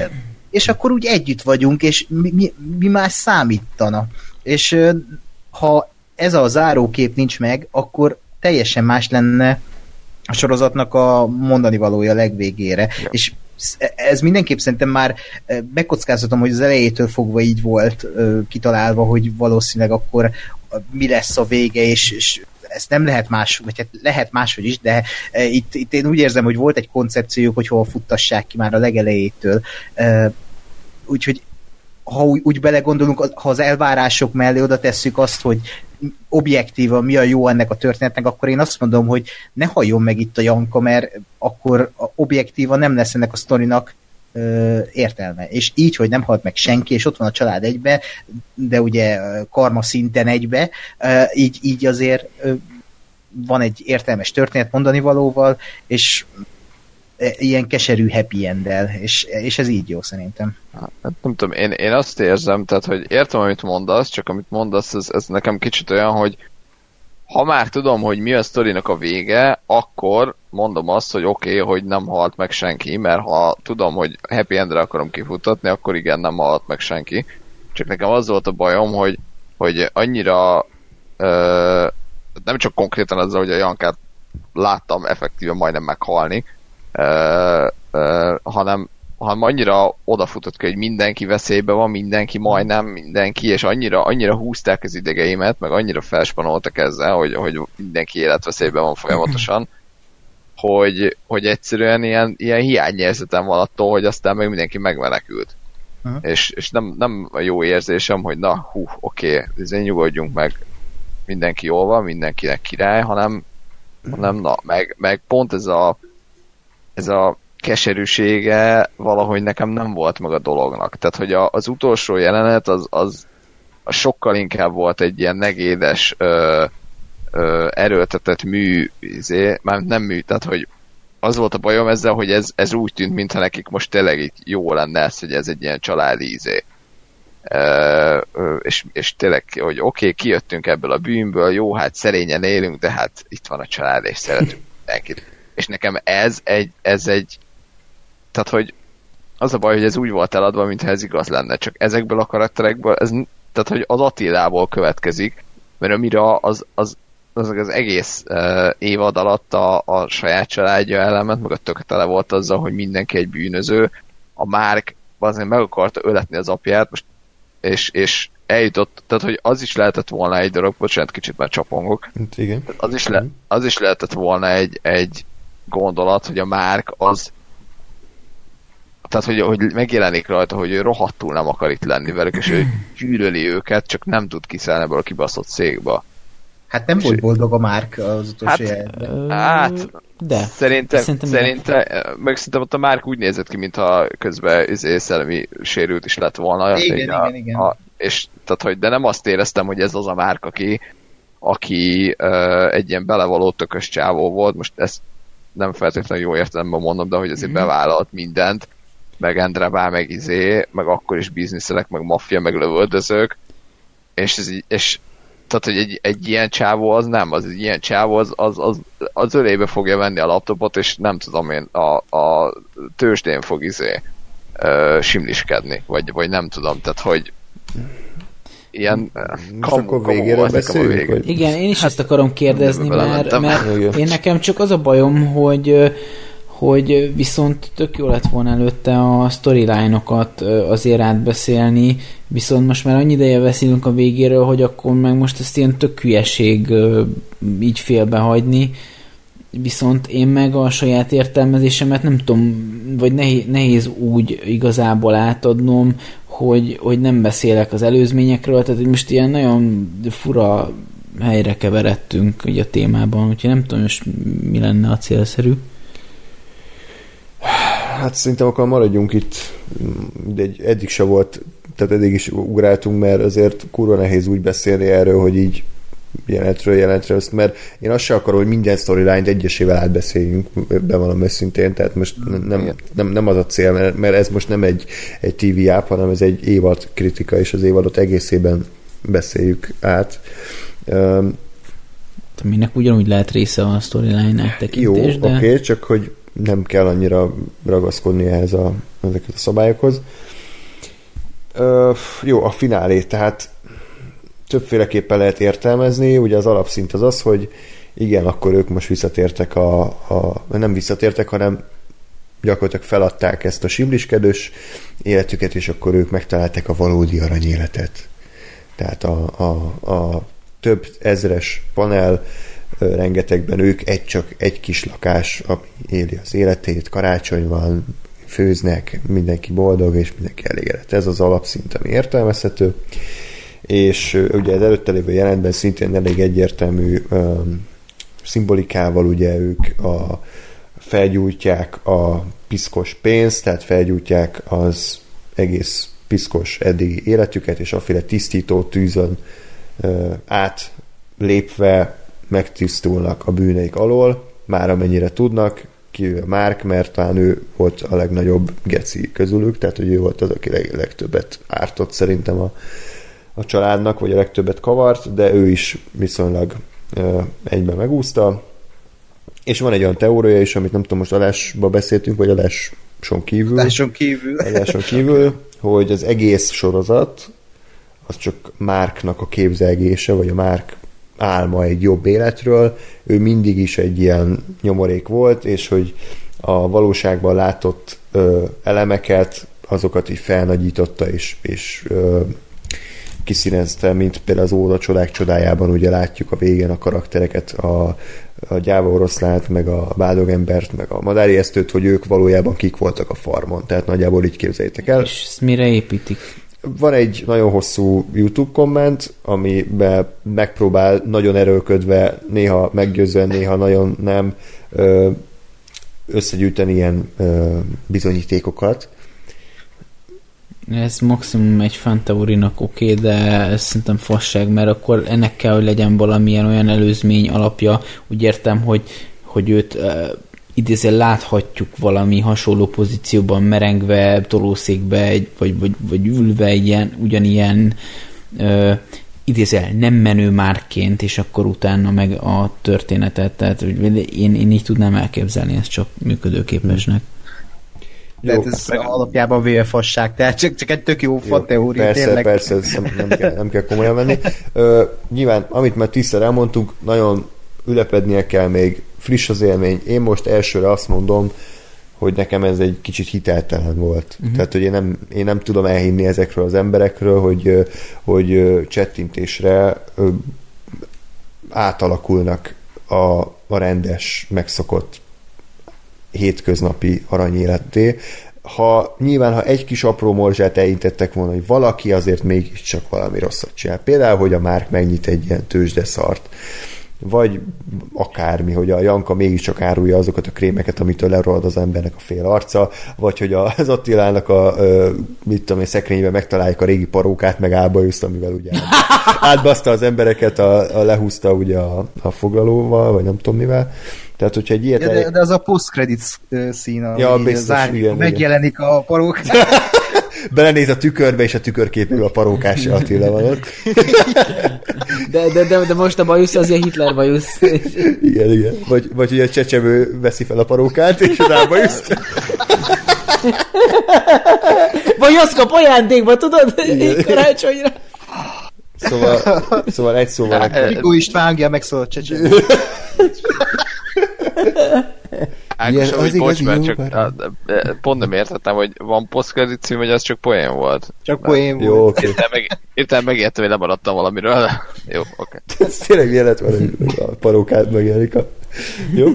és akkor úgy együtt vagyunk, és mi, mi, mi más számítana. És ha ez a zárókép nincs meg, akkor teljesen más lenne a sorozatnak a mondani valója legvégére. Ja. És ez mindenképp szerintem már megkockáztatom, hogy az elejétől fogva így volt kitalálva, hogy valószínűleg akkor mi lesz a vége, és, és ezt nem lehet más, vagy hát lehet máshogy is, de itt, itt én úgy érzem, hogy volt egy koncepciójuk, hogy hol futtassák ki már a legelejétől. Úgyhogy ha úgy, úgy belegondolunk, ha az elvárások mellé oda tesszük azt, hogy objektívan mi a jó ennek a történetnek, akkor én azt mondom, hogy ne halljon meg itt a Janka, mert akkor objektívan nem lesz ennek a sztorinak ö, értelme. És így, hogy nem halt meg senki, és ott van a család egybe, de ugye karma szinten egybe, ö, így, így azért ö, van egy értelmes történet mondani valóval, és ilyen keserű happy end-el, és, és ez így jó szerintem. Hát nem tudom, én, én azt érzem, tehát, hogy értem, amit mondasz, csak amit mondasz, ez, ez nekem kicsit olyan, hogy ha már tudom, hogy mi a sztorinak a vége, akkor mondom azt, hogy oké, okay, hogy nem halt meg senki, mert ha tudom, hogy happy endre akarom kifutatni, akkor igen, nem halt meg senki. Csak nekem az volt a bajom, hogy, hogy annyira ö, nem csak konkrétan azzal, hogy a Jankát láttam effektíven majdnem meghalni, Uh, uh, hanem, hanem annyira odafutott ki, hogy mindenki veszélyben van, mindenki majdnem, mindenki, és annyira, annyira húzták az idegeimet, meg annyira felspanoltak ezzel, hogy, hogy mindenki életveszélyben van folyamatosan, hogy, hogy egyszerűen ilyen, ilyen hiányérzetem van attól, hogy aztán meg mindenki megmenekült. Uh-huh. És, és nem, nem a jó érzésem, hogy na, hú, oké, okay, nyugodjunk meg, mindenki jól van, mindenkinek király, hanem, hanem na, meg, meg pont ez a ez a keserűsége valahogy nekem nem volt meg a dolognak. Tehát, hogy a, az utolsó jelenet az, az, az sokkal inkább volt egy ilyen negédes ö, ö, erőltetett mű, izé, már nem mű, tehát, hogy az volt a bajom ezzel, hogy ez, ez úgy tűnt, mintha nekik most tényleg itt jó lenne ez, hogy ez egy ilyen családi izé. Ö, ö, és, és tényleg, hogy oké, okay, kijöttünk ebből a bűnből, jó, hát szerényen élünk, de hát itt van a család, és szeretünk mindenkit. És nekem ez egy, ez egy, tehát, hogy az a baj, hogy ez úgy volt eladva, mintha ez igaz lenne, csak ezekből a karakterekből, ez, tehát, hogy az Attilából következik, mert amire az, az, az, az egész uh, évad alatt a, a saját családja ellement, meg a tök tele volt azzal, hogy mindenki egy bűnöző, a Mark azért meg akarta öletni az apját, most, és, és eljutott, tehát, hogy az is lehetett volna egy dolog, bocsánat, kicsit már csapongok, igen. Az, is le, az is lehetett volna egy, egy gondolat, hogy a Mark az tehát, hogy, hogy megjelenik rajta, hogy ő rohadtul nem akar itt lenni velük, és ő gyűlöli őket, csak nem tud kiszállni ebből a kibaszott székba. Hát nem és volt boldog a Mark az utolsó hát, jelentben. Hát, de. Szerintem, szerintem, szerintem meg szerintem ott a Mark úgy nézett ki, mintha közben szellemi sérült is lett volna. Igen, igen, a, igen. A, és, tehát, hogy, de nem azt éreztem, hogy ez az a Mark, aki, aki uh, egy ilyen belevaló tökös csávó volt. Most ezt nem feltétlenül jó értelemben mondom, de hogy azért mm-hmm. bevállalt mindent, meg Endrebá, meg izé, meg akkor is bizniszelek, meg maffia, meg lövöldözők, és, ez így, és tehát, hogy egy, egy ilyen csávó az nem, az egy ilyen csávó az, az, az, az ölébe fogja venni a laptopot, és nem tudom én, a, a tőzsdén fog izé uh, simliskedni, vagy, vagy nem tudom, tehát hogy ilyen most akkor végére beszéljünk? Vég. Vagy? Igen, én is hát, ezt akarom kérdezni, mert, mert én nekem csak az a bajom, hogy hogy viszont tök jó lett volna előtte a storyline-okat azért átbeszélni, viszont most már annyi ideje beszélünk a végéről, hogy akkor meg most ezt ilyen tök hülyeség így félbehagyni, viszont én meg a saját értelmezésemet nem tudom, vagy nehéz, nehéz úgy igazából átadnom, hogy, hogy nem beszélek az előzményekről, tehát hogy most ilyen nagyon fura helyre keveredtünk ugye a témában, úgyhogy nem tudom, most mi lenne a célszerű. Hát szerintem akkor maradjunk itt, de eddig se volt, tehát eddig is ugráltunk, mert azért kurva nehéz úgy beszélni erről, hogy így jelentről jelentre, mert én azt se akarom, hogy minden storyline-t egyesével átbeszéljünk, bevallom őszintén, tehát most nem, nem, nem az a cél, mert, mert ez most nem egy, egy té vé app, hanem ez egy évad kritika, és az évadot egészében beszéljük át. Um, Aminek ugyanúgy lehet része a storyline áttekintés, jó, de... oké, okay, csak hogy nem kell annyira ragaszkodni ehhez a, ezeket a szabályokhoz. Uh, jó, a finálé, tehát többféleképpen lehet értelmezni, ugye az alapszint az az, hogy igen, akkor ők most visszatértek a, a nem visszatértek, hanem gyakorlatilag feladták ezt a simliskedős életüket, és akkor ők megtalálták a valódi aranyéletet. Tehát a, a, a több ezres panel rengetegben ők egy csak egy kis lakás, ami éli az életét, karácsony van, főznek, mindenki boldog, és mindenki elégedett. Ez az alapszint, ami értelmezhető. És ugye az előtte lévő jelentben szintén elég egyértelmű um, szimbolikával ugye ők a, felgyújtják a piszkos pénzt, tehát felgyújtják az egész piszkos eddigi életüket, és aféle tisztító tűzön uh, átlépve megtisztulnak a bűneik alól, már amennyire tudnak, kivéve Mark, mert talán ő volt a legnagyobb geci közülük, tehát hogy ő volt az, aki leg, legtöbbet ártott szerintem a, a családnak, vagy a legtöbbet kavart, de ő is viszonylag uh, egyben megúszta. És van egy olyan teória is, amit nem tudom, most adásba beszéltünk, vagy adáson kívül. Adáson kívül. Adáson kívül, hogy az egész sorozat az csak Marknak a képzelgése, vagy a Mark álma egy jobb életről, ő mindig is egy ilyen nyomorék volt, és hogy a valóságban látott ö, elemeket, azokat így felnagyította, és, és ö, kiszínezte, mint például az Óda csodák csodájában, ugye látjuk a végén a karaktereket, a, a gyáva oroszlát, meg a bádogembert, meg a madáriesztőt, hogy ők valójában kik voltak a farmon, tehát nagyjából így képzeljétek el. És ezt mire építik? Van egy nagyon hosszú YouTube komment, amiben megpróbál nagyon erőlködve, néha meggyőzően, néha nagyon nem összegyűjteni ilyen bizonyítékokat. Ez maximum egy fanteórinak oké, okay, de ez szerintem fasság, mert akkor ennek kell, hogy legyen valamilyen olyan előzmény alapja. Úgy értem, hogy, hogy őt uh, idézően láthatjuk valami hasonló pozícióban merengve, tolószékbe, egy, vagy, vagy, vagy ülve egy ilyen, ugyanilyen uh, idézően nem menő márként, és akkor utána meg a történetet. Tehát én, én így tudnám elképzelni ezt csak működőképesnek. Tehát ez alapjában véve fasság, tehát csak, csak egy tök jó fanteória. Persze, tényleg. persze, ezt nem kell, nem kell komolyan venni. Ö, nyilván, amit már tízszer elmondtunk, nagyon ülepednie kell még, friss az élmény. Én most elsőre azt mondom, hogy nekem ez egy kicsit hiteltelen volt. Uh-huh. Tehát, hogy én nem, én nem tudom elhinni ezekről az emberekről, hogy, hogy csettintésre átalakulnak a, a rendes, megszokott hétköznapi aranyéletté. Ha nyilván, ha egy kis apró morzsát elintettek volna, hogy valaki azért mégiscsak valami rosszat csinál. Például, hogy a Mark megnyit egy ilyen tőzsdeszart. Vagy akármi, hogy a Janka mégiscsak árulja azokat a krémeket, amitől lerohad az embernek a fél arca, vagy hogy az Attilának a mit tudom én, szekrényben megtaláljuk a régi parókát, meg álbajuszt, amivel ugye átbaszta az embereket, a, a lehúzta ugye a, a foglalóval, vagy nem tudom mivel. Tehát, hogyha egy ilyet... Ja, de, de az a post-credits szín, ja, biztos, árny, igen, megjelenik igen. A parók. Belenéz a tükörbe, és a tükörképéből a parókás Attila van ott. De, de, de, de most a bajusz az ilyen Hitler bajusz. Igen, igen. Vagy, vagy ugye a csecsemő veszi fel a parókát, és rá bajuszt. Vagy azt kap ajándékba, tudod? Karácsonyra. Szóval, szóval egy szóval nekem... Mikó István hangja megszólalt Csecsen. Ákos, hogy bocs, mert csak a, pont nem értettem, hogy van posztcredit cím, vagy az csak poén volt. Csak poén jó, volt. oké. Meg, értem, megértem, hogy lemaradtam valamiről. Jó, oké. Okay. Ez tényleg milyen lett volna, hogy a parókád megjelenik a... Jó?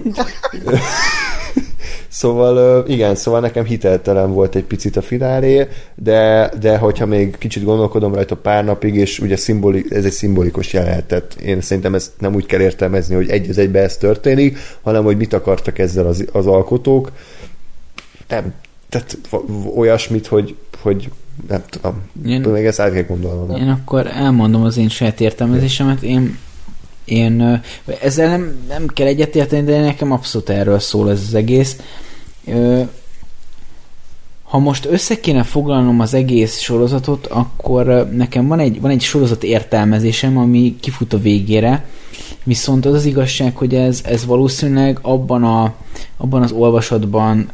Szóval igen, szóval nekem hiteltelen volt egy picit a finálé, de, de hogyha még kicsit gondolkodom rajta pár napig, és ugye szimboli, ez egy szimbolikus jelenet, tehát én szerintem ezt nem úgy kell értelmezni, hogy egy az egybe ez történik, hanem hogy mit akartak ezzel az, az alkotók. Nem, tehát olyasmit, hogy, hogy nem tudom, én, még ezt át kell gondolnom. Én akkor elmondom az én saját értelmezésemet, én Én ezzel nem, nem kell egyetérteni, de nekem abszolút erről szól ez az egész. Ha most össze kéne foglalnom az egész sorozatot, akkor nekem van egy, van egy sorozat értelmezésem, ami kifut a végére, viszont az az igazság, hogy ez, ez valószínűleg abban, a, abban az olvasatban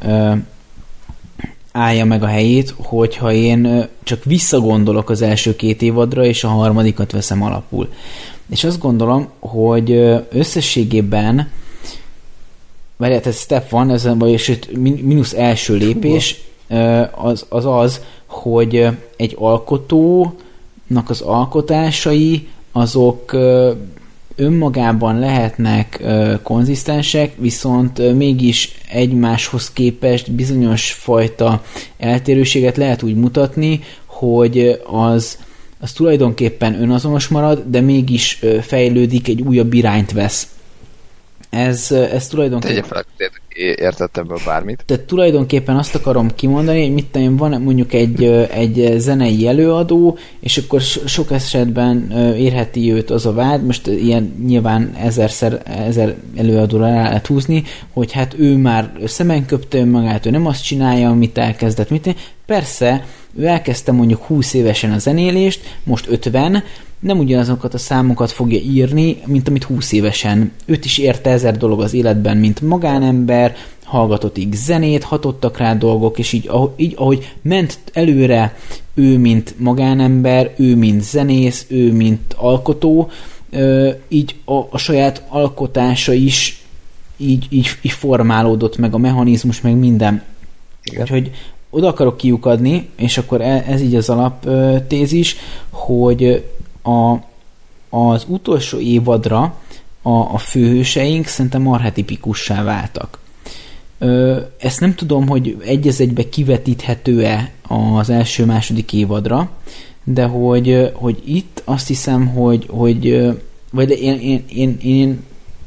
állja meg a helyét, hogyha én csak visszagondolok az első két évadra, és a harmadikat veszem alapul. És azt gondolom, hogy összességében várját, ez step van, ez vagy mínusz első lépés az, az az, hogy egy alkotónak az alkotásai azok önmagában lehetnek konzisztensek, viszont mégis egymáshoz képest bizonyos fajta eltérőséget lehet úgy mutatni, hogy az az tulajdonképpen önazonos marad, de mégis fejlődik, egy újabb irányt vesz. Ez, ez tulajdonképpen... Tegye fel, értettem ebből bármit. Tehát tulajdonképpen azt akarom kimondani, hogy mit tudom, van mondjuk egy, egy zenei előadó, és akkor sok esetben érheti őt az a vád, most ilyen nyilván ezerszer, ezer előadóra rá lehet húzni, hogy hát ő már szemen köpte önmagát, ő nem azt csinálja, amit elkezdett. Mit Persze, ő elkezdte mondjuk húsz évesen a zenélést, most ötven, nem ugyanazokat a számokat fogja írni, mint amit húsz évesen. Őt is érte ezer dolog az életben, mint magánember, hallgatott így zenét, hatottak rá dolgok, és így, ahogy, így, ahogy ment előre ő, mint magánember, ő, mint zenész, ő, mint alkotó, így a, a saját alkotása is így, így, így formálódott meg, a mechanizmus, meg minden. Igen. Úgyhogy oda akarok kiukadni, és akkor ez így az alaptézis, hogy a, az utolsó évadra a, a főhőseink szerintem archetipikussá váltak. Ö, ezt nem tudom, hogy egy az egybe kivetíthető-e az első-második évadra, de hogy, hogy itt azt hiszem, hogy, hogy vagy én, én, én, én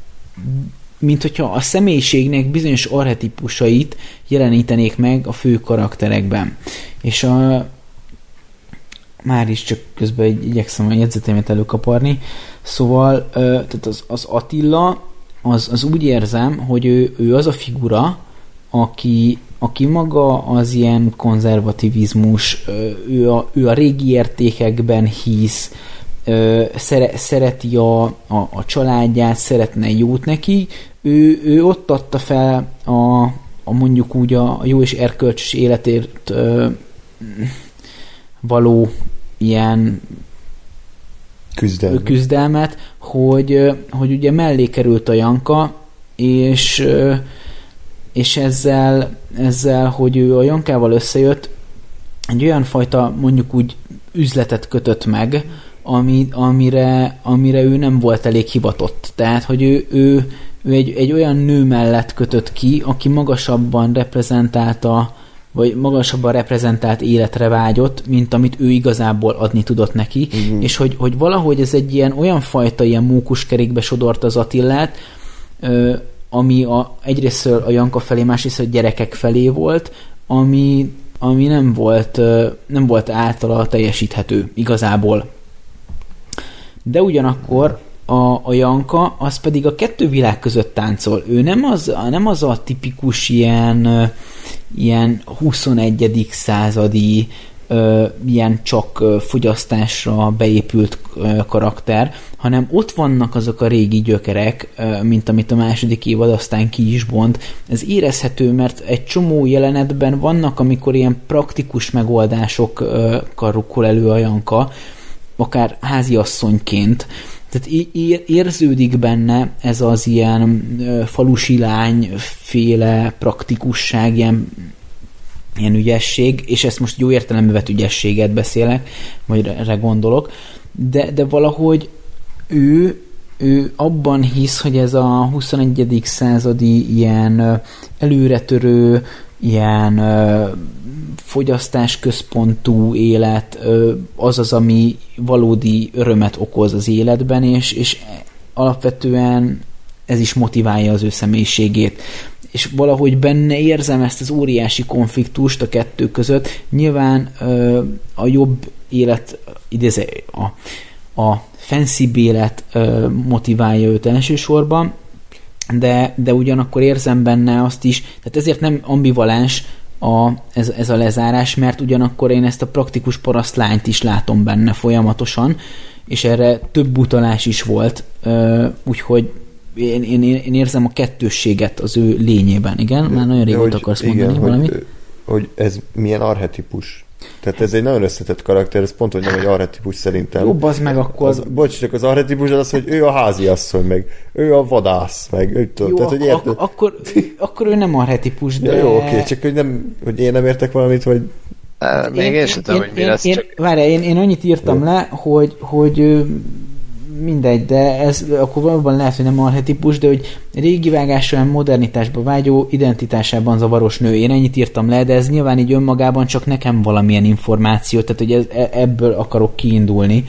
mint hogyha a személyiségnek bizonyos archetipusait jelenítenék meg a fő karakterekben. És a már is csak közben igyekszem a jegyzeteimet előkaparni. Szóval tehát az, az Attila, az, az úgy érzem, hogy ő, ő az a figura, aki, aki maga az ilyen konzervativizmus, ő a, ő a régi értékekben hisz, szere, szereti a, a, a családját, szeretne jót neki, ő, ő ott adta fel a, a mondjuk úgy a, a jó és erkölcsös életért ö, való ilyen küzdelmet, küzdelmet hogy, hogy ugye mellé került a Janka, és, és ezzel, ezzel, hogy ő a Jankával összejött, egy olyan fajta mondjuk úgy üzletet kötött meg, ami, amire, amire ő nem volt elég hivatott. Tehát, hogy ő, ő, ő egy, egy olyan nő mellett kötött ki, aki magasabban reprezentálta, vagy magasabban reprezentált életre vágyott, mint amit ő igazából adni tudott neki, uh-huh. és hogy, hogy valahogy ez egy ilyen olyan fajta ilyen mókuskerékbe sodort az Attillát, ö, ami a, egyrésztől a Janka felé, másrészt a gyerekek felé volt, ami, ami nem volt, ö, nem volt általa teljesíthető igazából. De ugyanakkor a, a Janka, az pedig a kettő világ között táncol. Ő nem az, nem az a tipikus ilyen, ilyen huszonegyedik századi ö, ilyen csak ö, fogyasztásra beépült ö, karakter, hanem ott vannak azok a régi gyökerek, ö, mint amit a második évad aztán ki is bont. Ez érezhető, mert egy csomó jelenetben vannak, amikor ilyen praktikus megoldásokkal rukkol elő a Janka, akár háziasszonyként. Tehát érződik benne ez az ilyen falusi lányféle praktikusság, ilyen, ilyen ügyesség, és ezt most jó értelembe vett ügyességet beszélek, vagy erre gondolok, de, de valahogy ő, ő abban hisz, hogy ez a huszonegyedik századi ilyen előretörő, ilyen fogyasztásközpontú élet az az, ami valódi örömet okoz az életben, és, és alapvetően ez is motiválja az ő személyiségét. És valahogy benne érzem ezt az óriási konfliktust a kettő között. Nyilván a jobb élet, idéző, a, a fancybb élet motiválja őt elsősorban, de, de ugyanakkor érzem benne azt is, tehát ezért nem ambivalens A, ez, ez a lezárás, mert ugyanakkor én ezt a praktikus parasztlányt is látom benne folyamatosan, és erre több utalás is volt, úgyhogy én, én, én érzem a kettősséget az ő lényében. Igen? Már nagyon régóta akarsz igen, mondani hogy, valamit? Hogy ez milyen archetipus. Tehát ez egy nagyon összetett karakter, ez pont, hogy nem egy archetipus szerintem. Jobb az meg akkor... Az, bocs, csak az archetipus az, hogy ő a háziasszony, meg ő a vadász, meg ő tudom. Jó, Tehát, hogy ak- akkor, akkor ő nem archetipus, de... Ja, jó, oké, csak hogy, nem, hogy én nem értek valamit, hogy... Hát, még én sem tudom, hogy mi én, lesz, én, csak... Várjál, én, én annyit írtam jó. le, hogy, hogy mindegy, de ez akkor valóban lehet, hogy nem archetipus, de hogy régi vágással modernitásba vágyó, identitásában zavaros nő. Én ennyit írtam le, de ez nyilván így önmagában csak nekem valamilyen információ, tehát hogy ez, ebből akarok kiindulni.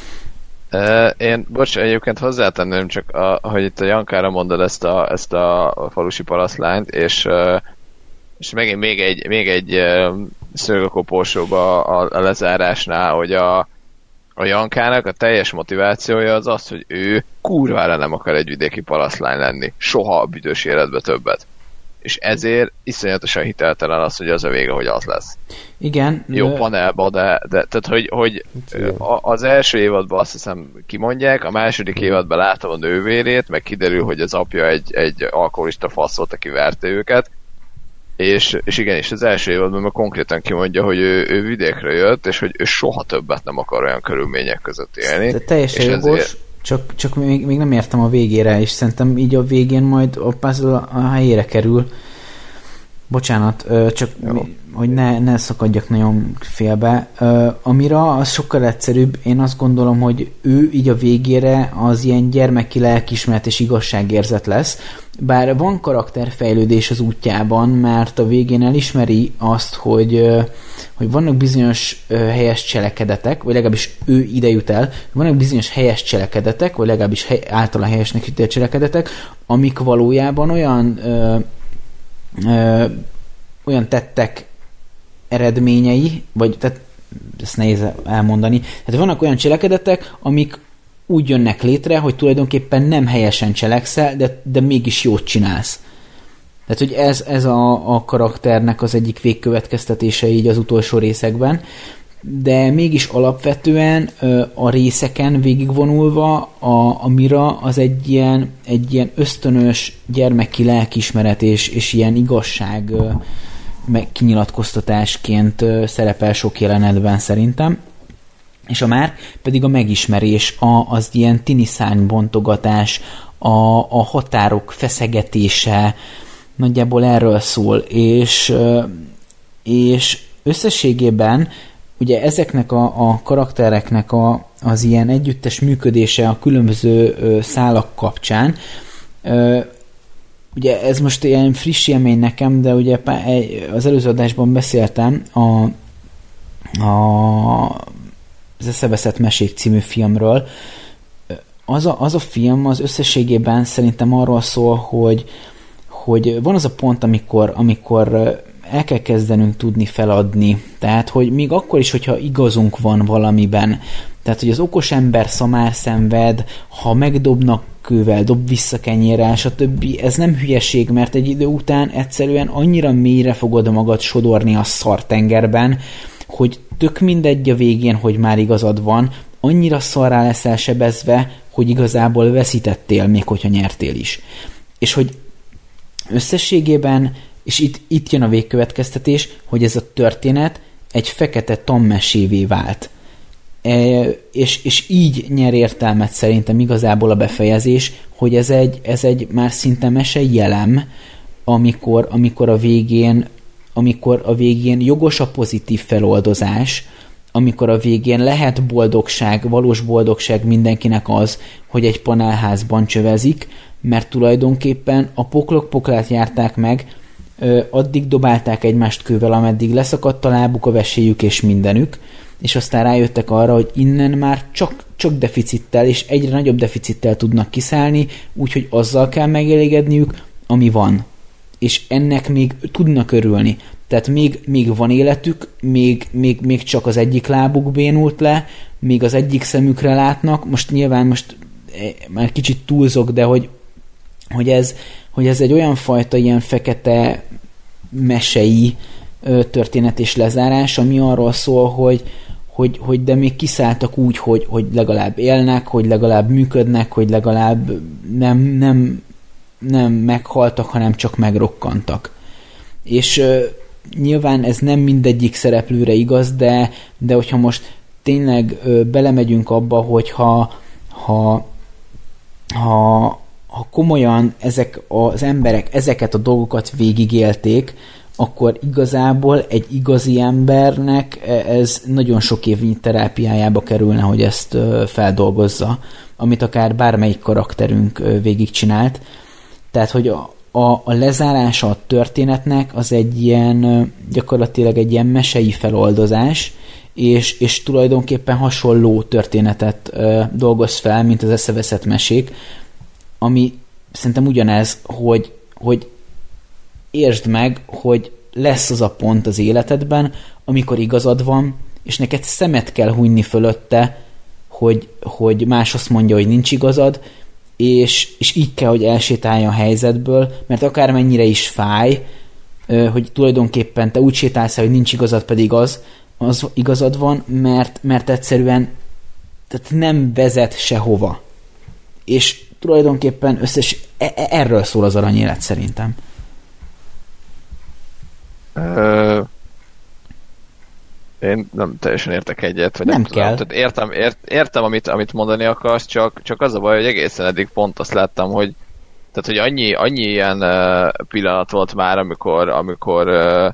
Én, bocs, egyébként hozzátenném csak, a, hogy itt a Jankára mondod ezt a, ezt a falusi parasztlányt, és, és megint még egy, még egy szőrgakopósóba a, a lezárásnál, hogy a A Jankának a teljes motivációja az az, hogy ő kurvára nem akar egy vidéki parasztlány lenni. Soha a büdös életbe többet. És ezért iszonyatosan hiteltelen az, hogy az a vége, hogy az lesz. Igen. Jó, panelba, de, de tehát, hogy, hogy az első évadban azt hiszem kimondják, a második évadban látom a nővérét, meg kiderül, hogy az apja egy, egy alkoholista fasz volt, aki verte őket. És, és igen, és az első évadban meg konkrétan kimondja, hogy ő, ő vidékre jött, és hogy ő soha többet nem akar olyan körülmények között élni. De teljesen jogos, ezért... csak, csak még, még nem értem a végére, és szerintem így a végén majd a puzzle a helyére kerül. Bocsánat, csak mi, hogy ne, ne szakadjak nagyon félbe. Amira az sokkal egyszerűbb, én azt gondolom, hogy ő így a végére az ilyen gyermeki lelkiismeret és igazságérzet lesz, bár van karakterfejlődés az útjában, mert a végén elismeri azt, hogy, hogy vannak bizonyos helyes cselekedetek, vagy legalábbis ő ide jut el, vannak bizonyos helyes cselekedetek, vagy legalábbis hely, általán helyesnek ítélt cselekedetek, amik valójában olyan ö, ö, olyan tettek eredményei, vagy tehát ezt nehéz elmondani, tehát vannak olyan cselekedetek, amik úgy jönnek létre, hogy tulajdonképpen nem helyesen cselekszel, de, de mégis jót csinálsz. Tehát, hogy ez, ez a, a karakternek az egyik végkövetkeztetése így az utolsó részekben, de mégis alapvetően a részeken végigvonulva a, a Mira az egy ilyen, egy ilyen ösztönös gyermeki lelkiismeret és, és ilyen igazság kinyilatkoztatásként szerepel sok jelenetben szerintem. És a Márk pedig a megismerés, a, az ilyen tini szárnybontogatás, a, a határok feszegetése, nagyjából erről szól, és, és összességében ugye ezeknek a, a karaktereknek a, az ilyen együttes működése a különböző ö, szálak kapcsán, ö, ugye ez most ilyen friss élmény nekem, de ugye az előző adásban beszéltem a, a az Eszeveszett mesék című filmről. Az a, az a film az összességében szerintem arról szól, hogy, hogy van az a pont, amikor, amikor el kell kezdenünk tudni feladni. Tehát, hogy még akkor is, hogyha igazunk van valamiben, tehát, hogy az okos ember szamár szenved, ha megdobnak kővel, dob vissza kenyérrel, stb. Ez nem hülyeség, mert egy idő után egyszerűen annyira mélyre fogod magad sodorni a szartengerben, hogy tök mindegy a végén, hogy már igazad van, annyira szarrá leszel sebezve, hogy igazából veszítettél, még hogyha nyertél is. És hogy összességében, és itt, itt jön a végkövetkeztetés, hogy ez a történet egy fekete tanmesévé vált. E, és, és így nyer értelmet szerintem igazából a befejezés, hogy ez egy, ez egy már szinte mesei jelem, amikor, amikor a végén amikor a végén jogos a pozitív feloldozás, amikor a végén lehet boldogság, valós boldogság mindenkinek az, hogy egy panelházban csövezik, mert tulajdonképpen a poklok poklát járták meg, addig dobálták egymást kővel, ameddig leszakadt a lábuk, a veséjük és mindenük, és aztán rájöttek arra, hogy innen már csak, csak deficittel, és egyre nagyobb deficittel tudnak kiszállni, úgyhogy azzal kell megelégedniük, ami van. És ennek még tudnak örülni. Tehát még, még van életük, még, még, még csak az egyik lábuk bénult le, még az egyik szemükre látnak. Most nyilván most már kicsit túlzok, de hogy, hogy, ez, hogy ez egy olyan fajta ilyen fekete mesei történet és lezárás, ami arról szól, hogy, hogy, hogy de még kiszálltak úgy, hogy, hogy legalább élnek, hogy legalább működnek, hogy legalább nem, nem, nem meghaltak, hanem csak megrokkantak. És uh, nyilván ez nem mindegyik szereplőre igaz, de, de hogyha most tényleg uh, belemegyünk abba, hogy ha, ha, ha, ha komolyan ezek az emberek ezeket a dolgokat végigélték, akkor igazából egy igazi embernek ez nagyon sok évnyi terápiájába kerülne, hogy ezt uh, feldolgozza, amit akár bármelyik karakterünk uh, végigcsinált. Tehát, hogy a, a, a lezárása a történetnek az egy ilyen, gyakorlatilag egy ilyen mesei feloldozás, és, és tulajdonképpen hasonló történetet ö, dolgoz fel, mint az eszeveszett mesék, ami szerintem ugyanez, hogy, hogy értsd meg, hogy lesz az a pont az életedben, amikor igazad van, és neked szemet kell hunyni fölötte, hogy, hogy más azt mondja, hogy nincs igazad, És, és így kell, hogy elsétálja a helyzetből, mert akármennyire is fáj, hogy tulajdonképpen te úgy sétálsz, hogy nincs igazad, pedig az, az igazad van, mert, mert egyszerűen tehát nem vezet sehova. És tulajdonképpen összes, erről szól az aranyélet szerintem. Ö, én nem teljesen értek egyet, vagy nem, nem tudom. kell. Tehát értem, ért, értem amit, amit mondani akarsz, csak, csak az a baj, hogy egészen eddig pont azt láttam, hogy tehát, hogy annyi, annyi ilyen uh, pillanat volt már, amikor amikor uh,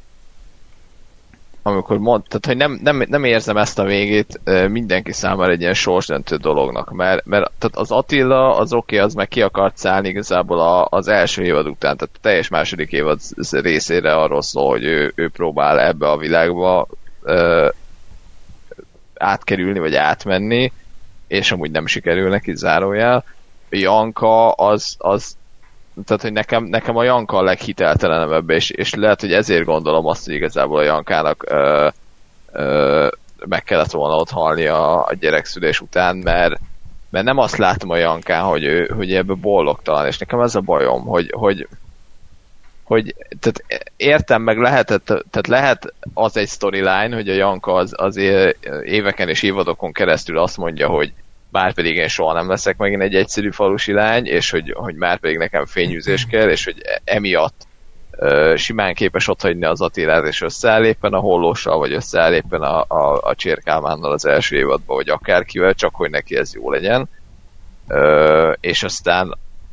amikor mond, tehát, hogy nem, nem, nem érzem ezt a végét uh, mindenki számára egy ilyen sorsdöntő dolognak, mert, mert tehát az Attila, az oké, okay, az meg ki akart szállni igazából a, az első évad után, tehát a teljes második évad részére arról szól, hogy ő, ő próbál ebbe a világba uh, átkerülni, vagy átmenni, és amúgy nem sikerül neki, zárójel. Janka az, az tehát, hogy nekem, nekem a Janka a leghiteltelenebb ebbe, és, és lehet, hogy ezért gondolom azt, hogy igazából a Jankának ö, ö, meg kellett volna ott halni a, a gyerekszülés után, mert, mert nem azt látom a Jankán, hogy, ő, hogy ebből boldogtalan, és nekem ez a bajom, hogy, hogy, hogy tehát értem, meg lehetett, tehát lehet az egy storyline, hogy a Janka az, az éveken és évadokon keresztül azt mondja, hogy már pedig én soha nem leszek megint egy egyszerű falusi lány, és hogy, hogy már pedig nekem fényűzés kell, és hogy emiatt uh, simán képes otthagyni az Attilát, és összeáll éppen a Hollóssal, vagy összeáll éppen a, a, a Csérkálmánnal az első évadban, vagy akárkivel, csak hogy neki ez jó legyen. Uh, és aztán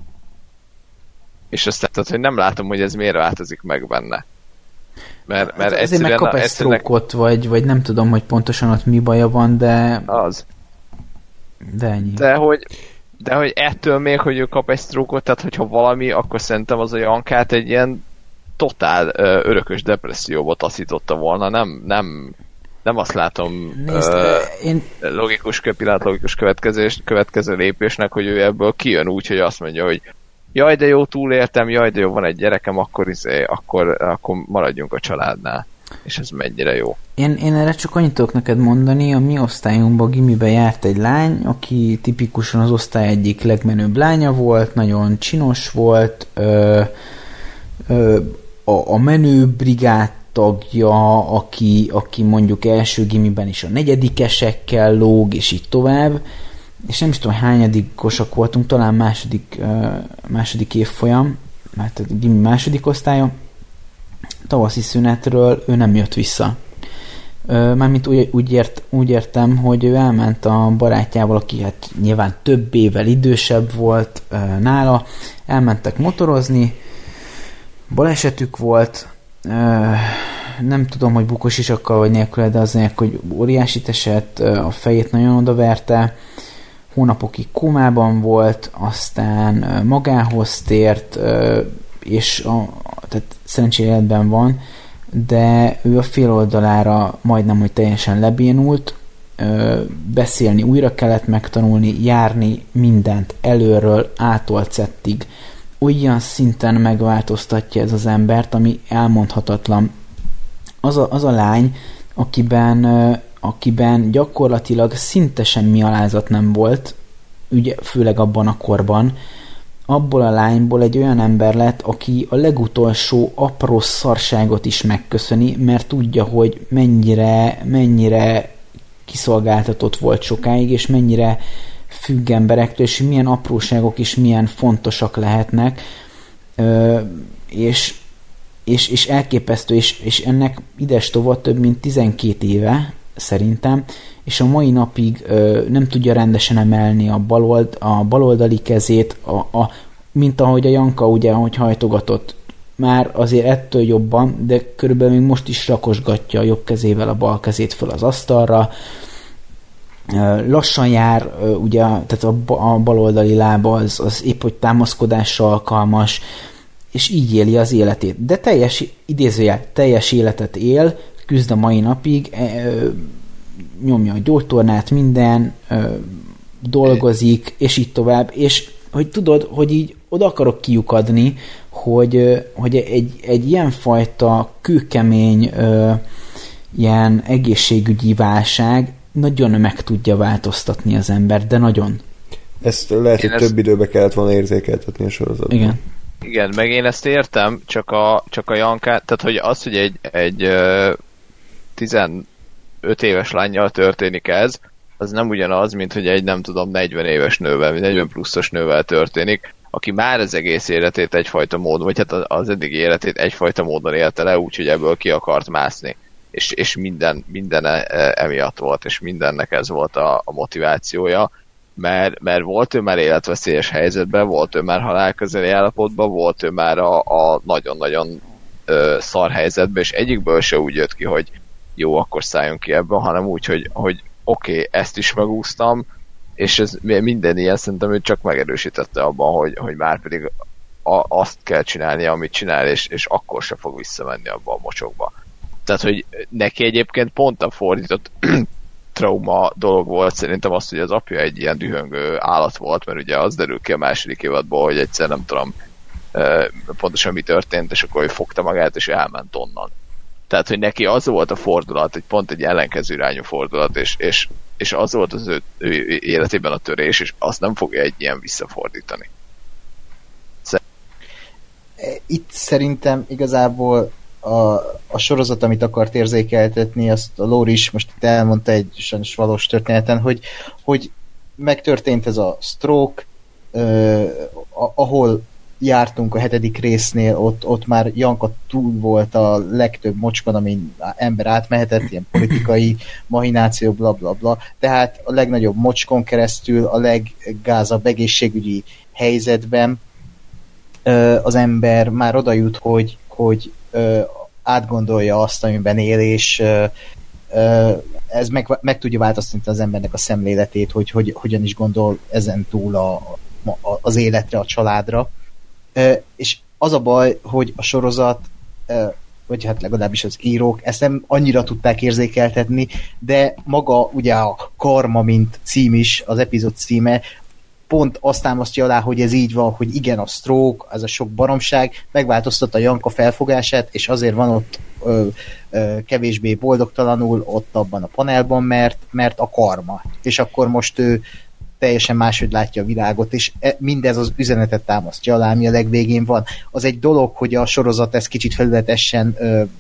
és aztán, tehát, hogy nem látom, hogy ez miért változik meg benne. Mert, mert hát azért meg kap egy sztrókot, vagy, vagy nem tudom, hogy pontosan ott mi baja van, de... Az. De ennyi. De hogy, de hogy ettől még, hogy ő kap egy sztrókot, tehát hogyha valami, akkor szerintem az a Jankát egy ilyen totál ö, örökös depresszióba taszította volna. Nem, nem, nem azt látom Nézd, ö, én... logikus, pillanat logikus következés, következő lépésnek, hogy ő ebből kijön úgy, hogy azt mondja, hogy jaj, de jó, túlértem, jaj, de jó, van egy gyerekem, akkor, izé, akkor, akkor maradjunk a családnál. És ez mennyire jó. Én, én erre csak annyit tudok neked mondani, a mi osztályunkban gimibe járt egy lány, aki tipikusan az osztály egyik legmenőbb lánya volt, nagyon csinos volt, ö, ö, a, a menő brigád tagja, aki, aki mondjuk első gimiben is a negyedikesekkel lóg, és így tovább, és nem is tudom, hányadikosak voltunk, talán második, második évfolyam, mert a gimi második osztálya, tavaszi szünetről ő nem jött vissza. Mármint úgy, úgy, ért, úgy értem, hogy ő elment a barátjával, aki hát nyilván több évvel idősebb volt nála, elmentek motorozni, balesetük volt, nem tudom, hogy bukós isakkal vagy nélkül, de az nélkül, hogy óriásit esett, a fejét nagyon odaverte, hónapokig kómában volt, aztán magához tért, és a, tehát szerencsére életben van, de ő a fél oldalára majdnem, hogy teljesen lebénult, beszélni újra kellett megtanulni, járni mindent előről, ától zettig. Olyan szinten megváltoztatja ez az embert, ami elmondhatatlan. Az a, az a lány, akiben, akiben gyakorlatilag szinte semmi alázat nem volt, ugye, főleg abban a korban, abból a lányból egy olyan ember lett, aki a legutolsó apró szarságot is megköszöni, mert tudja, hogy mennyire, mennyire kiszolgáltatott volt sokáig, és mennyire függ emberektől, és milyen apróságok is milyen fontosak lehetnek, Ö, és, és, és elképesztő, és, és ennek ides tova több mint tizenkét éve, szerintem, és a mai napig ö, nem tudja rendesen emelni a, balold, a baloldali kezét, a, a, mint ahogy a Janka ugye, hogy hajtogatott. Már azért ettől jobban, de körülbelül még most is rakosgatja a jobb kezével a bal kezét föl az asztalra. Lassan jár, ugye, tehát a, a baloldali lába az, az épp, hogy támaszkodásra alkalmas, és így éli az életét. De teljes, idézőjel, teljes életet él, küzd a mai napig, nyomja a gyógytornát, minden, dolgozik, és így tovább, és hogy tudod, hogy így oda akarok kiukadni, hogy, hogy egy, egy ilyenfajta kőkemény ilyen egészségügyi válság nagyon meg tudja változtatni az ember, de nagyon. Ezt lehet, én hogy ezt... több időbe kellett volna érzékeltetni a sorozatban. Igen. Igen, meg én ezt értem, csak a, csak a Jankát, tehát hogy az, hogy egy, egy tizenöt éves lánnyal történik ez, az nem ugyanaz, mint hogy egy nem tudom negyven éves nővel, vagy negyven pluszos nővel történik, aki már az egész életét egyfajta módon, vagy hát az eddigi életét egyfajta módon élte le, úgyhogy ebből ki akart mászni. És, és minden, minden emiatt volt, és mindennek ez volt a, a motivációja, mert, mert volt ő már életveszélyes helyzetben, volt ő már halálközeli állapotban, volt ő már a, a nagyon-nagyon ö, szar helyzetben, és egyikből se úgy jött ki, hogy jó, akkor szálljunk ki ebből, hanem úgy, hogy, hogy oké, okay, ezt is megúsztam, és ez minden ilyen szerintem ő csak megerősítette abban, hogy, hogy már pedig a, azt kell csinálnia, amit csinál, és, és akkor se fog visszamenni abba a mocsokba. Tehát, hogy neki egyébként pont a fordított trauma dolog volt szerintem az, hogy az apja egy ilyen dühöngő állat volt, mert ugye az derül ki a második évadból, hogy egyszer nem tudom pontosan mi történt, és akkor ő fogta magát, és elment onnan. Tehát, hogy neki az volt a fordulat, egy pont egy ellenkező irányú fordulat, és, és, és az volt az ő, ő életében a törés, és azt nem fogja egy ilyen visszafordítani. Itt szerintem igazából a, a sorozat, amit akart érzékeltetni, azt a Lóri is most itt elmondta egy sajnos valós történeten, hogy, hogy megtörtént ez a stroke, eh, ahol jártunk a hetedik résznél, ott, ott már Janka túl volt a legtöbb mocskon, amin ember átmehetett, ilyen politikai mahináció, bla bla bla. Tehát a legnagyobb mocskon keresztül, a leggázabb egészségügyi helyzetben az ember már oda jut, hogy, hogy átgondolja azt, amiben él, és ez meg, meg tudja változtatni az embernek a szemléletét, hogy, hogy hogyan is gondol ezen túl a, a, az életre, a családra. És az a baj, hogy a sorozat, vagy hát legalábbis az írók ezt nem annyira tudták érzékeltetni, de maga ugye a Karma, mint cím is, az epizód címe, pont azt támasztja alá, hogy ez így van, hogy igen, a stroke, ez a sok baromság megváltoztatta a Janka felfogását, és azért van ott ö, ö, kevésbé boldogtalanul ott abban a panelban, mert, mert a karma. És akkor most ő teljesen máshogy látja a világot, és mindez az üzenetet támasztja alá, ami a legvégén van. Az egy dolog, hogy a sorozat ezt kicsit felületesen ö,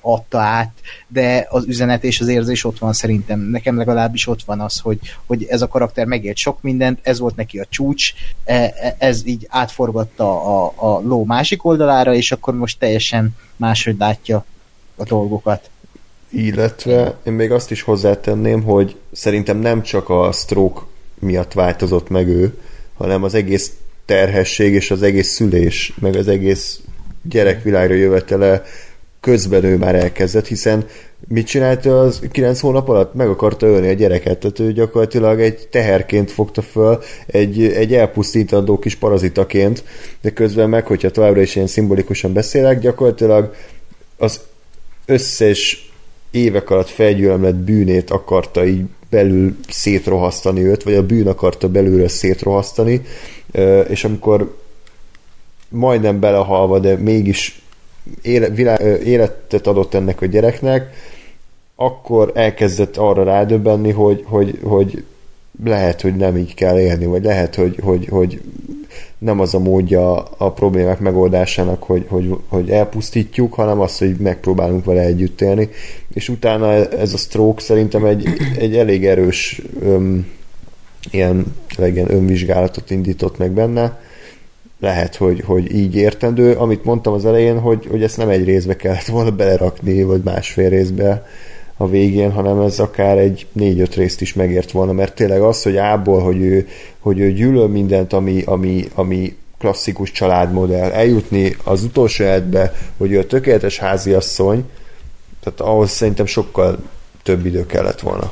adta át, de az üzenet és az érzés ott van szerintem. Nekem legalábbis ott van az, hogy, hogy ez a karakter megélt sok mindent, ez volt neki a csúcs, ez így átforgatta a, a ló másik oldalára, és akkor most teljesen máshogy látja a dolgokat. Illetve én még azt is hozzátenném, hogy szerintem nem csak a stroke miatt változott meg ő, hanem az egész terhesség és az egész szülés, meg az egész gyerekvilágra jövetele közben ő már elkezdett, hiszen mit csinált az kilenc hónap alatt? Meg akarta ölni a gyereket, tehát ő gyakorlatilag egy teherként fogta föl, egy, egy elpusztítandó kis parazitaként, de közben meg, hogyha továbbra is ilyen szimbolikusan beszélek, gyakorlatilag az összes évek alatt felgyülemlett bűnét akarta így belül szétrohasztani őt, vagy a bűn akarta belülről szétrohasztani, és amikor majdnem belehalva, de mégis életet adott ennek a gyereknek, akkor elkezdett arra rádöbbenni, hogy, hogy, hogy lehet, hogy nem így kell élni, vagy lehet, hogy, hogy, hogy nem az a módja a problémák megoldásának, hogy, hogy, hogy elpusztítjuk, hanem az, hogy megpróbálunk vele együtt élni. És utána ez a stroke szerintem egy, egy elég erős öm, ilyen, ilyen önvizsgálatot indított meg benne. Lehet, hogy, hogy így értendő. Amit mondtam az elején, hogy, hogy ezt nem egy részbe kellett volna belerakni, vagy másfél részbe a végén, hanem ez akár egy négy-öt részt is megért volna, mert tényleg az, hogy ából, hogy ő, hogy ő gyűlöl mindent, ami, ami, ami klasszikus családmodell, eljutni az utolsó életbe, hogy ő a tökéletes háziasszony, tehát ahhoz szerintem sokkal több idő kellett volna.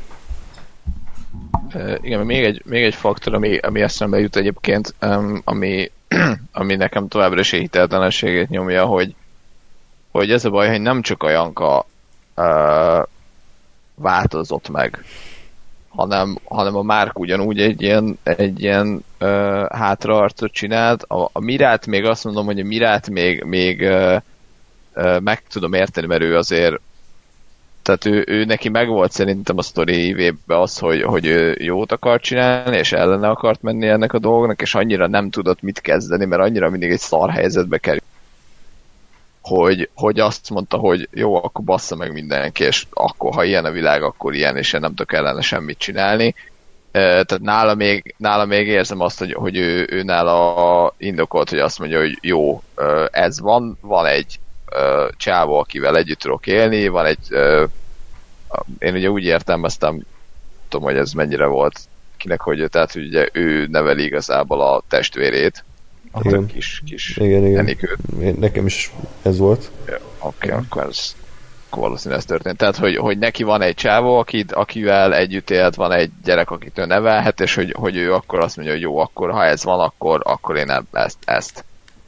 Uh, igen, még egy, még egy faktor, ami, ami eszembe jut egyébként, um, ami, ami nekem továbbra is hiteltelenségét nyomja, hogy, hogy ez a baj, hogy nem csak a Janka uh, változott meg, hanem, hanem a Márk ugyanúgy egy ilyen, egy ilyen uh, hátraarcot csinált. A, a Mirát még azt mondom, hogy a Mirát még, még uh, uh, meg tudom érteni, mert ő azért tehát ő, ő neki megvolt szerintem a sztori évében az, hogy, hogy ő jót akart csinálni, és ellene akart menni ennek a dolgnak, és annyira nem tudott mit kezdeni, mert annyira mindig egy szar helyzetbe kerül, hogy, hogy azt mondta, hogy jó, akkor bassza meg mindenki, és akkor, ha ilyen a világ, akkor ilyen, és én nem tudok ellene semmit csinálni. Tehát nála még, nála még érzem azt, hogy, hogy ő, ő nála indokolt, hogy azt mondja, hogy jó, ez van, van egy csávó, akivel együtt tudok élni, van egy én ugye úgy értelmeztem, tudom, hogy ez mennyire volt kinek, hogy tehát hogy ugye ő neveli igazából a testvérét, a kis, kis igen, igen. Enikőt. Nekem is ez volt. Ja, oké, okay, akkor ez akkor valószínűleg ez történt. Tehát, hogy, hogy neki van egy csávó, akit, akivel együtt élt, van egy gyerek, akit ő nevelhet, és hogy, hogy ő akkor azt mondja, hogy jó, akkor ha ez van, akkor, akkor én ezt, ezt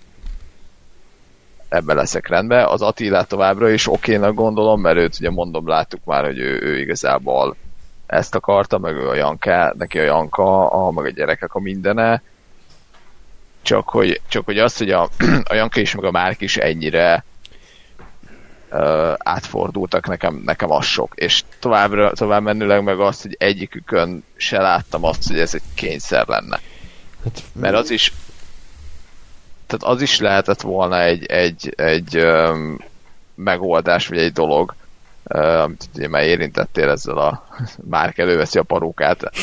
ebben leszek rendben. Az Attilát továbbra is okénak gondolom, mert őt ugye mondom, láttuk már, hogy ő, ő igazából ezt akarta, meg ő a Janka, neki a Janka, a, meg a gyerekek a mindene. Csak hogy, csak hogy az, hogy a, a Janka is, meg a Márk is ennyire uh, átfordultak, nekem, nekem az sok. És továbbra, tovább menőleg meg azt, hogy egyikükön se láttam azt, hogy ez egy kényszer lenne. Hát, mert az is tehát az is lehetett volna egy, egy, egy um, megoldás, vagy egy dolog, uh, amit ugye már érintettél ezzel a Márk előveszi a parókát a,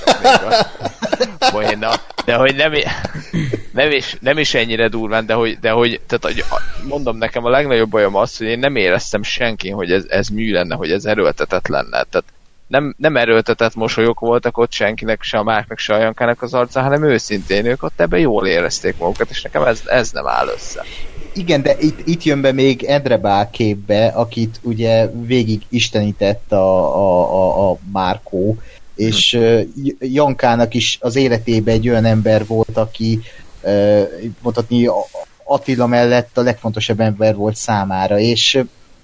a, de hogy nem, nem, is, nem is ennyire durván, de hogy, de hogy tehát, mondom, nekem a legnagyobb bajom az, hogy én nem éreztem senkin, hogy ez, ez mű lenne, hogy ez erőltetett lenne. Tehát nem, nem erőltetett mosolyok voltak ott senkinek, se a Márknak, se a Jankának az arca, hanem őszintén ők ott ebben jól érezték magukat, és nekem ez, ez nem áll össze. Igen, de itt, itt jön be még Endrebál képbe, akit ugye végig istenített a, a, a, a Márkó, és uh, Jankának is az életében egy olyan ember volt, aki uh, mondhatni Attila mellett a legfontosabb ember volt számára, és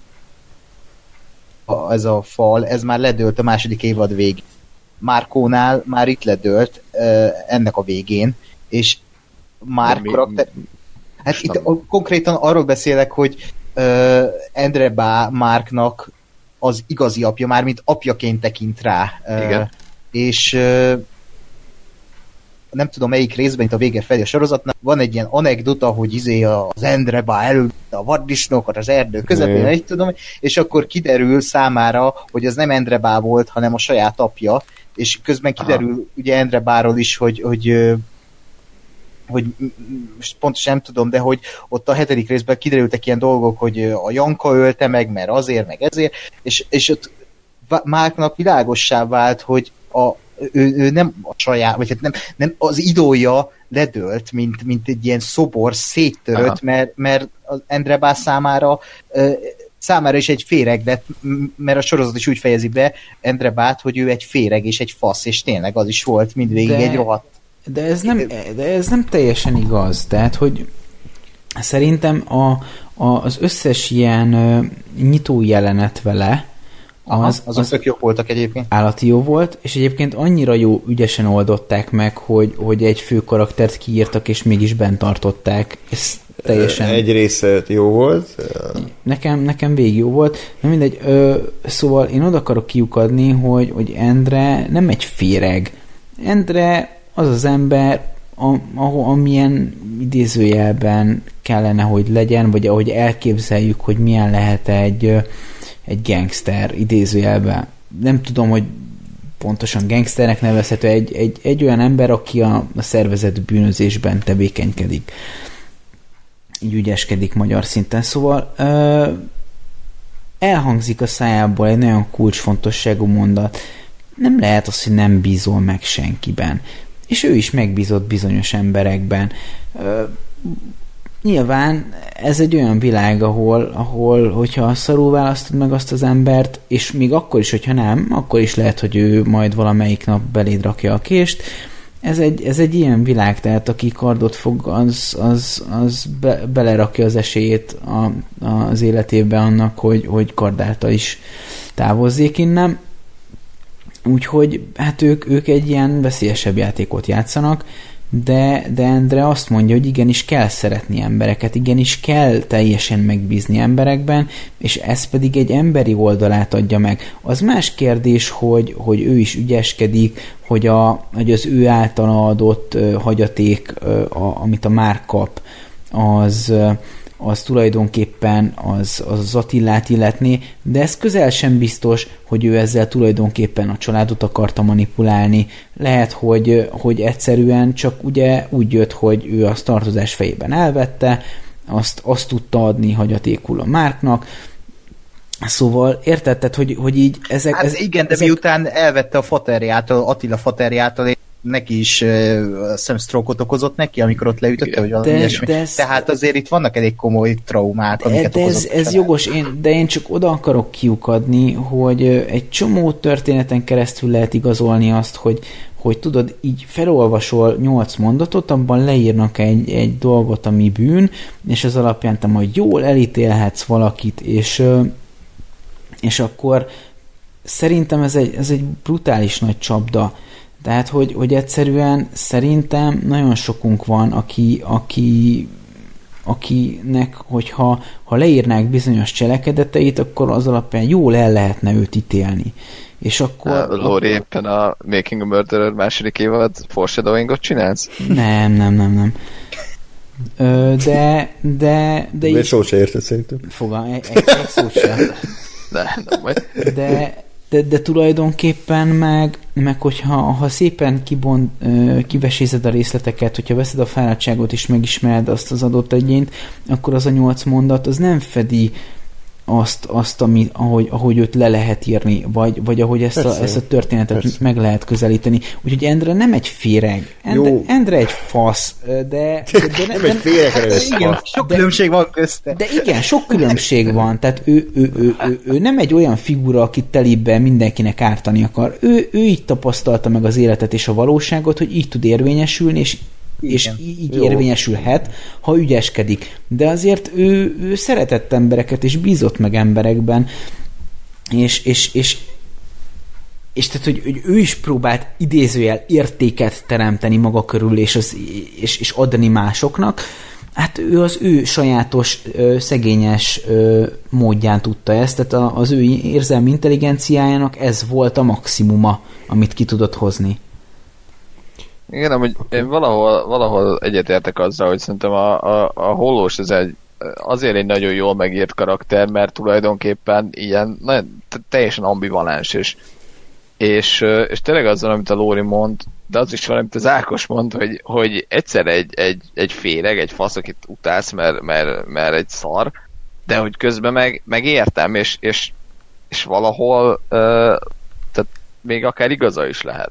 ez a fal, ez már ledőlt a második évad végén. Márkónál már itt ledőlt uh, ennek a végén, és Márk karakter... Hát itt a, konkrétan arról beszélek, hogy uh, Endre Bá Márknak az igazi apja, már mint apjaként tekint rá. Uh, Igen. És uh, nem tudom melyik részben, itt a vége felé a sorozatnak, van egy ilyen anekdota, hogy izé az Endre bá elő a vaddisznókat az erdő közepén, nem tudom, és akkor kiderül számára, hogy az nem Endre bá volt, hanem a saját apja, és közben kiderül Aha. ugye Endre báról is, hogy, hogy hogy pontosan nem tudom, de hogy ott a hetedik részben kiderültek ilyen dolgok, hogy a Janka ölte meg, mert azért, meg ezért, és, és ott Marknak világossá vált, hogy a, ő, ő nem a saját, vagy hát nem, nem az idója ledőlt, mint, mint egy ilyen szobor széttörött, Aha. mert, mert az Endre bá számára számára is egy féreg lett, mert a sorozat is úgy fejezi be Endre bát, hogy ő egy féreg és egy fasz, és tényleg az is volt mindvégig de... egy rohadt. De ez, nem, de ez nem teljesen igaz. Tehát, hogy szerintem a, a, az összes ilyen uh, nyitó jelenet vele Aha, az, azok az tök jók voltak egyébként. Állati jó volt, és egyébként annyira jó ügyesen oldották meg, hogy, hogy egy fő karaktert kiírtak, és mégis bent tartották. Ez teljesen... Egy része jó volt. Nekem, nekem végig jó volt. Na mindegy, ö, szóval én oda akarok kiukadni, hogy, hogy Endre nem egy féreg. Endre az az ember, ahol amilyen idézőjelben kellene, hogy legyen, vagy ahogy elképzeljük, hogy milyen lehet egy, egy gangster idézőjelben. Nem tudom, hogy pontosan gangsternek nevezhető egy, egy, egy olyan ember, aki a, a szervezett bűnözésben tevékenykedik. Így ügyeskedik magyar szinten. Szóval ö, elhangzik a szájából egy nagyon kulcsfontosságú mondat. Nem lehet az, hogy nem bízol meg senkiben. És ő is megbízott bizonyos emberekben. Ö, nyilván ez egy olyan világ, ahol, ahol hogyha szarul választod meg azt az embert, és még akkor is, hogyha nem, akkor is lehet, hogy ő majd valamelyik nap beléd rakja a kést. Ez egy, ez egy ilyen világ, tehát aki kardot fog, az, az, az be, belerakja az esélyét a, az életébe annak, hogy, hogy kardáltal is távozzék innen. Úgyhogy hát ők, ők egy ilyen veszélyesebb játékot játszanak, de, de Endre azt mondja, hogy igenis kell szeretni embereket, igenis kell teljesen megbízni emberekben, és ez pedig egy emberi oldalát adja meg. Az más kérdés, hogy, hogy ő is ügyeskedik, hogy, a, hogy az ő általa adott uh, hagyaték, uh, a, amit a Mark kap, az... Uh, az tulajdonképpen az, az Attillát illetné, de ez közel sem biztos, hogy ő ezzel tulajdonképpen a családot akarta manipulálni. Lehet, hogy, hogy egyszerűen csak ugye úgy jött, hogy ő azt tartozás fejében elvette, azt, azt tudta adni hagyatékul a Marknak. Szóval értetted, hogy, hogy így ezek... Hát ez, igen, de ezek... miután elvette a faterjától, Attila faterjától, neki is uh, stroke-ot okozott neki, amikor ott leütötte, vagy valami ilyesmi. Ez... Tehát azért itt vannak elég komoly traumák, amiket de okozott. Ez, ez jogos, én, de én csak oda akarok kiukadni, hogy egy csomó történeten keresztül lehet igazolni azt, hogy, hogy tudod, így felolvasol nyolc mondatot, abban leírnak egy, egy dolgot, ami bűn, és az alapján te majd jól elítélhetsz valakit, és, és akkor szerintem ez egy, ez egy brutális nagy csapda. Tehát, hogy, hogy egyszerűen szerintem nagyon sokunk van, aki, aki, akinek, hogyha ha leírnák bizonyos cselekedeteit, akkor az alapján jól el lehetne őt ítélni. És akkor... Uh, Lóri, éppen a Making a Murderer második évad foreshadowingot csinálsz? Nem, nem, nem, nem. Ö, de, de... De egy szót se érted szerintem. Fogal, egy, egy, egy szót se. De, nem majd. De... De, de tulajdonképpen meg, meg hogyha ha szépen kibont, kivesézed a részleteket, hogyha veszed a fáradtságot és megismered azt az adott egyént, akkor az a nyolc mondat az nem fedi azt, azt ami, ahogy, ahogy őt le lehet írni, vagy, vagy ahogy ezt a, ezt a történetet Persze. meg lehet közelíteni. Úgyhogy Endre nem egy féreg. Endre, Endre egy fasz, de... de, de nem, nem egy féreg, hanem egy igen, fasz. Sok de, különbség van közte. De igen, sok különbség van. Tehát ő, ő, ő, ő, ő nem egy olyan figura, aki telibe mindenkinek ártani akar. Ő, ő így tapasztalta meg az életet és a valóságot, hogy így tud érvényesülni, és és így Jó. érvényesülhet, ha ügyeskedik. De azért ő, ő szeretett embereket, és bízott meg emberekben, és, és, és, és tehát, hogy, hogy ő is próbált idézőjel értéket teremteni maga körül, és, az, és, és adni másoknak. Hát ő az ő sajátos, szegényes módján tudta ezt, tehát az ő érzelmi intelligenciájának ez volt a maximuma, amit ki tudott hozni. Igen, amúgy én valahol, valahol egyetértek azzal, hogy szerintem a, a, a Hollós ez egy, azért egy nagyon jól megírt karakter, mert tulajdonképpen ilyen nagyon, teljesen ambivalens, és, és, és tényleg azzal, amit a Lóri mond, de az is van, amit az Ákos mond, hogy, hogy egyszer egy, egy, egy féreg, egy fasz, akit utálsz, mert, mert, mert egy szar, de hogy közben meg, meg értem, és, és, és valahol uh, tehát még akár igaza is lehet.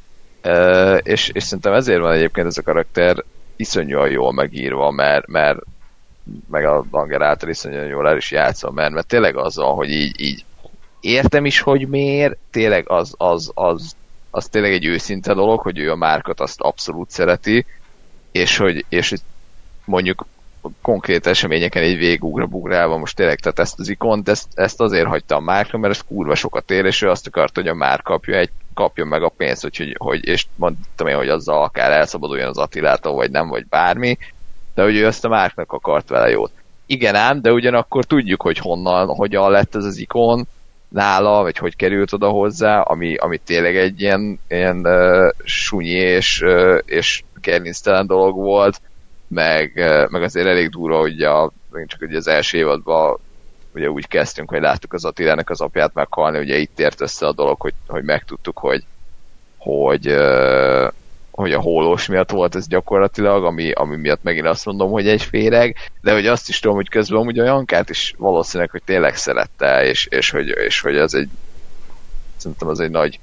Uh, és, és szerintem ezért van egyébként ez a karakter iszonyúan jól megírva, mert, mert meg a Langer által iszonyúan jól el is játszol, mert, mert tényleg az van, hogy így, így értem is, hogy miért, tényleg az, az, az, az tényleg egy őszinte dolog, hogy ő a Márkot azt abszolút szereti, és hogy, és hogy mondjuk konkrét eseményeken egy végugra-bugrálva most tényleg, tehát ezt az ikont, ezt, ezt azért hagyta a Márkra, mert ez kurva sokat ér, és ő azt akarta, hogy a Márk kapja, egy, kapja meg a pénzt, hogy, hogy, és mondtam én, hogy azzal akár elszabaduljon az Attilától, vagy nem, vagy bármi, de hogy ő azt a Márknak akart vele jót. Igen ám, de ugyanakkor tudjuk, hogy honnan, hogyan lett ez az ikon nála, vagy hogy került oda hozzá, ami, ami tényleg egy ilyen, ilyen uh, sunyi és, uh, és kerninctelen dolog volt, meg, uh, meg azért elég durva, hogy a, csak ugye az első évadban ugye úgy kezdtünk, hogy láttuk az Attilának az apját meghalni, ugye itt ért össze a dolog, hogy, hogy megtudtuk, hogy, hogy, uh, hogy a Hollós miatt volt ez gyakorlatilag, ami, ami miatt megint azt mondom, hogy egy féreg, de hogy azt is tudom, hogy közben amúgy a Jankát is valószínűleg, hogy tényleg szerette, és, és, hogy, és hogy az egy szerintem az egy nagy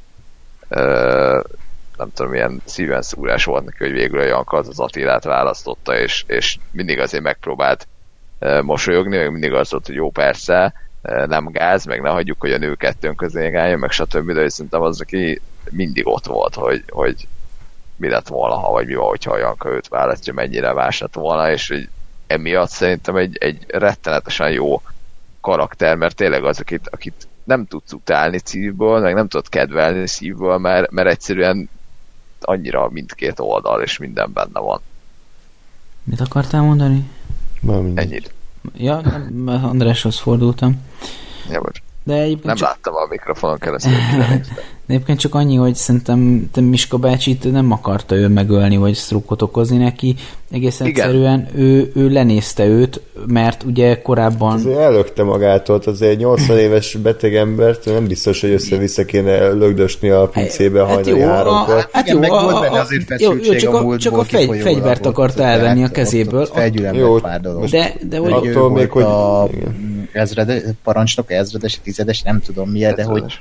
uh, nem tudom, milyen szíven szúrás volt neki, hogy végül a Janka az, az Attilát választotta, és, és mindig azért megpróbált uh, mosolyogni, meg mindig az volt, hogy jó persze, uh, nem gáz, meg ne hagyjuk, hogy a nő kettőnk közé álljon, meg stb. De szerintem az, aki mindig ott volt, hogy, hogy mi lett volna, ha vagy mi van, hogyha a Janka őt választja, mennyire más lett volna, és hogy emiatt szerintem egy, egy rettenetesen jó karakter, mert tényleg az, akit, akit nem tudsz utálni szívből, meg nem tudod kedvelni szívből, mert, mert egyszerűen annyira mindkét oldal, és minden benne van. Mit akartál mondani? Ennyit. Ja, nem, Andráshoz fordultam. Ja, vagy. De egyébként nem csak... láttam a mikrofonon keresztül. De egyébként csak annyi, hogy szerintem Miska bácsit nem akarta ő megölni, vagy sztrókot okozni neki. Egész egyszerűen ő, ő lenézte őt, mert ugye korábban... Azért ellökte magától, azért egy nyolcvan éves beteg embert, nem biztos, hogy össze-vissza kéne lögdösni a pincébe hát hajnali háromkor. Hát jó, meg volt benne azért feszültség csak a, a, csak a fegy, fegyvert akarta elvenni a kezéből. Fegyülemben pár dolog. De, de hogy attól még, hogy... A ezredes, parancsnok, ezredes, tizedes, nem tudom milyen, de hogy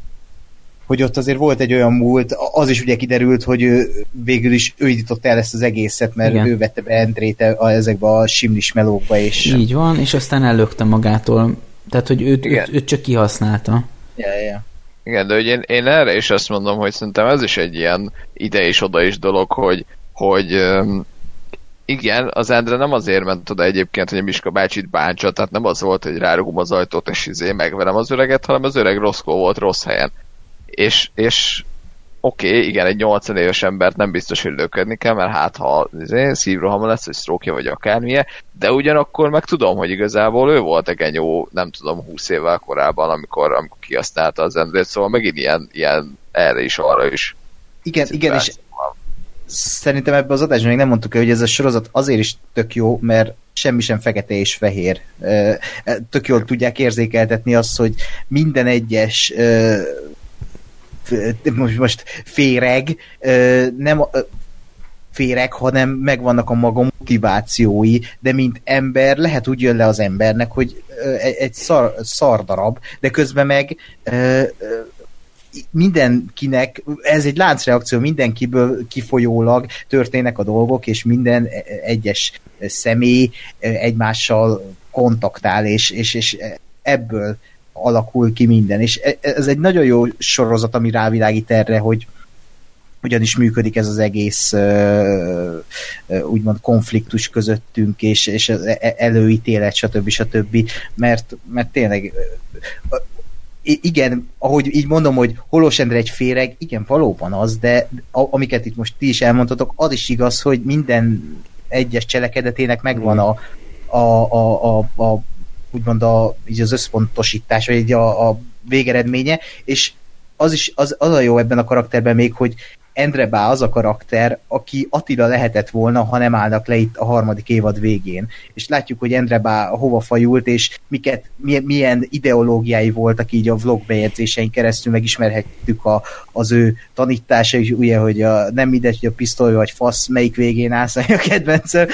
hogy ott azért volt egy olyan múlt, az is ugye kiderült, hogy ő végül is ő indította el ezt az egészet, mert igen. Ő vette be Endrét a, ezekbe a simlis melókba, és... Így van, és aztán ellökte magától. Tehát, hogy őt, őt, őt csak kihasználta. Ja, ja. Igen, de hogy én, én erre is azt mondom, hogy szerintem ez is egy ilyen ide és oda is dolog, hogy, hogy um, igen, az Endre nem azért ment oda egyébként, hogy a Miska bácsit bántsa, tehát nem az volt, hogy rárugom az ajtót, és izé megverem az öreget, hanem az öreg rosszkó volt rossz helyen. És, és oké, okay, igen, egy nyolcvan éves embert nem biztos, hogy löködni kell, mert hát ha szívrohama lesz, vagy sztrókja, vagy akármilyen, de ugyanakkor meg tudom, hogy igazából ő volt egy genyó, nem tudom, húsz évvel korábban, amikor, amikor kihasználta az Endrét, szóval megint ilyen, ilyen erre is, arra is. Igen, igen, és szerintem ebben az adásban még nem mondtuk el, hogy ez a sorozat azért is tök jó, mert semmi sem fekete és fehér. Tök jól tudják érzékeltetni azt, hogy minden egyes most, most féreg, nem féreg, hanem megvannak a maga motivációi, de mint ember lehet úgy jön le az embernek, hogy egy szar, szardarab, de közben meg mindenkinek, ez egy láncreakció, mindenkiből kifolyólag történnek a dolgok, és minden egyes személy egymással kontaktál, és, és, és ebből alakul ki minden, és ez egy nagyon jó sorozat, ami rávilágít erre, hogy hogyan is működik ez az egész úgymond konfliktus közöttünk, és, és az előítélet, stb. stb. Mert, mert tényleg igen, ahogy így mondom, hogy Hollós Endre egy féreg, igen, valóban az, de amiket itt most ti is elmondtatok, az is igaz, hogy minden egyes cselekedetének megvan a, a, a, a, a úgymond a, így az összpontosítás, vagy így a, a végeredménye, és az is az, az a jó ebben a karakterben még, hogy Endre Bá az a karakter, aki Attila lehetett volna, ha nem állnak le itt a harmadik évad végén. És látjuk, hogy Endre Bá hova fajult, és miket, milyen, milyen ideológiái voltak így a vlog bejegyzéseink keresztül, megismerhettük a, az ő tanításai, ugye, hogy a, nem mindegy, hogy a pisztoly vagy fasz, melyik végén állsz, a kedvencem.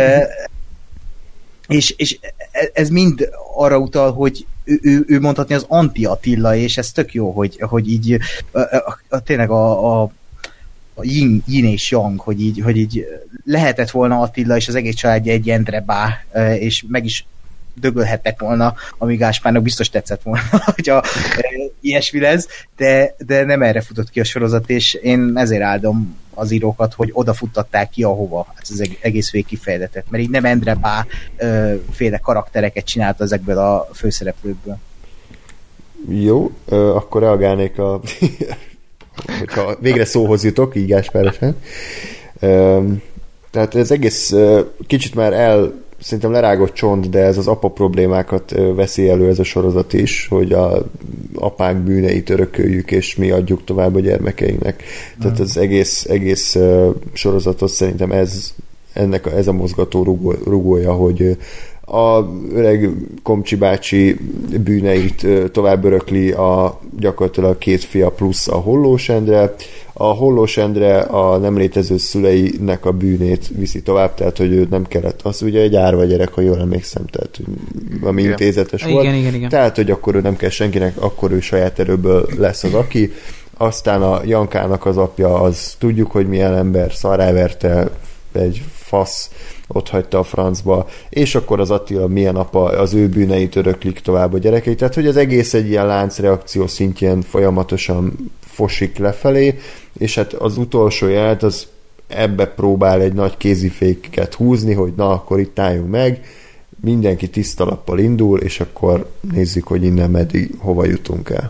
És, és ez mind arra utal, hogy ő, ő, ő mondhatni az anti-Attila, és ez tök jó, hogy, hogy így a, a, a, tényleg a, a, a yin, yin és yang, hogy így, hogy így lehetett volna Attila, és az egész családja egy Endre Bá, és meg is dögölhettek volna, ami Gáspárnak biztos tetszett volna, hogyha ilyesmi lesz, de, de nem erre futott ki a sorozat, és én ezért áldom az írókat, hogy odafuttatták ki ahova hát az egész vég kifejletet, mert így nem Endre Bá féle karaktereket csinált ezekből a főszereplőkből. Jó, akkor reagálnék a hogyha végre szóhoz jutok, így Gáspárosan. Tehát ez egész kicsit már el szerintem lerágott csont, de ez az apa problémákat veszi elő ez a sorozat is, hogy a apák bűneit örököljük, és mi adjuk tovább a gyermekeinknek. Mm. Tehát az egész, egész sorozatot szerintem ez, ennek a, ez a mozgató rugó, rugója, hogy a öreg Komcsi bácsi bűneit tovább örökli a gyakorlatilag a két fia plusz a Hollós Endre. A Hollós Endre a nem létező szüleinek a bűnét viszi tovább, tehát hogy ő nem kellett, az ugye egy árva gyerek, ha jól emlékszem, tehát ami igen. intézetes igen, volt. Igen, igen, igen. Tehát, hogy akkor ő nem kell senkinek, akkor ő saját erőből lesz az aki. Aztán a Jankának az apja, az tudjuk, hogy milyen ember, szarráverte egy fasz, ott hagyta a francba, és akkor az Attila milyen apa, az ő bűneit öröklik tovább a gyerekei. Tehát, hogy az egész egy ilyen láncreakció szintjén folyamatosan fosik lefelé, és hát az utolsó jelet az ebbe próbál egy nagy kéziféket húzni, hogy na, akkor itt álljunk meg, mindenki tiszta lappal indul, és akkor nézzük, hogy innen meddig hova jutunk el.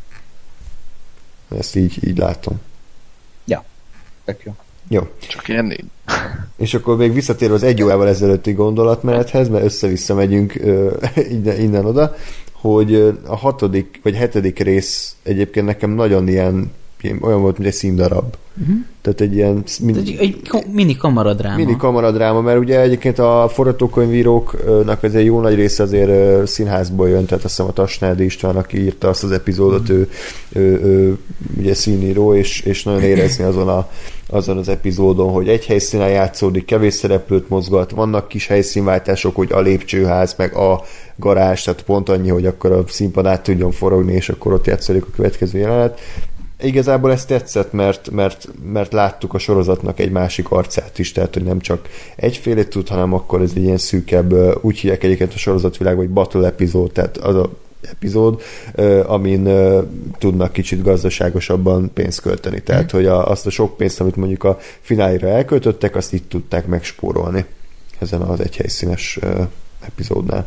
Ezt így, így látom. Ja, tök jó. Jó. Csak ilyen négy. És akkor még visszatérve az egy órával ezelőtti gondolatmenethez, mert össze-vissza megyünk uh, innen, innen oda, hogy a hatodik vagy hetedik rész egyébként nekem nagyon ilyen, olyan volt, mint egy színdarab. Uh-huh. Tehát egy ilyen... Min- egy, egy mini kamaradráma. Mini kamaradráma, mert ugye egyébként a forgatókönyvíróknak ez egy jó nagy része azért színházból jön, tehát azt hiszem a Tasnádi István, aki írta azt az epizódot, uh-huh. ő, ő, ő ugye színíró, és, és nagyon érezni azon, a, azon az epizódon, hogy egy helyszínen játszódik, kevés szereplőt mozgat, vannak kis helyszínváltások, hogy a lépcsőház, meg a garázs, tehát pont annyi, hogy akkor a színpad át tudjon forogni, és akkor ott játszódik a következő jelenet. Igazából ez tetszett, mert, mert, mert láttuk a sorozatnak egy másik arcát is, tehát hogy nem csak egyfélét tud, hanem akkor ez egy ilyen szűkebb, úgy hívják egyébként a sorozatvilágban, hogy battle epizód, tehát az a epizód, amin tudnak kicsit gazdaságosabban pénzt költeni. Tehát, hogy a, azt a sok pénzt, amit mondjuk a finálira elköltöttek, azt itt tudták megspórolni ezen az egyhelyszínes epizódnál.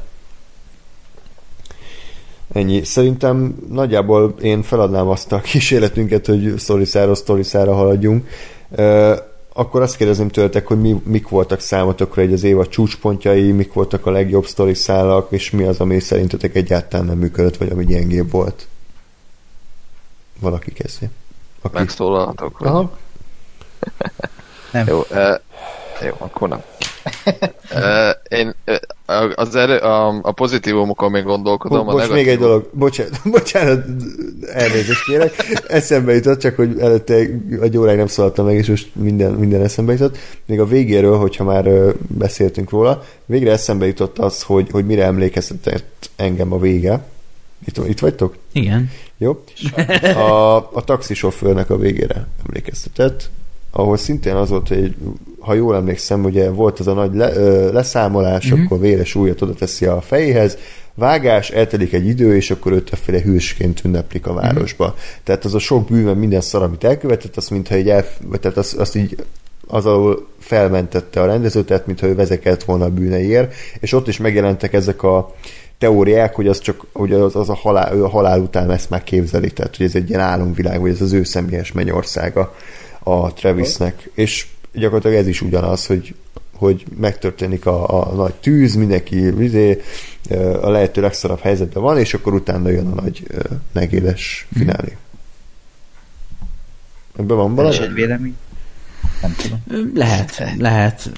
Ennyi. Szerintem nagyjából én feladnám azt a kísérletünket, hogy sztoriszáról sztoriszára haladjunk. Uh, akkor azt kérdezném tőletek, hogy mi, mik voltak számotokra egy az évad csúcspontjai, mik voltak a legjobb sztoriszálak, és mi az, ami szerintetek egyáltalán nem működött, vagy ami gyengébb volt. Valaki kezdje. Aki... Megszólalhatok? Aha. Nem. Jó, uh, jó, akkor nem. uh, én uh, az erő, a, a pozitívumokon még gondolkodom. Bo- most még egy dolog, bocsánat, bocsánat, elnézést kérek, eszembe jutott, csak hogy előtte egy óráig nem szólaltam meg, és most minden, minden eszembe jutott. Még a végéről, hogyha már uh, beszéltünk róla, végre eszembe jutott az, hogy, hogy mire emlékeztetett engem a vége. Itt, itt vagytok? Igen. Jó. A, a taxisofőrnek a végére emlékeztetett, ahol szintén az volt, hogy ha jól emlékszem, ugye volt az a nagy le, ö, leszámolás, mm-hmm. akkor véres ujjat oda teszi a fejéhez, vágás, eltelik egy idő, és akkor ötféle hősként ünneplik a városba. Mm-hmm. Tehát az a sok bűn, minden szar, amit elkövetett, azt mintha egy elf, tehát azt, azt így az, ahol felmentette a rendező, tehát mintha ő vezekelt volna a bűneiért, és ott is megjelentek ezek a teóriák, hogy az csak hogy az, az a, halál, ő a halál után ezt már képzeli, tehát hogy ez egy ilyen álomvilág, vagy ez az ő személyes mennyországa a Travisnek, és gyakorlatilag ez is ugyanaz, hogy, hogy megtörténik a, a nagy tűz, mindenki vizé, a lehető legszarabb helyzetben van, és akkor utána jön a nagy negédes finálé. Ebben van Van is valami? egy vélemény. Nem tudom. Lehet, lehet.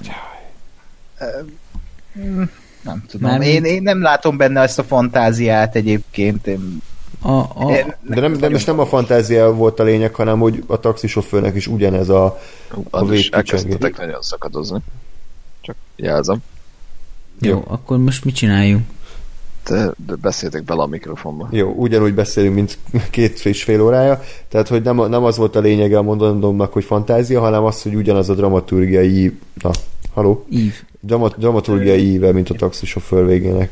Nem tudom. Már Én, én nem látom benne ezt a fantáziát egyébként. Én, A, a, én, De nem, de most nem a fantázia volt a lényeg, hanem hogy a taxisofőrnek is ugyanez a, a Az is végkicsengés. elkezdtetek nagyon szakadozni. Csak jelzem. jó, jó. akkor most mit csináljunk? De, de beszéltek bele a mikrofonba. Jó, ugyanúgy beszélünk, mint két és fél órája, tehát hogy nem, nem az volt a lényege a mondatomnak, hogy fantázia, hanem az, hogy ugyanaz a dramaturgiai, na, haló? Ív. Dramat, dramaturgiai íve, mint a taxisofőr végének.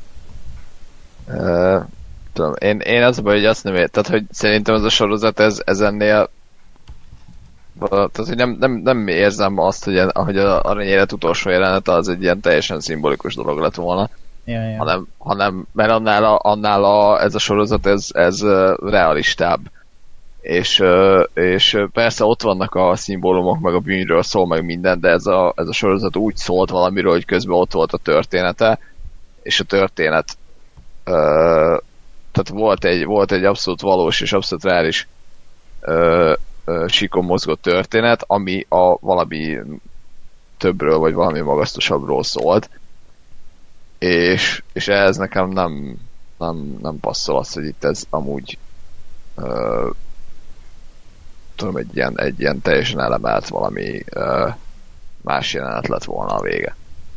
Uh, tudom, én, én az a baj, hogy azt nem ért, tehát hogy szerintem ez a sorozat, ez, ez ennél tehát, hogy nem, nem, nem érzem azt, hogy, hogy az aranyélet utolsó jelenete az egy ilyen teljesen szimbolikus dolog lett volna, ja, ja. hanem, hanem mert annál, a, annál a, ez a sorozat, ez, ez uh, realistább. És, uh, és persze ott vannak a szimbólumok, meg a bűnről szól, meg minden, de ez a, ez a sorozat úgy szólt valamiről, hogy közben ott volt a története, és a történet uh, tehát volt egy, volt egy abszolút valós és abszolút reális uh, uh, síkon mozgott történet, ami a valami többről, vagy valami magasztosabbról szólt. És, és ez nekem nem, nem, nem passzol az, hogy itt ez amúgy uh, tudom, egy ilyen, egy ilyen teljesen elemelt valami uh, más jelenet lett volna a vége.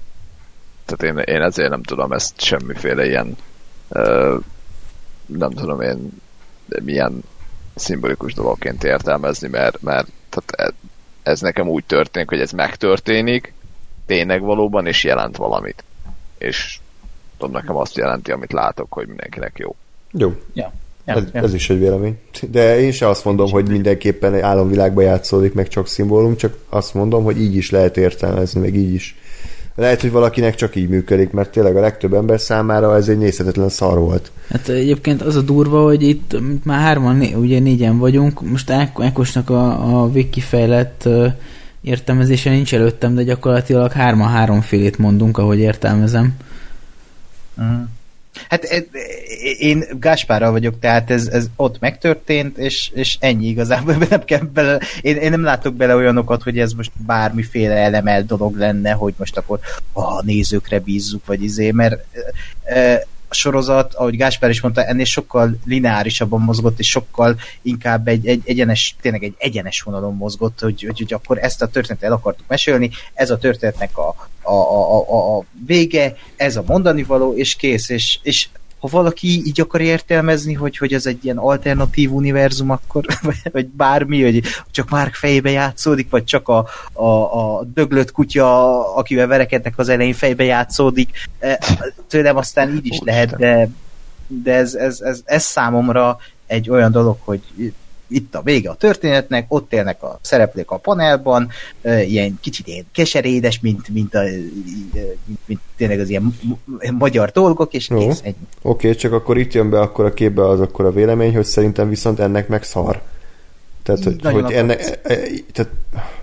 Tehát én, én ezért nem tudom ezt semmiféle ilyen uh, nem tudom én milyen szimbolikus dologként értelmezni, mert, mert tehát ez nekem úgy történik, hogy ez megtörténik, tényleg valóban, és jelent valamit. És tudom, nekem azt jelenti, amit látok, hogy mindenkinek jó. Jó. Ja. Ja, Ez, ja. ez is egy vélemény. De én sem azt mondom, hogy mindenképpen egy álomvilágban játszódik, meg csak szimbólum, csak azt mondom, hogy így is lehet értelmezni, meg így is. Lehet, hogy valakinek csak így működik, mert tényleg a legtöbb ember számára ez egy nézhetetlen szar volt. Hát egyébként az a durva, hogy itt már hárman, né- ugye négyen vagyunk, most Ák- Ákosnak a, a végkifejlett uh, értelmezése nincs előttem, de gyakorlatilag hárman háromfélét mondunk, ahogy értelmezem. Uh-huh. Hát e, én Gáspárral vagyok, tehát ez, ez ott megtörtént, és, és ennyi igazából, nem kell bele, én, én nem látok bele olyanokat, hogy ez most bármiféle elemelt dolog lenne, hogy most akkor a nézőkre bízzuk, vagy izé, mert e, a sorozat, ahogy Gáspár is mondta, ennél sokkal lineárisabban mozgott, és sokkal inkább egy, egy egyenes, tényleg egy egyenes vonalon mozgott, hogy, hogy, hogy akkor ezt a történetet el akartuk mesélni, ez a történetnek a, a, a, a, a vége, ez a mondani való, és kész, és, és ha valaki így akar értelmezni, hogy, hogy ez egy ilyen alternatív univerzum, akkor, vagy bármi, hogy csak Mark fejébe játszódik, vagy csak a, a, a döglött kutya, akivel verekednek az elején, fejbe játszódik. Tőlem aztán így is Ó, lehet, de, de ez, ez, ez, ez számomra egy olyan dolog, hogy itt a vége a történetnek, ott élnek a szereplők a panelban, ilyen kicsit ilyen keserédes, mint, mint, a, mint, mint tényleg az ilyen magyar dolgok, és kész. Oké, okay, csak akkor itt jön be akkor a képbe az akkor a vélemény, hogy szerintem viszont ennek meg szar. Tehát, hogy, hogy ennek... E, e, tehát,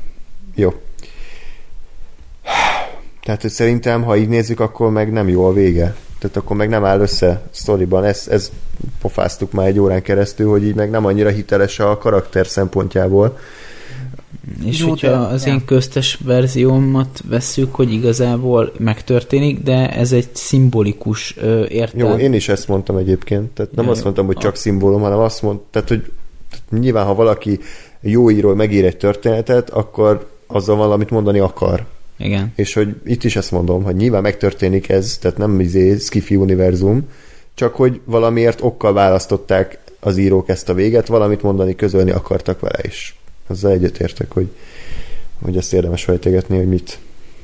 jó. Tehát, hogy szerintem, ha így nézzük, akkor meg nem jó a vége. Tehát akkor meg nem áll össze sztoriban. Ezt, ezt pofáztuk már egy órán keresztül, hogy így meg nem annyira hiteles a karakter szempontjából. És jó, hogyha az ja. én köztes verziómat vesszük, hogy igazából megtörténik, de ez egy szimbolikus ö, értelem. Jó, én is ezt mondtam egyébként. Tehát nem ja, azt mondtam, hogy csak szimbólum, hanem azt mondtam, tehát, hogy tehát nyilván, ha valaki jó író megír egy történetet, akkor azzal valamit mondani akar. Igen. És hogy itt is ezt mondom, hogy nyilván megtörténik ez, tehát nem izé Skifi univerzum, csak hogy valamiért okkal választották az írók ezt a véget, valamit mondani, közölni akartak vele is. Azzal egyetértek, hogy, hogy ezt érdemes fejtegetni, hogy mit.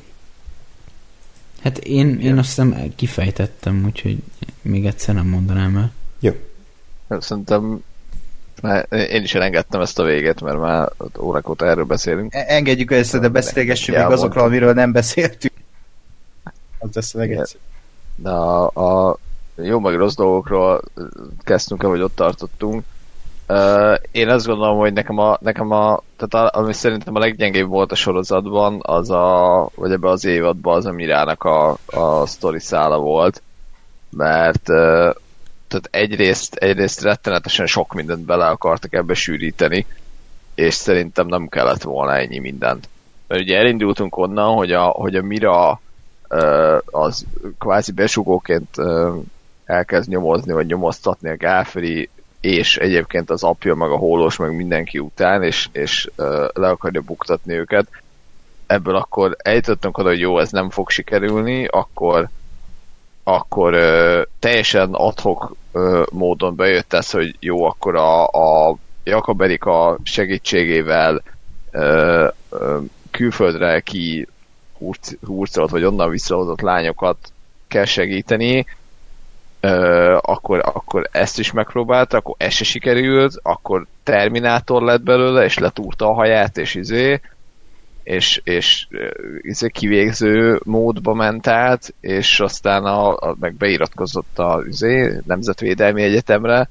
Hát én, én azt hiszem kifejtettem, úgyhogy még egyszer nem mondanám el. Jó. Szerintem én is elengedtem ezt a véget, mert már órák óta erről beszélünk. Engedjük össze, de beszélgessünk még azokról, amiről nem beszéltünk. Az lesz a legegyszerűbb. De a, a jó meg rossz dolgokról kezdtünk el, vagy ott tartottunk. Uh, én azt gondolom, hogy nekem a, nekem a tehát a, ami szerintem a leggyengébb volt a sorozatban, az a, vagy ebben az évadban az a Mirának a, a sztori szála volt, mert uh, tehát egyrészt, egyrészt rettenetesen sok mindent bele akartak ebbe sűríteni, és szerintem nem kellett volna ennyi mindent. Mert ugye elindultunk onnan, hogy a, hogy a Mira az kvázi besugóként elkezd nyomozni, vagy nyomoztatni a Gáferi, és egyébként az apja, meg a Hólós, meg mindenki után, és, és le akarja buktatni őket. Ebből akkor eljutottunk oda, hogy jó, ez nem fog sikerülni, akkor, akkor ö, teljesen adhok ö, módon bejött ez, hogy jó, akkor a, a Jakab Erika segítségével ö, ö, külföldre ki hurc, hurcolt, vagy onnan visszahozott lányokat kell segíteni, ö, akkor, akkor ezt is megpróbálta, akkor ez se sikerült, akkor Terminátor lett belőle, és letúrta a haját, és izé, és, és izé kivégző módba ment át, és aztán a, a, meg beiratkozott a izé, Nemzetvédelmi Egyetemre,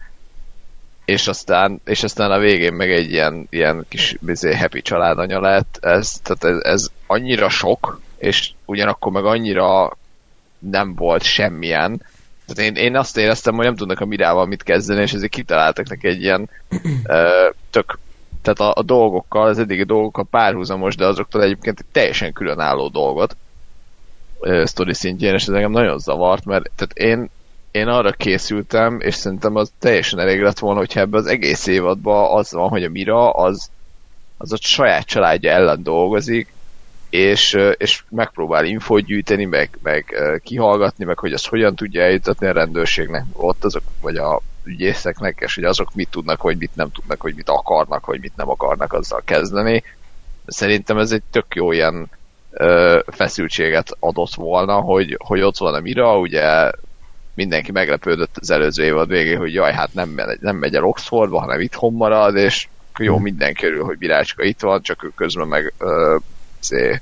és aztán, és aztán a végén meg egy ilyen, ilyen kis izé, happy családanya lett. Ez, tehát ez, ez annyira sok, és ugyanakkor meg annyira nem volt semmilyen. Tehát én, én azt éreztem, hogy nem tudnak a Mirával mit kezdeni, és ezért kitaláltak neki egy ilyen ö, tök, tehát a, a dolgokkal, az eddigi dolgokkal párhuzamos, de azoktól egyébként egy teljesen különálló dolgot ö, sztori szintjén, és ez engem nagyon zavart, mert tehát én, én arra készültem, és szerintem az teljesen elég lett volna, hogyha ebben az egész évadban az van, hogy a Mira az, az a saját családja ellen dolgozik, és, és megpróbál infót gyűjteni, meg, meg kihallgatni, meg hogy azt hogyan tudja eljutatni a rendőrségnek, ott azok, vagy a ügyészeknek, és hogy azok mit tudnak, vagy mit nem tudnak, vagy mit akarnak, vagy mit nem akarnak azzal kezdeni. Szerintem ez egy tök jó ilyen ö, feszültséget adott volna, hogy, hogy ott van a Mira, ugye mindenki meglepődött az előző évad végén, hogy jaj, hát nem, nem megy el Oxfordba, hanem itthon marad, és jó, minden körül, hogy Birácska itt van, csak ő közben meg ö, zé,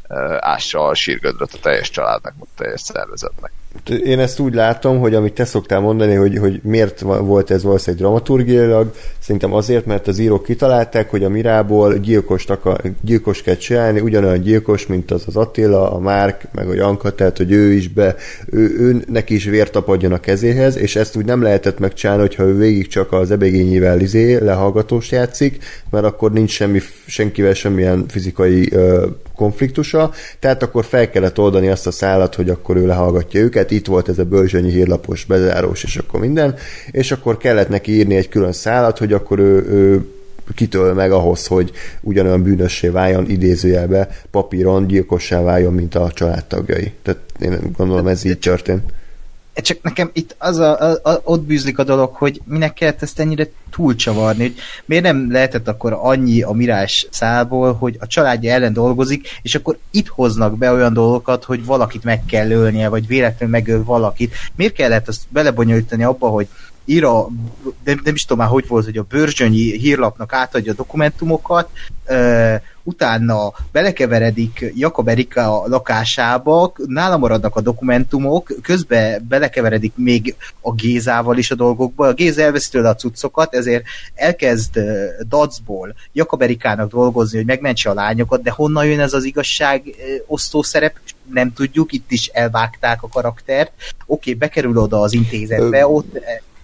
ássa a sírgödröt a teljes családnak, a teljes szervezetnek. Én ezt úgy látom, hogy amit te szoktál mondani, hogy, hogy miért volt ez valószínűleg dramaturgiailag, szerintem azért, mert az írók kitalálták, hogy a Mirából gyilkost, akar, gyilkos kell csinálni, ugyanolyan gyilkos, mint az az Attila, a Márk, meg a Janka, tehát hogy ő is be, ő, ő neki is vért tapadjon a kezéhez, és ezt úgy nem lehetett megcsinálni, hogyha ő végig csak az ebegényével izé, lehallgatóst játszik, mert akkor nincs semmi, senkivel semmilyen fizikai ö, konfliktusa, tehát akkor fel kellett oldani azt a szálat, hogy akkor ő lehallgatja őket, itt volt ez a bölzsönyi hírlapos bezárós, és akkor minden, és akkor kellett neki írni egy külön szálat, hogy akkor ő, ő kitől meg ahhoz, hogy ugyanolyan bűnössé váljon, idézőjelbe, papíron gyilkossá váljon, mint a családtagjai. Tehát én gondolom, ez így történt. Csak nekem itt az a, a, a, ott bűzlik a dolog, hogy minek kellett ezt ennyire túlcsavarni, hogy miért nem lehetett akkor annyi a Mirás szálból, hogy a családja ellen dolgozik, és akkor itt hoznak be olyan dolgokat, hogy valakit meg kell ölnie, vagy véletlenül megöl valakit. Miért kellett azt belebonyolítani abba, hogy ír a, nem, nem is tudom már, hogy volt, hogy a Börzsönyi hírlapnak átadja a dokumentumokat, uh, utána belekeveredik Jakab Erika lakásába, nála maradnak a dokumentumok, közben belekeveredik még a Gézával is a dolgokba, a Géza elveszi tőle a cuccokat, ezért elkezd uh, dacból Jakab Erikának dolgozni, hogy megmentse a lányokat, de honnan jön ez az igazság uh, osztó szerep, nem tudjuk, itt is elvágták a karaktert. Oké, okay, bekerül oda az intézetbe, ott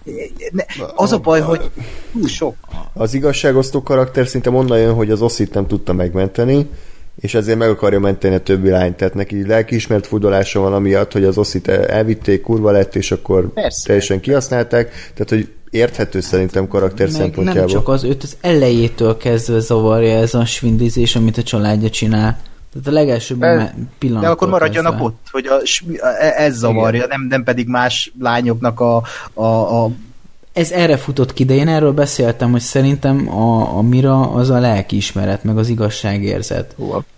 az a baj, hogy túl sok. Az igazságosztó karakter szinte onnan jön, hogy az Oszit nem tudta megmenteni, és ezért meg akarja menteni a többi lányt. Tehát neki lelkiismert furdalása van amiatt, hogy az Oszit elvitték, kurva lett, és akkor persze, teljesen kihasználták. Tehát, hogy érthető szerintem karakter meg szempontjából. Nem csak az, őt az elejétől kezdve zavarja ez a svindlizés, amit a családja csinál. Tehát a legelső pillanattól de akkor maradjanak kezdve ott, hogy a, ez zavarja, nem, nem pedig más lányoknak a, a, a... Ez erre futott ki, de én erről beszéltem, hogy szerintem a, a Mira az a lelkiismeret, meg az igazságérzet.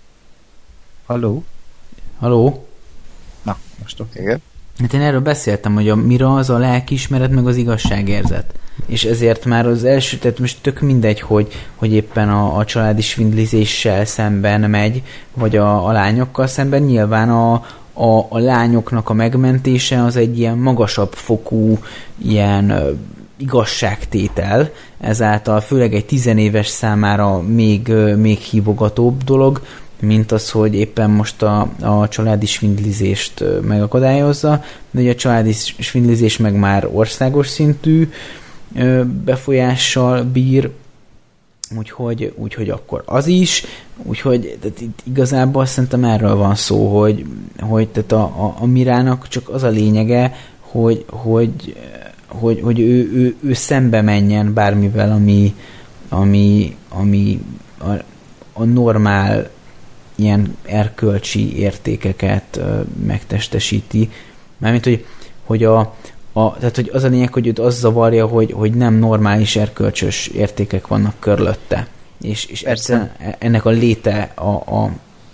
Halló? Halló? Na, most ott. Igen. Hát én erről beszéltem, hogy a Mira az a lelkiismeret, meg az igazságérzet. És ezért már az első, tehát most tök mindegy, hogy, hogy éppen a, a családi svindlizéssel szemben megy, vagy a, a lányokkal szemben. Nyilván a, a, a lányoknak a megmentése az egy ilyen magasabb fokú ilyen uh, igazságtétel, ezáltal főleg egy tizenéves számára még, uh, még hívogatóbb dolog, mint az, hogy éppen most a, a családi svindlizést megakadályozza, de ugye a családi svindlizés meg már országos szintű befolyással bír, úgyhogy, úgyhogy akkor az is, úgyhogy tehát itt igazából szerintem erről van szó, hogy, hogy tehát a, a, a Mirának csak az a lényege, hogy, hogy, hogy, hogy ő, ő, ő szembe menjen bármivel, ami, ami, ami a, a normál ilyen erkölcsi értékeket uh, megtestesíti. Mármint, hogy, hogy, a, a, tehát, hogy az a lényeg, hogy őt az zavarja, hogy, hogy nem normális erkölcsös értékek vannak körülötte. És, és egyszerűen ennek a léte, a, a,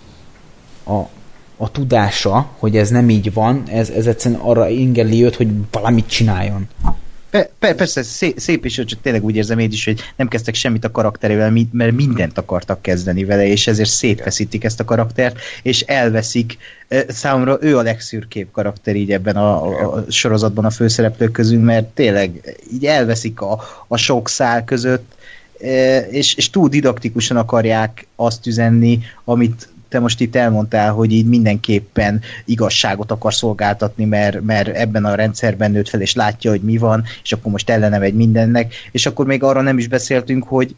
a, a tudása, hogy ez nem így van, ez, ez egyszerűen arra ingeli őt, hogy valamit csináljon. Per, persze, szép, szép is, csak tényleg úgy érzem én is, hogy nem kezdtek semmit a karakterével, mert mindent akartak kezdeni vele, és ezért szétfeszítik ezt a karaktert, és elveszik. Számomra ő a legszürkébb karakter így ebben a, a sorozatban a főszereplők közül, mert tényleg így elveszik a, a sok szál között, és, és túl didaktikusan akarják azt üzenni, amit te most itt elmondtál, hogy így mindenképpen igazságot akar szolgáltatni, mert, mert ebben a rendszerben nőtt fel, és látja, hogy mi van, és akkor most ellene megy mindennek, és akkor még arra nem is beszéltünk, hogy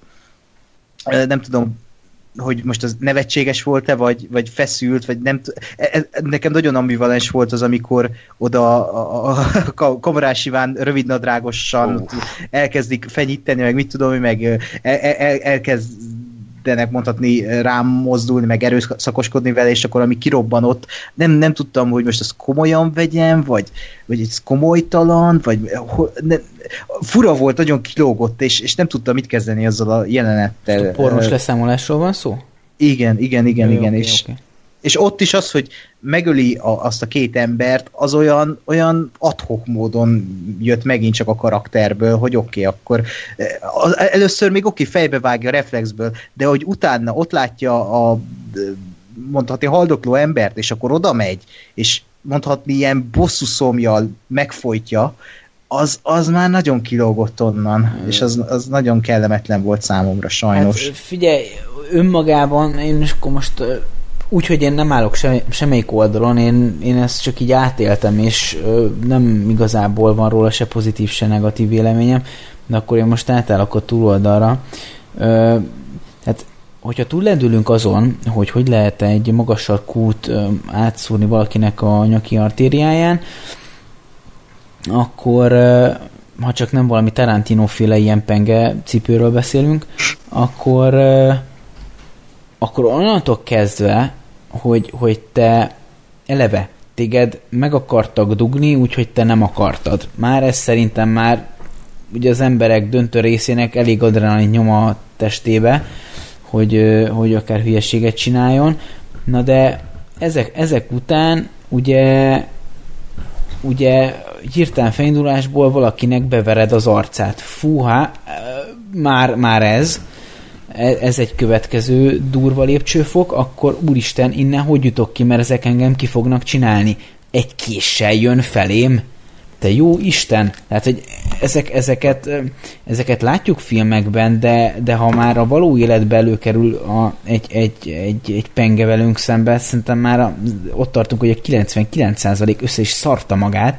nem tudom, hogy most az nevetséges volt-e, vagy, vagy feszült, vagy nem t- nekem nagyon ambivalens volt az, amikor oda a, a, a Kamarás Iván rövidnadrágosan oh. elkezdik fenyíteni, meg mit tudom, meg el, el, elkezd de mondhatni, rám mozdulni, meg erőszakoskodni vele, és akkor ami kirobbanott, nem, nem tudtam, hogy most ezt komolyan vegyem, vagy, vagy ez komolytalan, vagy ne, fura volt, nagyon kilógott, és, és nem tudtam mit kezdeni azzal a jelenettel. A pornos leszámolásról van szó? Igen, igen, igen, Jó, igen, okay, és, okay. és ott is az, hogy megöli a, azt a két embert, az olyan, olyan ad-hoc módon jött megint csak a karakterből, hogy oké, okay, akkor az, először még oké, okay, fejbe vágja reflexből, de hogy utána ott látja a mondhatni haldokló embert, és akkor oda megy, és mondhatni ilyen bosszúszomjal megfojtja, az, az már nagyon kilógott onnan, hmm. és az, az nagyon kellemetlen volt számomra, sajnos. Hát figyelj, önmagában én is akkor most úgyhogy én nem állok sem, semmelyik oldalon, én, én ezt csak így átéltem, és ö, nem igazából van róla se pozitív, se negatív véleményem, de akkor én most átállok a túloldalra. Ö, hát, hogyha túllendülünk azon, hogy hogy lehet egy magas sarkút ö, átszúrni valakinek a nyaki artériáján, akkor ö, ha csak nem valami Tarantino-féle ilyen penge cipőről beszélünk, akkor ö, akkor onnantól kezdve, hogy, hogy te eleve téged meg akartak dugni, úgyhogy te nem akartad. Már ez szerintem már ugye az emberek döntő részének elég adrenalin nyom a testébe, hogy, hogy akár hülyeséget csináljon. Na de ezek, ezek után ugye ugye hirtelen felindulásból valakinek bevered az arcát. Fúha, már, már ez ez egy következő durva lépcsőfok, akkor úristen, innen hogy jutok ki, mert ezek engem ki fognak csinálni. Egy késsel jön felém. Te jó Isten! Tehát, hogy ezek, ezeket, ezeket látjuk filmekben, de, de ha már a való életbe előkerül a, egy, egy, egy, egy penge velünk szembe, szerintem már a, ott tartunk, hogy a kilencvenkilenc százalék össze is szarta magát,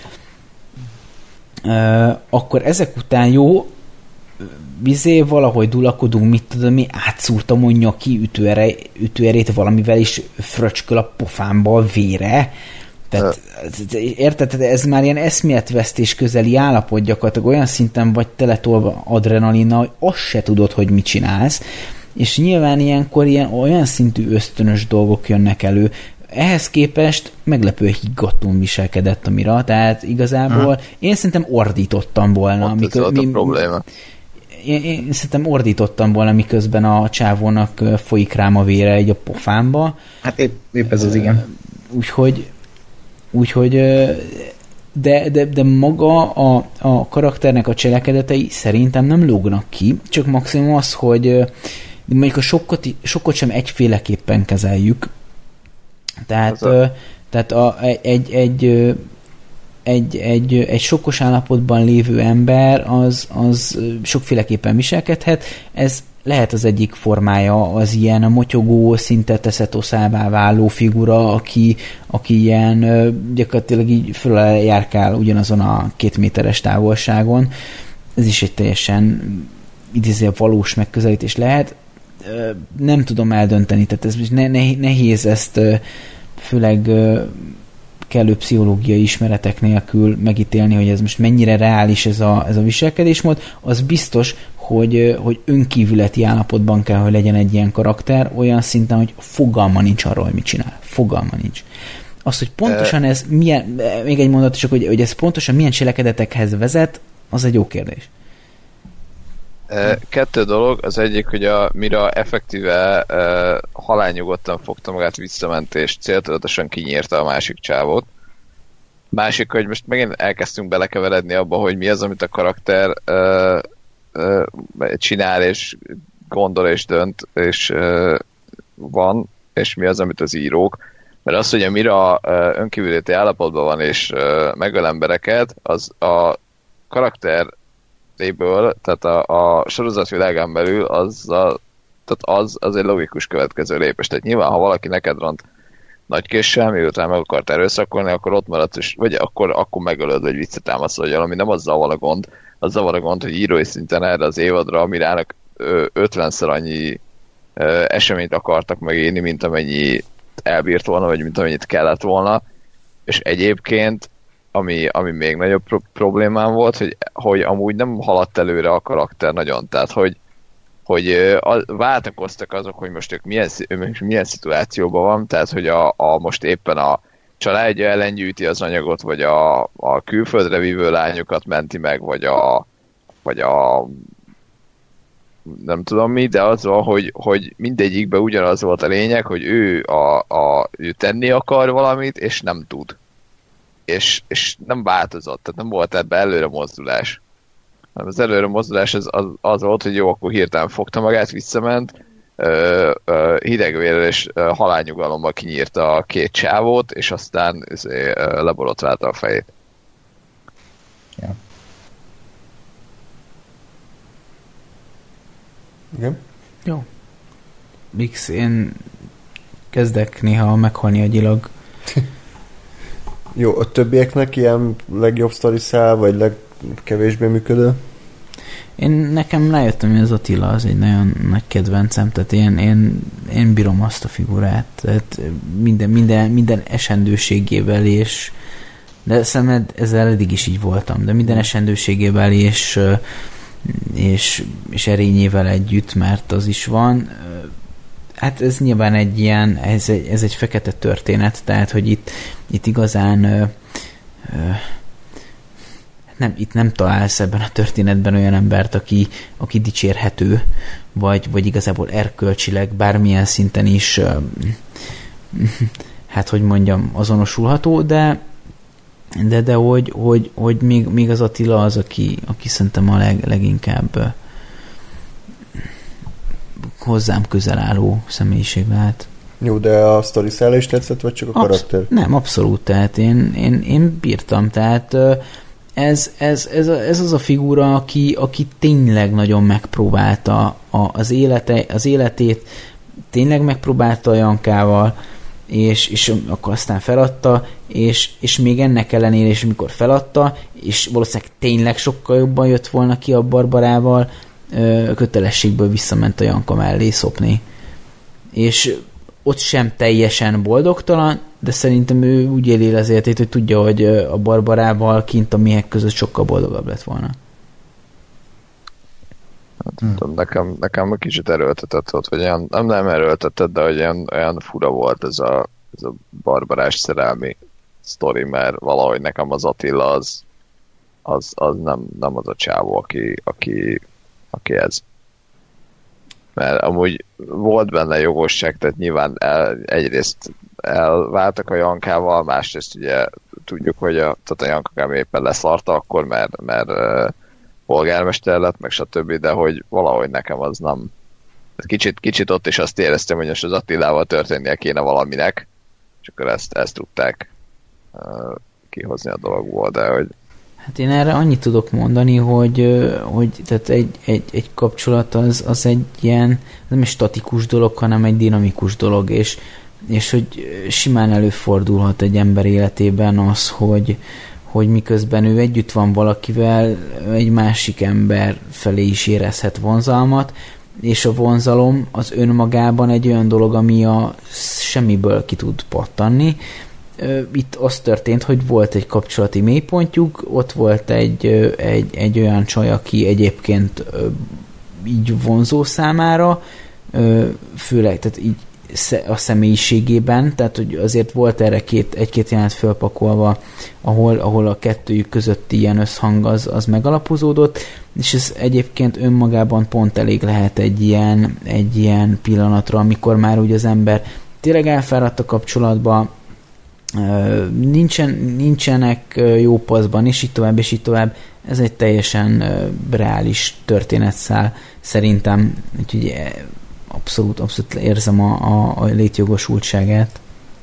uh, akkor ezek után jó, bizé valahogy dulakodunk, mit tudom, mi átszúrtam a nyaki ütőere, ütőerét valamivel, is fröcsköl a pofámba a vére. Tehát, érted? Ez már ilyen eszméletvesztés közeli állapot, gyakorlatilag olyan szinten vagy teletolva adrenalinnal, hogy azt se tudod, hogy mit csinálsz, és nyilván ilyenkor ilyen olyan szintű ösztönös dolgok jönnek elő. Ehhez képest meglepő higgadtón viselkedett a Mira, tehát igazából hmm. én szerintem ordítottam volna. Amikor, ez mi, a probléma. Én, én szerintem ordítottam volna, miközben a csávónak folyik rám a vére egy a pofámba. Hát épp, épp ez az igen. Úgyhogy úgyhogy de, de, de maga a, a karakternek a cselekedetei szerintem nem lógnak ki, csak maximum az, hogy mondjuk a sokkot, sokkot sem egyféleképpen kezeljük. Tehát, a... tehát a, egy, egy Egy, egy, egy sokkos állapotban lévő ember az, az sokféleképpen viselkedhet. Ez lehet az egyik formája az ilyen a motyogó, szinte teszetoszává váló figura, aki, aki ilyen gyakorlatilag így följárkál ugyanazon a két méteres távolságon. Ez is egy teljesen idézően valós megközelítés lehet. Nem tudom eldönteni, tehát ez ne, ne, nehéz ezt főleg kellő pszichológiai ismeretek nélkül megítélni, hogy ez most mennyire reális ez a, ez a viselkedésmód. Az biztos, hogy, hogy önkívületi állapotban kell, hogy legyen egy ilyen karakter, olyan szinten, hogy fogalma nincs arról, hogy mit csinál. Fogalma nincs. Az, hogy pontosan ez milyen, még egy mondat csak, hogy, hogy ez pontosan milyen cselekedetekhez vezet, az egy jó kérdés. Kettő dolog, az egyik, hogy a Mira effektíve uh, halálnyugodtan fogta magát, visszament és céltudatosan kinyírta a másik csávót. Másik, hogy most megint elkezdtünk belekeveredni abba, hogy mi az, amit a karakter uh, uh, csinál és gondol és dönt és uh, van, és mi az, amit az írók. Mert az, hogy a Mira uh, önkívüléti állapotban van és uh, megöl embereket, az a karakter ből, tehát a, a sorozatvilágán belül az, a, tehát az, az egy logikus következő lépés. Tehát nyilván, ha valaki neked ront nagy késsel, miután meg akart erőszakolni, akkor ott maradsz, és, vagy akkor, akkor megölöd, vagy visszatámasz, vagy valami, nem azzal van a gond. Azzal van a gond, hogy írói szinten erre az évadra, Mirának ötvenszer annyi ö, eseményt akartak megírni, mint amennyi elbírt volna, vagy mint amennyit kellett volna. És egyébként Ami, ami még nagyobb pro- problémám volt, hogy, hogy amúgy nem haladt előre a karakter nagyon, tehát hogy, hogy a, váltakoztak azok, hogy most ők milyen, milyen szituációban van, tehát hogy a, a most éppen a családja ellen gyűjti az anyagot, vagy a, a külföldre vívő lányokat menti meg, vagy a, vagy a nem tudom mi, de az van, hogy, hogy mindegyikben ugyanaz volt a lényeg, hogy ő, a, a, ő tenni akar valamit, és nem tud. És, és nem változott, tehát nem volt ebben előre mozdulás. Az előre mozdulás az, az, az volt, hogy jó, akkor hirtelen fogta magát, visszament, ö, ö, hidegvérrel és ö, halálnyugalommal kinyírta a két csávót, és aztán ö, leborotválta a fejét. Ja. Igen? Jó. X, én kezdek néha meghalni agyilag. Jó, a többieknek ilyen legjobb sztoriszál, vagy legkevésbé működő? Én nekem rájöttem, hogy az Attila az egy nagyon nagy kedvencem, tehát én, én, én bírom azt a figurát, tehát minden, minden, minden esendőségével, és de szerintem ezzel eddig is így voltam, de minden esendőségével és, és, és erényével együtt, mert az is van. Hát ez nyilván egy ilyen, ez egy, ez egy fekete történet, tehát, hogy itt, itt igazán ö, ö, nem, itt nem találsz ebben a történetben olyan embert, aki, aki dicsérhető, vagy, vagy igazából erkölcsileg bármilyen szinten is ö, hát, hogy mondjam, azonosulható, de de, de hogy, hogy, hogy még, még az Attila az, aki, aki szerintem a leg, leginkább hozzám közel álló személyiség lehet. Jó, de a sztoriszála is tetszett, vagy csak a Absz- karakter? Nem, abszolút, tehát én, én, én bírtam, tehát ez, ez, ez, ez az a figura, aki, aki tényleg nagyon megpróbálta a, az, élete, az életét, tényleg megpróbálta a Jankával, és, és akkor aztán feladta, és, és még ennek ellenére, és amikor feladta, és valószínűleg tényleg sokkal jobban jött volna ki a Barbarával, kötelességből visszament a Janka mellé szopni. És ott sem teljesen boldogtalan, de szerintem ő úgy éli az életét, hogy tudja, hogy a Barbarával kint a méhek között sokkal boldogabb lett volna. Hmm. Nekem, nekem kicsit erőltetett volt, vagy olyan, nem, nem erőltetett, de hogy olyan, olyan fura volt ez a, ez a barbarás szerelmi sztori, mert valahogy nekem az Attila az, az, az nem, nem az a csávó, aki, aki, aki ez. Mert amúgy volt benne jogosság, tehát nyilván el, egyrészt elváltak a Jankával, másrészt ugye tudjuk, hogy a, tehát a Janka éppen leszarta akkor, mert, mert uh, polgármester lett, meg stb., de hogy valahogy nekem az nem... Kicsit, kicsit ott is azt éreztem, hogy most az Attilával történnie kéne valaminek, és akkor ezt, ezt tudták uh, kihozni a dologból, de hogy... Hát én erre annyit tudok mondani, hogy, hogy tehát egy, egy, egy kapcsolat az, az egy ilyen, nem egy statikus dolog, hanem egy dinamikus dolog, és, és hogy simán előfordulhat egy ember életében az, hogy, hogy miközben ő együtt van valakivel, egy másik ember felé is érezhet vonzalmat, és a vonzalom az önmagában egy olyan dolog, ami a semmiből ki tud pattanni. Itt az történt, hogy volt egy kapcsolati mélypontjuk, ott volt egy, egy, egy olyan csaj, aki egyébként így vonzó számára, főleg tehát így a személyiségében, tehát hogy azért volt erre két, egy-két jelenet fölpakolva, ahol, ahol a kettőjük közötti ilyen összhang az, az megalapozódott, és ez egyébként önmagában pont elég lehet egy ilyen, egy ilyen pillanatra, amikor már úgy az ember tényleg elfáradt a kapcsolatba, nincsen, nincsenek jó paszban, és így tovább, és így tovább. Ez egy teljesen reális történetszál szerintem, úgyhogy abszolút, abszolút érzem a, a, a létjogosultságát.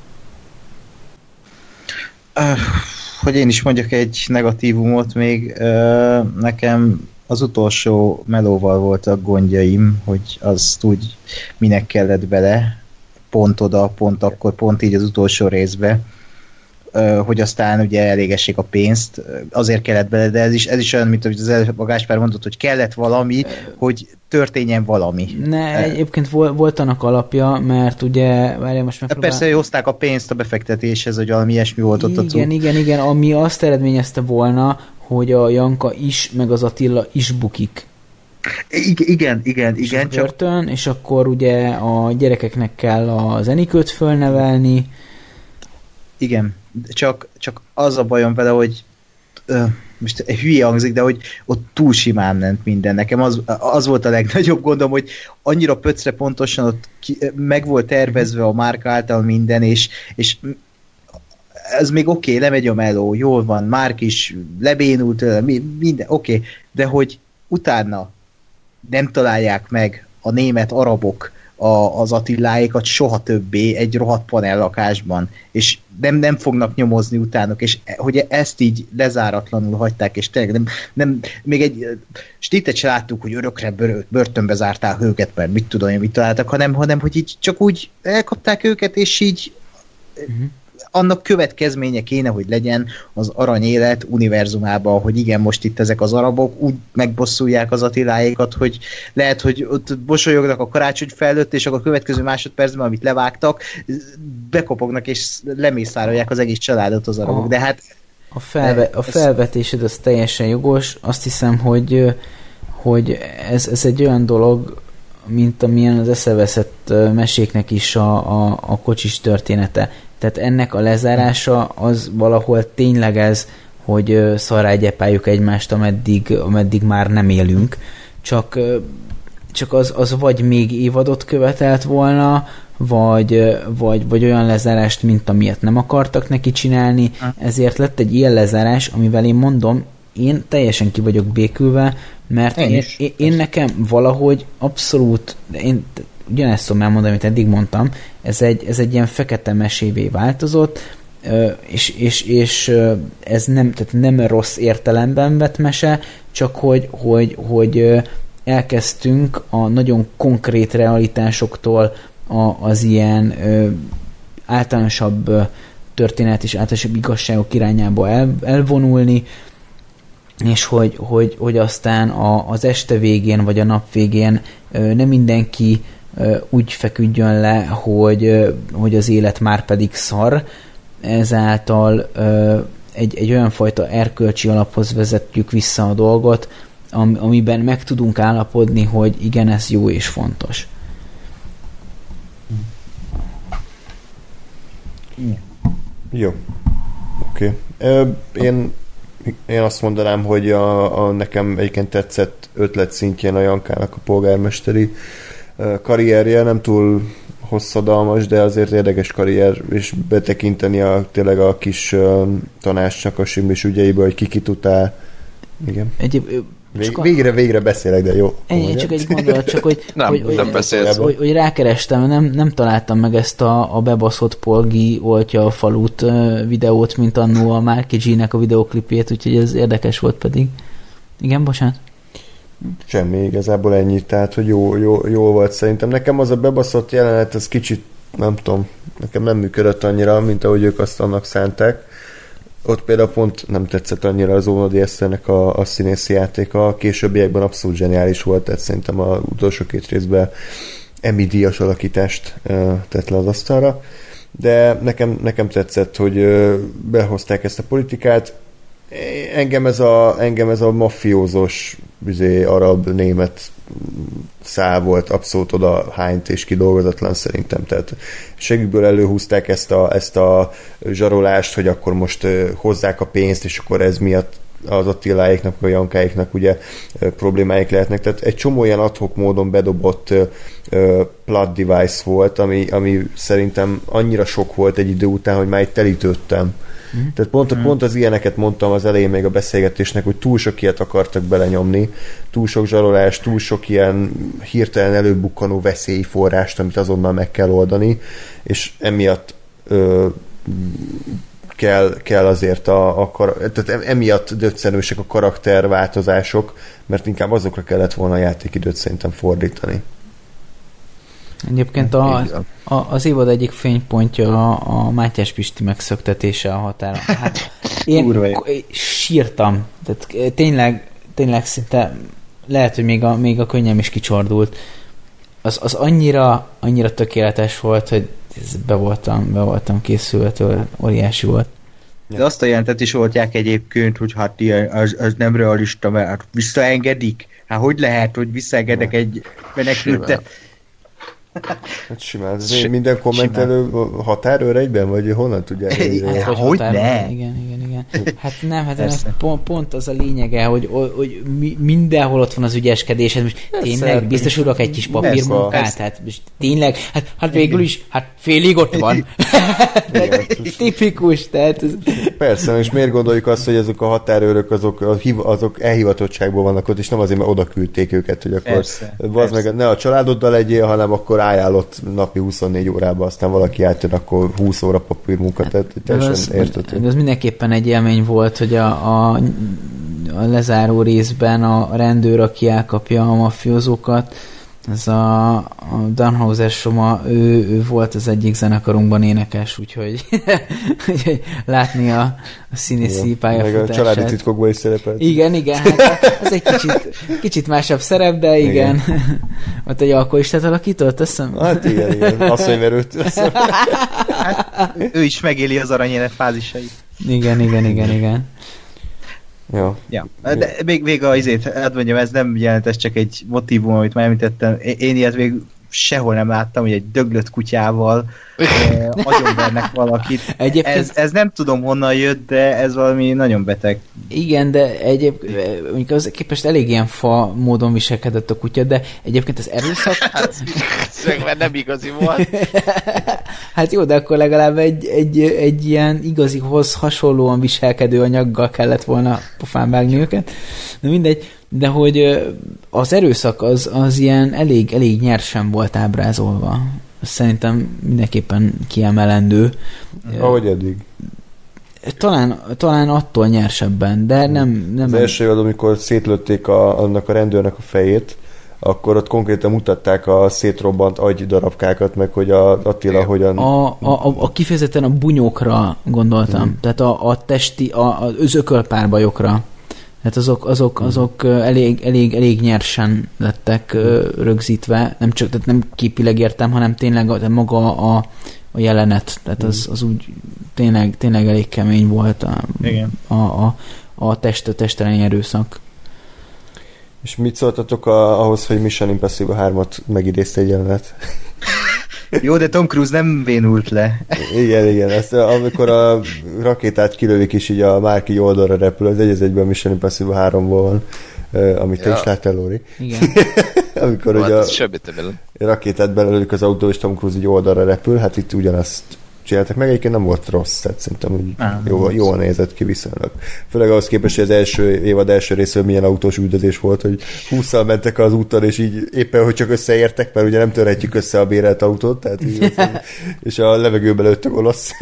Uh, hogy én is mondjak egy negatívumot még, uh, nekem az utolsó melóval voltak gondjaim, hogy azt úgy minek kellett bele, pont oda, pont akkor, pont így az utolsó részbe, hogy aztán ugye elégessék a pénzt, azért kellett bele, de ez is, ez is olyan, mint az előbb a Gáspár mondott, hogy kellett valami, hogy történjen valami. Ne, egyébként volt annak alapja, mert ugye, várjál most megpróbál... Persze, hogy hozták a pénzt a befektetéshez, hogy valami ilyesmi volt ott a Igen, igen, igen, ami azt eredményezte volna, hogy a Janka is, meg az Attila is bukik. I- igen, igen, és igen. Csak... Börtön, és akkor ugye a gyerekeknek kell a Zenikőt fölnevelni. Igen, csak, csak az a bajom vele, hogy ö, most hülye hangzik, de hogy ott túl simán ment minden. Nekem az, az volt a legnagyobb gondom, hogy annyira pöcre pontosan ott ki, meg volt tervezve a márka által minden, és, és ez még oké, okay, lemegy a meló, jól van, Márk is lebénult, minden, oké, okay, de hogy utána nem találják meg a német arabok a, az Attiláékat soha többé egy rohadt panellakásban, és nem, nem fognak nyomozni utánuk, és hogy ezt így lezáratlanul hagyták, és tényleg nem, nem még egy stítet se láttuk, hogy örökre börtönbe zárták őket, mert mit tudom én, mit találtak, hanem, hanem hogy így csak úgy elkapták őket, és így uh-huh. annak következménye kéne, hogy legyen az aranyélet univerzumában, hogy igen, most itt ezek az arabok úgy megbosszulják az Attiláékat, hogy lehet, hogy ott mosolyognak a karácsony felőtt, és akkor a következő másodpercben, amit levágtak, bekopognak, és lemészárolják az egész családot az arabok. De hát... A, felve, a felvetésed az teljesen jogos. Azt hiszem, hogy, hogy ez, ez egy olyan dolog, mint amilyen az eszeveszett meséknek is a, a, a kocsis története. Tehát ennek a lezárása az valahol tényleg ez, hogy szarrá gyepáljuk egymást, ameddig, ameddig már nem élünk. Csak, csak az, az vagy még évadot követelt volna, vagy, vagy, vagy olyan lezárást, mint amilyet nem akartak neki csinálni. Ezért lett egy ilyen lezárás, amivel én mondom, én teljesen ki vagyok békülve, mert én, én, én, én nekem valahogy abszolút, én ugyanezt tudom elmondani, amit eddig mondtam, ez egy, ez egy ilyen fekete mesévé változott, és, és, és ez nem, tehát nem rossz értelemben vett mese, csak hogy, hogy, hogy elkezdtünk a nagyon konkrét realitásoktól a, az ilyen általánosabb történet és általánosabb igazságok irányába el, elvonulni, és hogy, hogy, hogy aztán a, az este végén, vagy a nap végén nem mindenki úgy feküdjön le, hogy, hogy az élet már pedig szar, ezáltal egy, egy olyan fajta erkölcsi alaphoz vezetjük vissza a dolgot, amiben meg tudunk állapodni, hogy igen, ez jó és fontos. Jó. Oké. Okay. Én, én azt mondanám, hogy a, a nekem egyébként tetszett ötlet szintjén a Jankának a polgármesteri karrierje, nem túl hosszadalmas, de azért érdekes karrier, és betekinteni a, tényleg a kis uh, tanácsnak a simlis ügyeibe, hogy ki ki tudtál. Igen. Egyéb, Vég, a... Végre, végre beszélek, de jó. Ennyi, csak egy gondolat, csak hogy, nem, hogy, nem hogy, beszélsz. Hogy, hogy rákerestem, nem, nem találtam meg ezt a, a bebaszott Polgi oltja a falut videót, mint annó a Márki G-nek a videoklipjét, úgyhogy ez érdekes volt pedig. Igen, bocsánat? Semmi, igazából ennyi, tehát, hogy jó, jó, jó volt szerintem. Nekem az a bebaszott jelenet, ez kicsit, nem tudom, nekem nem működött annyira, mint ahogy ők azt annak szánták. ott például pont nem tetszett annyira az Ono dé es-nek a, a színészi játéka, a későbbiekben abszolút zseniális volt, tehát szerintem az utolsó két részben Emmy díjas alakítást uh, tett le az asztalra, de nekem, nekem tetszett, hogy uh, behozták ezt a politikát. Engem ez a, engem ez a mafiózos bizé, arab, német szál volt abszolút oda hányt és kidolgozatlan szerintem, tehát segükből előhúzták ezt a, ezt a zsarolást, hogy akkor most uh, hozzák a pénzt, és akkor ez miatt az Attiláéknak, a Jankáéknak ugye problémáik lehetnek. Tehát egy csomó ilyen ad-hoc módon bedobott uh, plot device volt, ami, ami szerintem annyira sok volt egy idő után, hogy már egy telítődtem. Mm. Tehát pont, mm. pont az ilyeneket mondtam az elején még a beszélgetésnek, hogy túl sok ilyet akartak belenyomni, túl sok zsarolás, túl sok ilyen hirtelen előbukkanó veszélyforrást, amit azonnal meg kell oldani, és emiatt uh, Kell, kell azért a, a kar- tehát emiatt döccenősek a karakterváltozások, mert inkább azokra kellett volna a játékidőt szerintem fordítani. Egyébként a, a, az évad egyik fénypontja a, a Mátyás Pisti megszöktetése a határon. Hát én sírtam. Tehát tényleg, tényleg szinte lehet, hogy még a, még a könnyem is kicsordult. Az, az annyira, annyira tökéletes volt, hogy be voltam, be voltam készülve, óriási volt. De azt a jelentet is oltják egyébként, hogy hát ilyen, az, az nem realista, mert visszaengedik. Hát hogy lehet, hogy visszaengedek egy menekültet? Hát simán. simán. Minden kommentelő határőr egyben, vagy honnan tudják? Hát, hogy hogy ne? Igen, igen, igen. Hát nem, hát pont, pont az a lényege, hogy, hogy mindenhol ott van az ügyeskedés. Hát most tényleg biztos urok egy kis papírmunkát? Hát most tényleg, hát, hát végül is, hát félig ott van. Tipikus, tehát... Persze, és miért gondoljuk azt, hogy azok a határőrök, azok, azok elhivatottságból vannak ott, és nem azért, mert oda küldték őket, hogy akkor az meg ne a családoddal legyél, hanem akkor álljál ott napi huszonnégy órában, aztán valaki átjön, akkor húsz óra papírmunka, tehát teljesen értető. Ez mindenképpen egy élmény volt, hogy a, a, a lezáró részben a rendőr, aki elkapja a mafiózókat, ez a, a Danhauser Soma, ő, ő volt az egyik zenekarunkban énekes, úgyhogy, úgyhogy látni a, a színészi pályafutását. Meg a Családi titkokból is szerepelt. Igen, igen, hát az egy kicsit, kicsit másabb szerep, de igen. igen. Ott egy alkoholistát alakított, azt hiszem? Hát igen, igen. Asszonyverőt. Hát, ő is megéli az aranyélet fázisait. Igen, igen, igen, igen. Ja. ja. De még, még a izét, hát mondjam, ez nem jelent, ez csak egy motívum, amit már említettem. Én ilyet még sehol nem láttam, hogy egy döglött kutyával eh, agyonvernek valakit. Ez, ez nem tudom honnan jött, de ez valami nagyon beteg. Igen, de egyébként mondjuk az képest elég ilyen fa módon viselkedett a kutya, de egyébként az erőszak... Szögben nem igazi volt. Hát jó, de akkor legalább egy, egy, egy ilyen igazihoz hasonlóan viselkedő anyaggal kellett volna pofán vágni őket. De mindegy. De hogy az erőszak az, az ilyen elég, elég nyersen volt ábrázolva. Szerintem mindenképpen kiemelendő. Ahogy eddig. Talán, talán attól nyersebben, de nem... nem az első évad, amikor szétlőtték a, annak a rendőrnek a fejét, akkor ott konkrétan mutatták a szétrobbant agydarabkákat, meg hogy a Attila hogyan... A, a, a, a kifejezetten a bunyókra gondoltam. Hmm. Tehát a, a testi, a, az ökölpárbajokra. Hát azok, azok, azok elég, elég, elég nyersen lettek rögzítve, nem csak tehát nem képileg értem, hanem tényleg de maga a, a jelenet, tehát az, az úgy tényleg, tényleg elég kemény volt a, a, a, a test, a testeleni erőszak. És mit szóltatok a, ahhoz, hogy Mission Impossible hármat megidézte egy jelenet? Jó, de Tom Cruise nem vénult le. Igen, igen. Ezt, amikor a rakétát kilövik is így a Márki oldalra repül, az egy az egyben Mission Impossible háromból van, amit ja. te is láttál, Lóri. Igen. Amikor ugye a rakétát belelődik az autó, és Tom Cruise így oldalra repül, hát itt ugyanazt csináltak meg, egyébként nem volt rossz, tehát szerintem úgy jó, jól nézett ki viszonylag. Főleg ahhoz képest, hogy az első évad első részről milyen autós üldözés volt, hogy hússzal mentek az úton, és így éppen, hogy csak összeértek, mert ugye nem törhetjük össze a bérelt autót, tehát így, és a levegőbe lőttök olasz.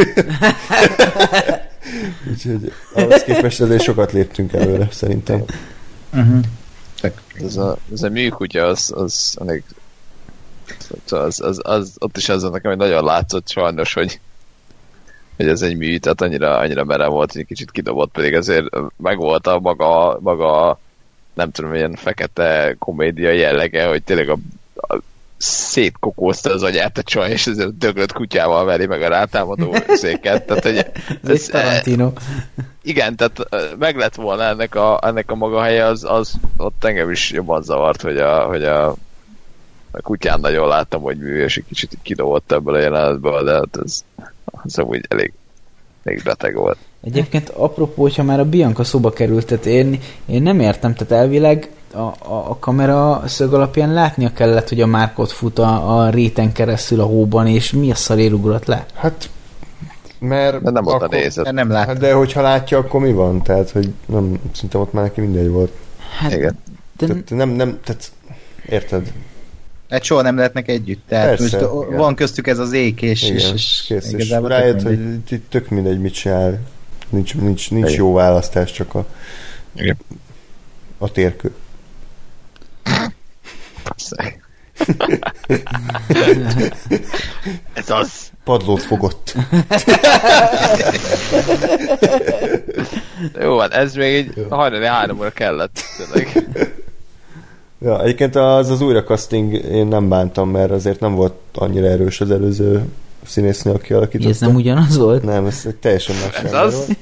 Úgyhogy ahhoz képest azért sokat léptünk előre, szerintem. Uh-huh. Ez, a, ez a műkutya, az, az, az, az, az, az, ott is az nekem, hogy nagyon látszott sajnos, hogy hogy ez egy mű, tehát annyira, annyira merev volt, hogy kicsit kidobott, pedig azért megvolt a maga, maga nem tudom, ilyen fekete komédia jellege, hogy tényleg a, a szétkokózta az agyát a csaj, és ezért a döglött kutyával veri meg a rátámadó széket. Tehát, hogy ez, ez Tarantino. Igen, tehát meg lett volna ennek a, ennek a maga helye, az, az ott engem is jobban zavart, hogy a, hogy a, a kutyán nagyon láttam, hogy mű, és egy kicsit kidobott ebből a jelenetből, de hát ez, az amúgy elég, elég beteg volt. Egyébként apropó, hogyha már a Bianca szóba került, tehát én, én nem értem, tehát elvileg a, a, a kamera szög alapján látnia kellett, hogy a Markot fut a, a réten keresztül a hóban, és mi a szarér ugrott le? Hát, mert... De nem oda akkor, nézett. Nem lát. Hát de hogyha látja, akkor mi van? Tehát, hogy nem, szerintem ott már neki mindegy volt. Hát, igen. De... Tehát nem, nem, tehát érted? Hát soha nem lehetnek együtt. Tehát Persze, most igen. van köztük ez az ék, és, Igen, és, és kész, és igazából rájött, tök hogy mindegy. itt tök mindegy, mit csinál. Nincs, nincs, nincs Igen. jó választás, csak a, Igen. a térkő. Ez az. Padlót fogott. Jó, hát ez még egy hajnali háromra kellett. Tényleg. Ja, egyébként az az újrakaszting én nem bántam, mert azért nem volt annyira erős az előző színésznő, aki alakította. Ez nem ugyanaz volt? Nem, ez egy teljesen más Ez ember az? volt.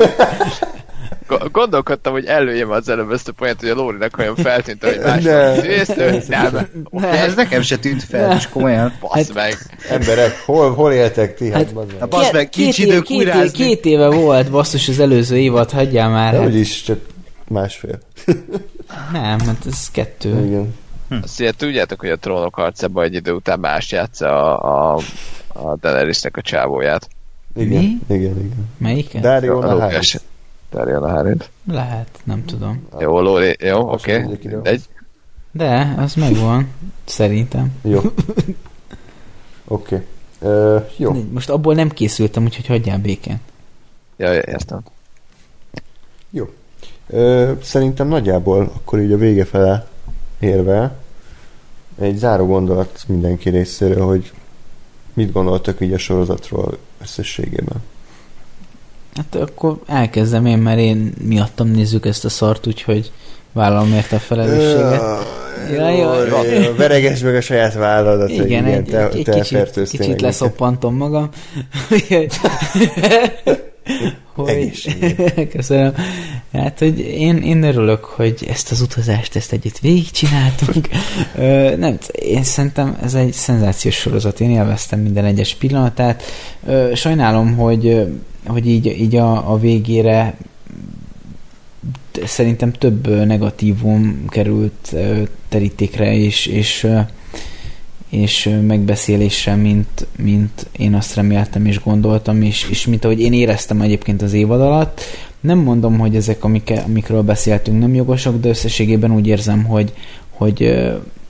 Gondolkodtam, hogy előjem az előbb ezt a poént, hogy a Lórinak olyan feltűnt, hogy más De- volt színésznő. Nem, Ez nekem se tűnt fel, és komolyan. basz meg. Emberek, hol, hol éltek ti? Hát, Hát- bazd meg. Hát bazd meg, két, nincs két, idők két, két, újrázni. két éve volt, basszus, az előző évad, hagyjál már. De Hát, úgyis csak másfél. nem, hát ez kettő. Igen. Azt ugye tudjátok, hogy a Trónok harcában egy idő után más játsza a, a, a Daenerysnek a csávóját. Igen, Mi? igen, igen. Melyiket? Dario A Naharis. Lóriás. Dario Naharis. Lehet, nem tudom. Jó, Lóri, jó, Azt oké. mondja ki, jó. Egy. De, az megvan. Szerintem. Jó. Oké. Okay. Jó. Most abból nem készültem, úgyhogy hagyjál békén. Ja, értem. Jó. Ö, szerintem nagyjából akkor így a vége fele érve egy záró gondolat mindenki részéről, hogy mit gondoltak így a sorozatról összességében. Hát akkor elkezdem én, mert én miattam nézzük ezt a szart, úgyhogy vállalom érte a felelősséget. Ja, jó. Jó, veregesd meg a saját válladat, hogy Igen, igen, egy, te, egy, te egy kicsit, fertőztél kicsit meg leszoppantom magam. Úgyhogy- hogy, Egészséged. köszönöm. Hát, hogy én, én örülök, hogy ezt az utazást, ezt együtt végigcsináltunk. Ö, nem, én szerintem ez egy szenzációs sorozat. Én élveztem minden egyes pillanatát. Ö, sajnálom, hogy, hogy így, így a, a végére szerintem több negatívum került terítékre, és, és, és megbeszélésre, mint, mint én azt reméltem és gondoltam, és, és mint ahogy én éreztem egyébként az évad alatt. Nem mondom, hogy ezek, amik, amikről beszéltünk, nem jogosak, de összességében úgy érzem, hogy, hogy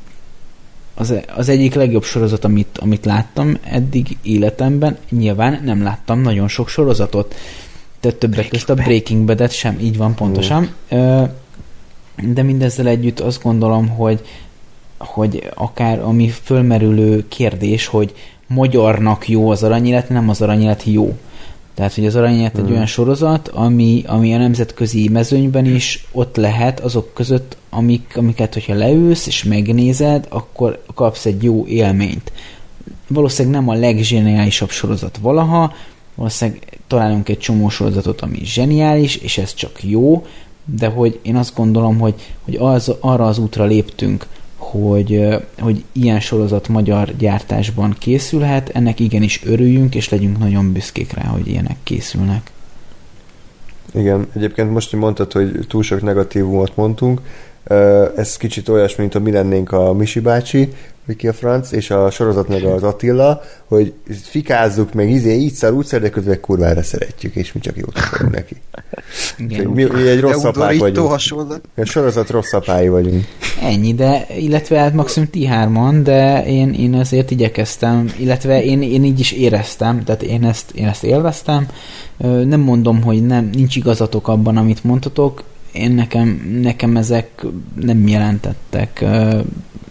az, az egyik legjobb sorozat, amit, amit láttam eddig életemben. Nyilván nem láttam nagyon sok sorozatot, de többek közt a Breaking Bad-et sem, így van pontosan. Mm. De mindezzel együtt azt gondolom, hogy, hogy akár ami fölmerülő kérdés, hogy magyarnak jó az Aranyélet, nem az Aranyélet jó. Tehát, hogy az Aranyélet mm. egy olyan sorozat, ami, ami a nemzetközi mezőnyben is ott lehet azok között, amik, amiket, hogyha leülsz és megnézed, akkor kapsz egy jó élményt. Valószínűleg nem a legzseniálisabb sorozat valaha, valószínűleg találunk egy csomó sorozatot, ami zseniális, és ez csak jó, de hogy én azt gondolom, hogy, hogy az, arra az útra léptünk, hogy, hogy ilyen sorozat magyar gyártásban készülhet, ennek igenis örüljünk, és legyünk nagyon büszkék rá, hogy ilyenek készülnek. Igen, egyébként most, hogy mondtad, hogy túl sok negatívumot mondtunk, ez kicsit olyasmi, mint ha mi lennénk a Misi bácsi, Viki a franc, és a sorozat meg az Attila, hogy fikázzuk meg, izé, így szar, úgy szar, de közben kurvára szeretjük, és mi csak jót akarunk neki. Igen. Mi, mi egy rossz apák Eudorító vagyunk. hasonlat. A sorozat rossz apái vagyunk. Ennyi, de illetve hát maximum ti hárman, de én, én azért igyekeztem, illetve én, én így is éreztem, tehát én ezt, én ezt élveztem. Nem mondom, hogy nem, nincs igazatok abban, amit mondtatok, én nekem, nekem ezek nem jelentettek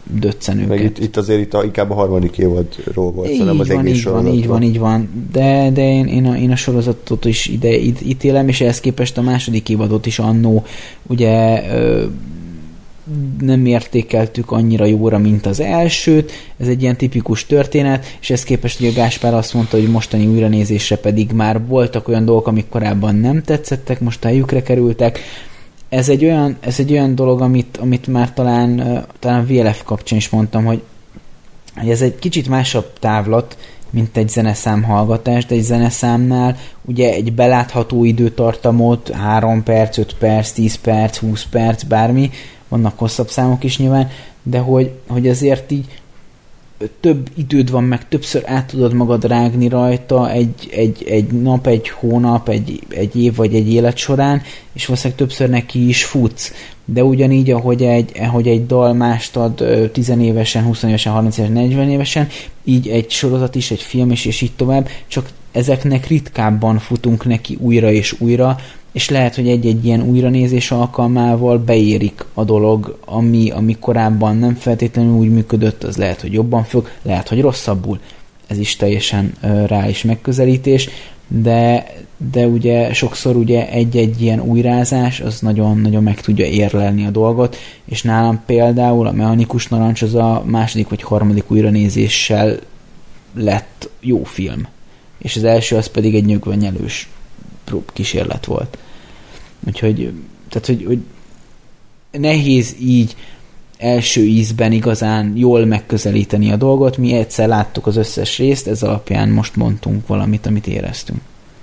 döccen őket. Meg itt, itt azért itt a, inkább a harmadik évadról volt, így nem az van, egész így van, így van, így van, de, de én, én, a, én a sorozatot is ide itt, ítélem, és ehhez képest a második évadot is annó ugye ö, nem értékeltük annyira jóra, mint az elsőt. Ez egy ilyen tipikus történet, és ezt képest ugye Gáspár azt mondta, hogy mostani újranézésre pedig már voltak olyan dolgok, amik korábban nem tetszettek, most helyükre kerültek. Ez egy olyan, ez egy olyan dolog, amit, amit már talán, talán vé el ef kapcsán is mondtam, hogy, hogy ez egy kicsit másabb távlat, mint egy zeneszám hallgatás, de egy zeneszámnál ugye egy belátható időtartamot, három perc, öt perc, tíz perc, húsz perc, bármi, vannak hosszabb számok is nyilván, de hogy, hogy azért így több időd van, meg többször át tudod magad rágni rajta egy, egy, egy nap, egy hónap, egy, egy év vagy egy élet során, és valószínűleg többször neki is futsz. De ugyanígy, ahogy egy, ahogy egy dal mást ad tizenévesen, húsz évesen, harminc évesen, negyven évesen, így egy sorozat is, egy film is, és így tovább, csak ezeknek ritkábban futunk neki újra és újra, és lehet, hogy egy-egy ilyen újranézés alkalmával beérik a dolog, ami, ami korábban nem feltétlenül úgy működött, az lehet, hogy jobban fog, lehet, hogy rosszabbul. Ez is teljesen uh, reális megközelítés, de, de ugye sokszor ugye egy-egy ilyen újrázás az nagyon-nagyon meg tudja érlelni a dolgot, és nálam például a Mechanikus Narancs az a második vagy harmadik újranézéssel lett jó film. És az első az pedig egy nyögvenyelős kísérlet volt. Úgyhogy, tehát, hogy, hogy nehéz így első ízben igazán jól megközelíteni a dolgot. Mi egyszer láttuk az összes részt, ez alapján most mondtunk valamit, amit éreztünk.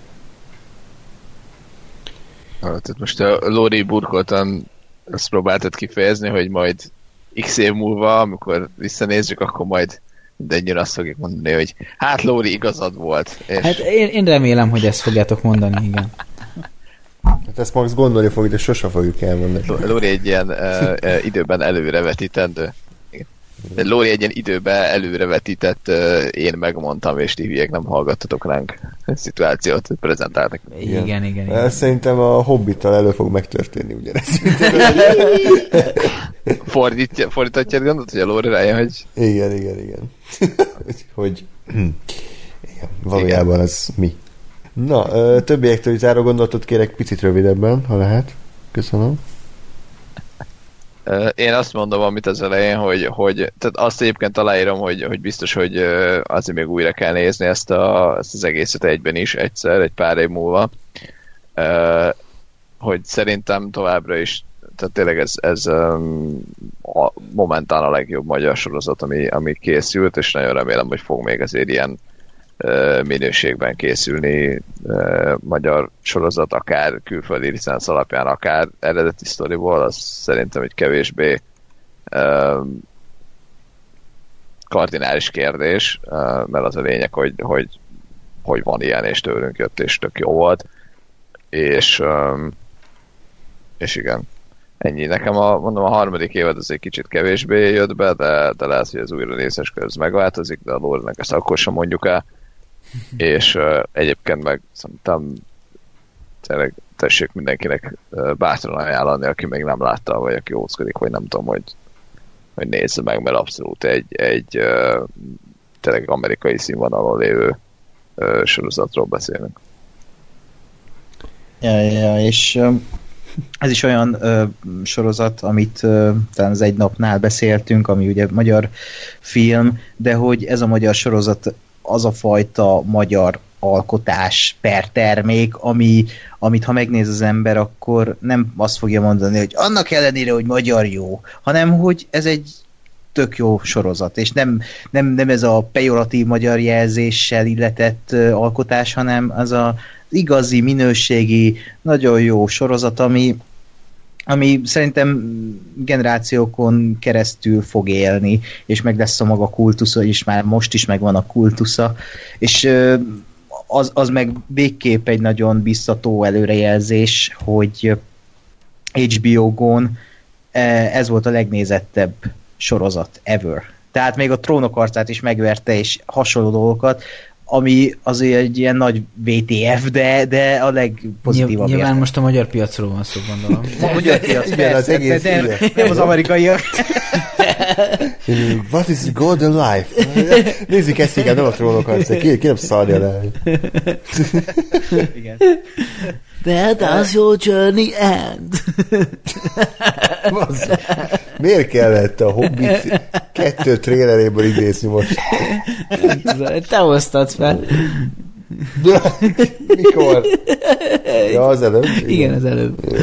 Tehát most a Lóri burkoltan azt próbáltad kifejezni, hogy majd x év múlva, amikor visszanézzük, akkor majd mindennyian azt fogjuk mondani, hogy hát Lóri, igazad volt. És... Hát én, én remélem, hogy ezt fogjátok mondani, igen. Hát ezt Max gondolni fogjuk, de sosem fogjuk elmondani. Lóri egy ilyen uh, uh, időben előrevetítendő. Lóri egy ilyen időben előrevetített uh, én megmondtam, és ti hülyék nem hallgattatok ránk szituációt prezentálnak. Igen, igen, igen. igen. Szerintem a Hobbittal elő fog megtörténni ugyanezt. Fordítja, fordítatját gondolt, hogy a Lóri rájön, hogy... Igen, igen, igen. hogy... igen, valójában igen. Az mi. Na, többiektől is záró gondolatot kérek picit rövidebben, ha lehet. Köszönöm. Én azt mondom, amit az elején, hogy, hogy tehát azt egyébként aláírom, hogy, hogy biztos, hogy azért még újra kell nézni ezt, a, ezt az egészet egyben is, egyszer, egy pár év múlva. Hogy szerintem továbbra is, tehát tényleg ez, ez a, momentán a legjobb magyar sorozat, ami, ami készült, és nagyon remélem, hogy fog még azért ilyen minőségben készülni magyar sorozat, akár külföldi licenc alapján, akár eredeti sztoriból, az szerintem egy kevésbé kardinális kérdés, mert az a lényeg, hogy, hogy, hogy van ilyen, és tőlünk jött, és tök jó volt. És, és igen, ennyi. Nekem a, mondom, a harmadik évad az egy kicsit kevésbé jött be, de, de lehet, hogy az újranézés közben megváltozik, de a Lórinak ezt akkor sem mondjuk el. És uh, egyébként meg szerintem tényleg tessék mindenkinek uh, bátran ajánlani, aki még nem látta, vagy aki óckodik, vagy nem tudom, hogy, hogy nézze meg, mert abszolút egy, egy uh, tényleg amerikai színvonalon lévő uh, sorozatról beszélünk. Ja, ja, és uh, ez is olyan uh, sorozat, amit uh, talán az egy napnál beszéltünk, ami ugye magyar film, de hogy ez a magyar sorozat az a fajta magyar alkotás per termék, ami, amit ha megnéz az ember, akkor nem azt fogja mondani, hogy annak ellenére, hogy magyar jó, hanem hogy ez egy tök jó sorozat, és nem, nem, nem ez a pejoratív magyar jelzéssel illetett uh, alkotás, hanem az a igazi, minőségi, nagyon jó sorozat, ami, ami szerintem generációkon keresztül fog élni, és meg lesz a maga kultusza, és már most is megvan a kultusza, és az, az meg végképp egy nagyon biztató előrejelzés, hogy há bé o Go-n ez volt a legnézettebb sorozat ever. Tehát még a Trónok harcát is megverte, és hasonló dolgokat, ami azért egy ilyen nagy vé té ef, de, de a legpozitívabb. Nyilván érte. Most a magyar piacról van szó, gondolom. A magyar piac, igen, az egész, de, de nem az amerikaiak. What is golden life? Nézzük ezt, igen, nem a trónokat, ki, ki nem szarja le. Igen. Where does your journey end? Miért kellett a Hobbit kettő tréleréből idézni most? Te hoztad fel. De, mikor? Ja, az előbb? Igen, Igen az előbb. Jó.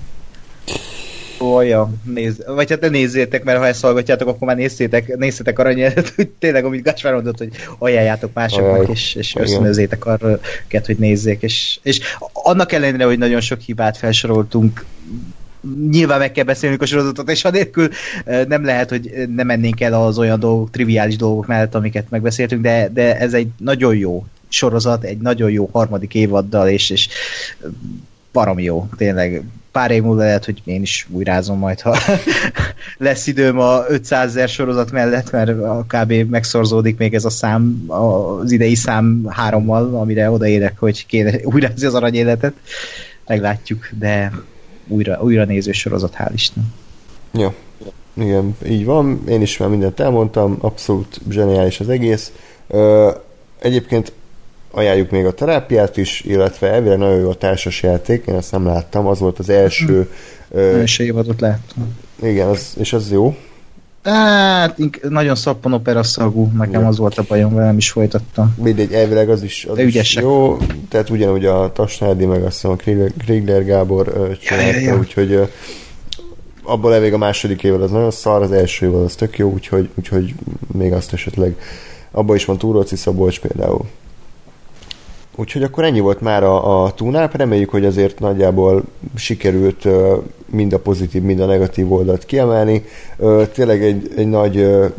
Olyan, nézd, vagy hát ne nézzétek, mert ha ezt hallgatjátok, akkor már nézzétek, nézzétek aranyjelet, hogy tényleg, amit Gáspár mondott, hogy ajánljátok másoknak, Ajaj. és, és ösztönözzétek arra, hogy nézzék, és, és annak ellenére, hogy nagyon sok hibát felsoroltunk, nyilván meg kell beszélnünk a sorozatot, és anélkül nem lehet, hogy nem mennénk el az olyan dolgok, triviális dolgok mellett, amiket megbeszéltünk, de, de ez egy nagyon jó sorozat, egy nagyon jó harmadik évaddal, és, és baromi jó, tényleg. Pár év múlva lehet, hogy én is újrázom majd, ha lesz időm a ötszázezer sorozat mellett, mert a kb. Megszorzódik még ez a szám, az idei szám hárommal, amire odaérek, hogy kéne újrázni az aranyéletet. Meglátjuk, de újra, újra néző sorozat, hál' Isten. Ja, igen, így van. Én is már mindent elmondtam, abszolút zseniális az egész. Ö, egyébként ajánljuk még a terápiát is, illetve elvileg nagyon jó a társasjáték, én ezt nem láttam, az volt az első... Első évadot láttam. Igen, az, és az jó. Hát, nagyon szappan opera szagú, nekem ja. az volt a bajom, velem is folytattam. Mindegy, elvileg az is, az is jó, tehát ugyanúgy a Tasnádi, meg azt hiszem a Kriegler, Kriegler Gábor csinálta, ja, ja, ja. úgyhogy uh, abból elvég a második évad az nagyon szar, az első évad az tök jó, úgyhogy, úgyhogy még azt esetleg, abban is van Túróci Szabolcs például. Úgyhogy akkor ennyi volt már a, a túnáp, reméljük, hogy azért nagyjából sikerült uh, mind a pozitív, mind a negatív oldalt kiemelni. Uh, tényleg egy, egy nagy, uh,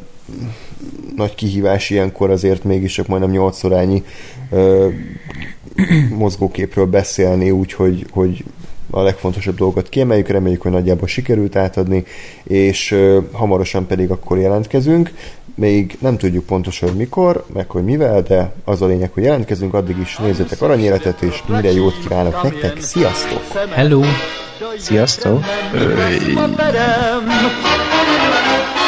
nagy kihívás ilyenkor azért mégis csak majdnem nyolcszorányi uh, mozgóképről beszélni, úgyhogy hogy a legfontosabb dolgokat kiemeljük, reméljük, hogy nagyjából sikerült átadni, és uh, hamarosan pedig akkor jelentkezünk. Még nem tudjuk pontosan, hogy mikor, meg hogy mivel, de az a lényeg, hogy jelentkezünk, addig is nézzetek aranyéletet, és minden jót kívánok nektek. Sziasztok! Hello! Sziasztok! Hey.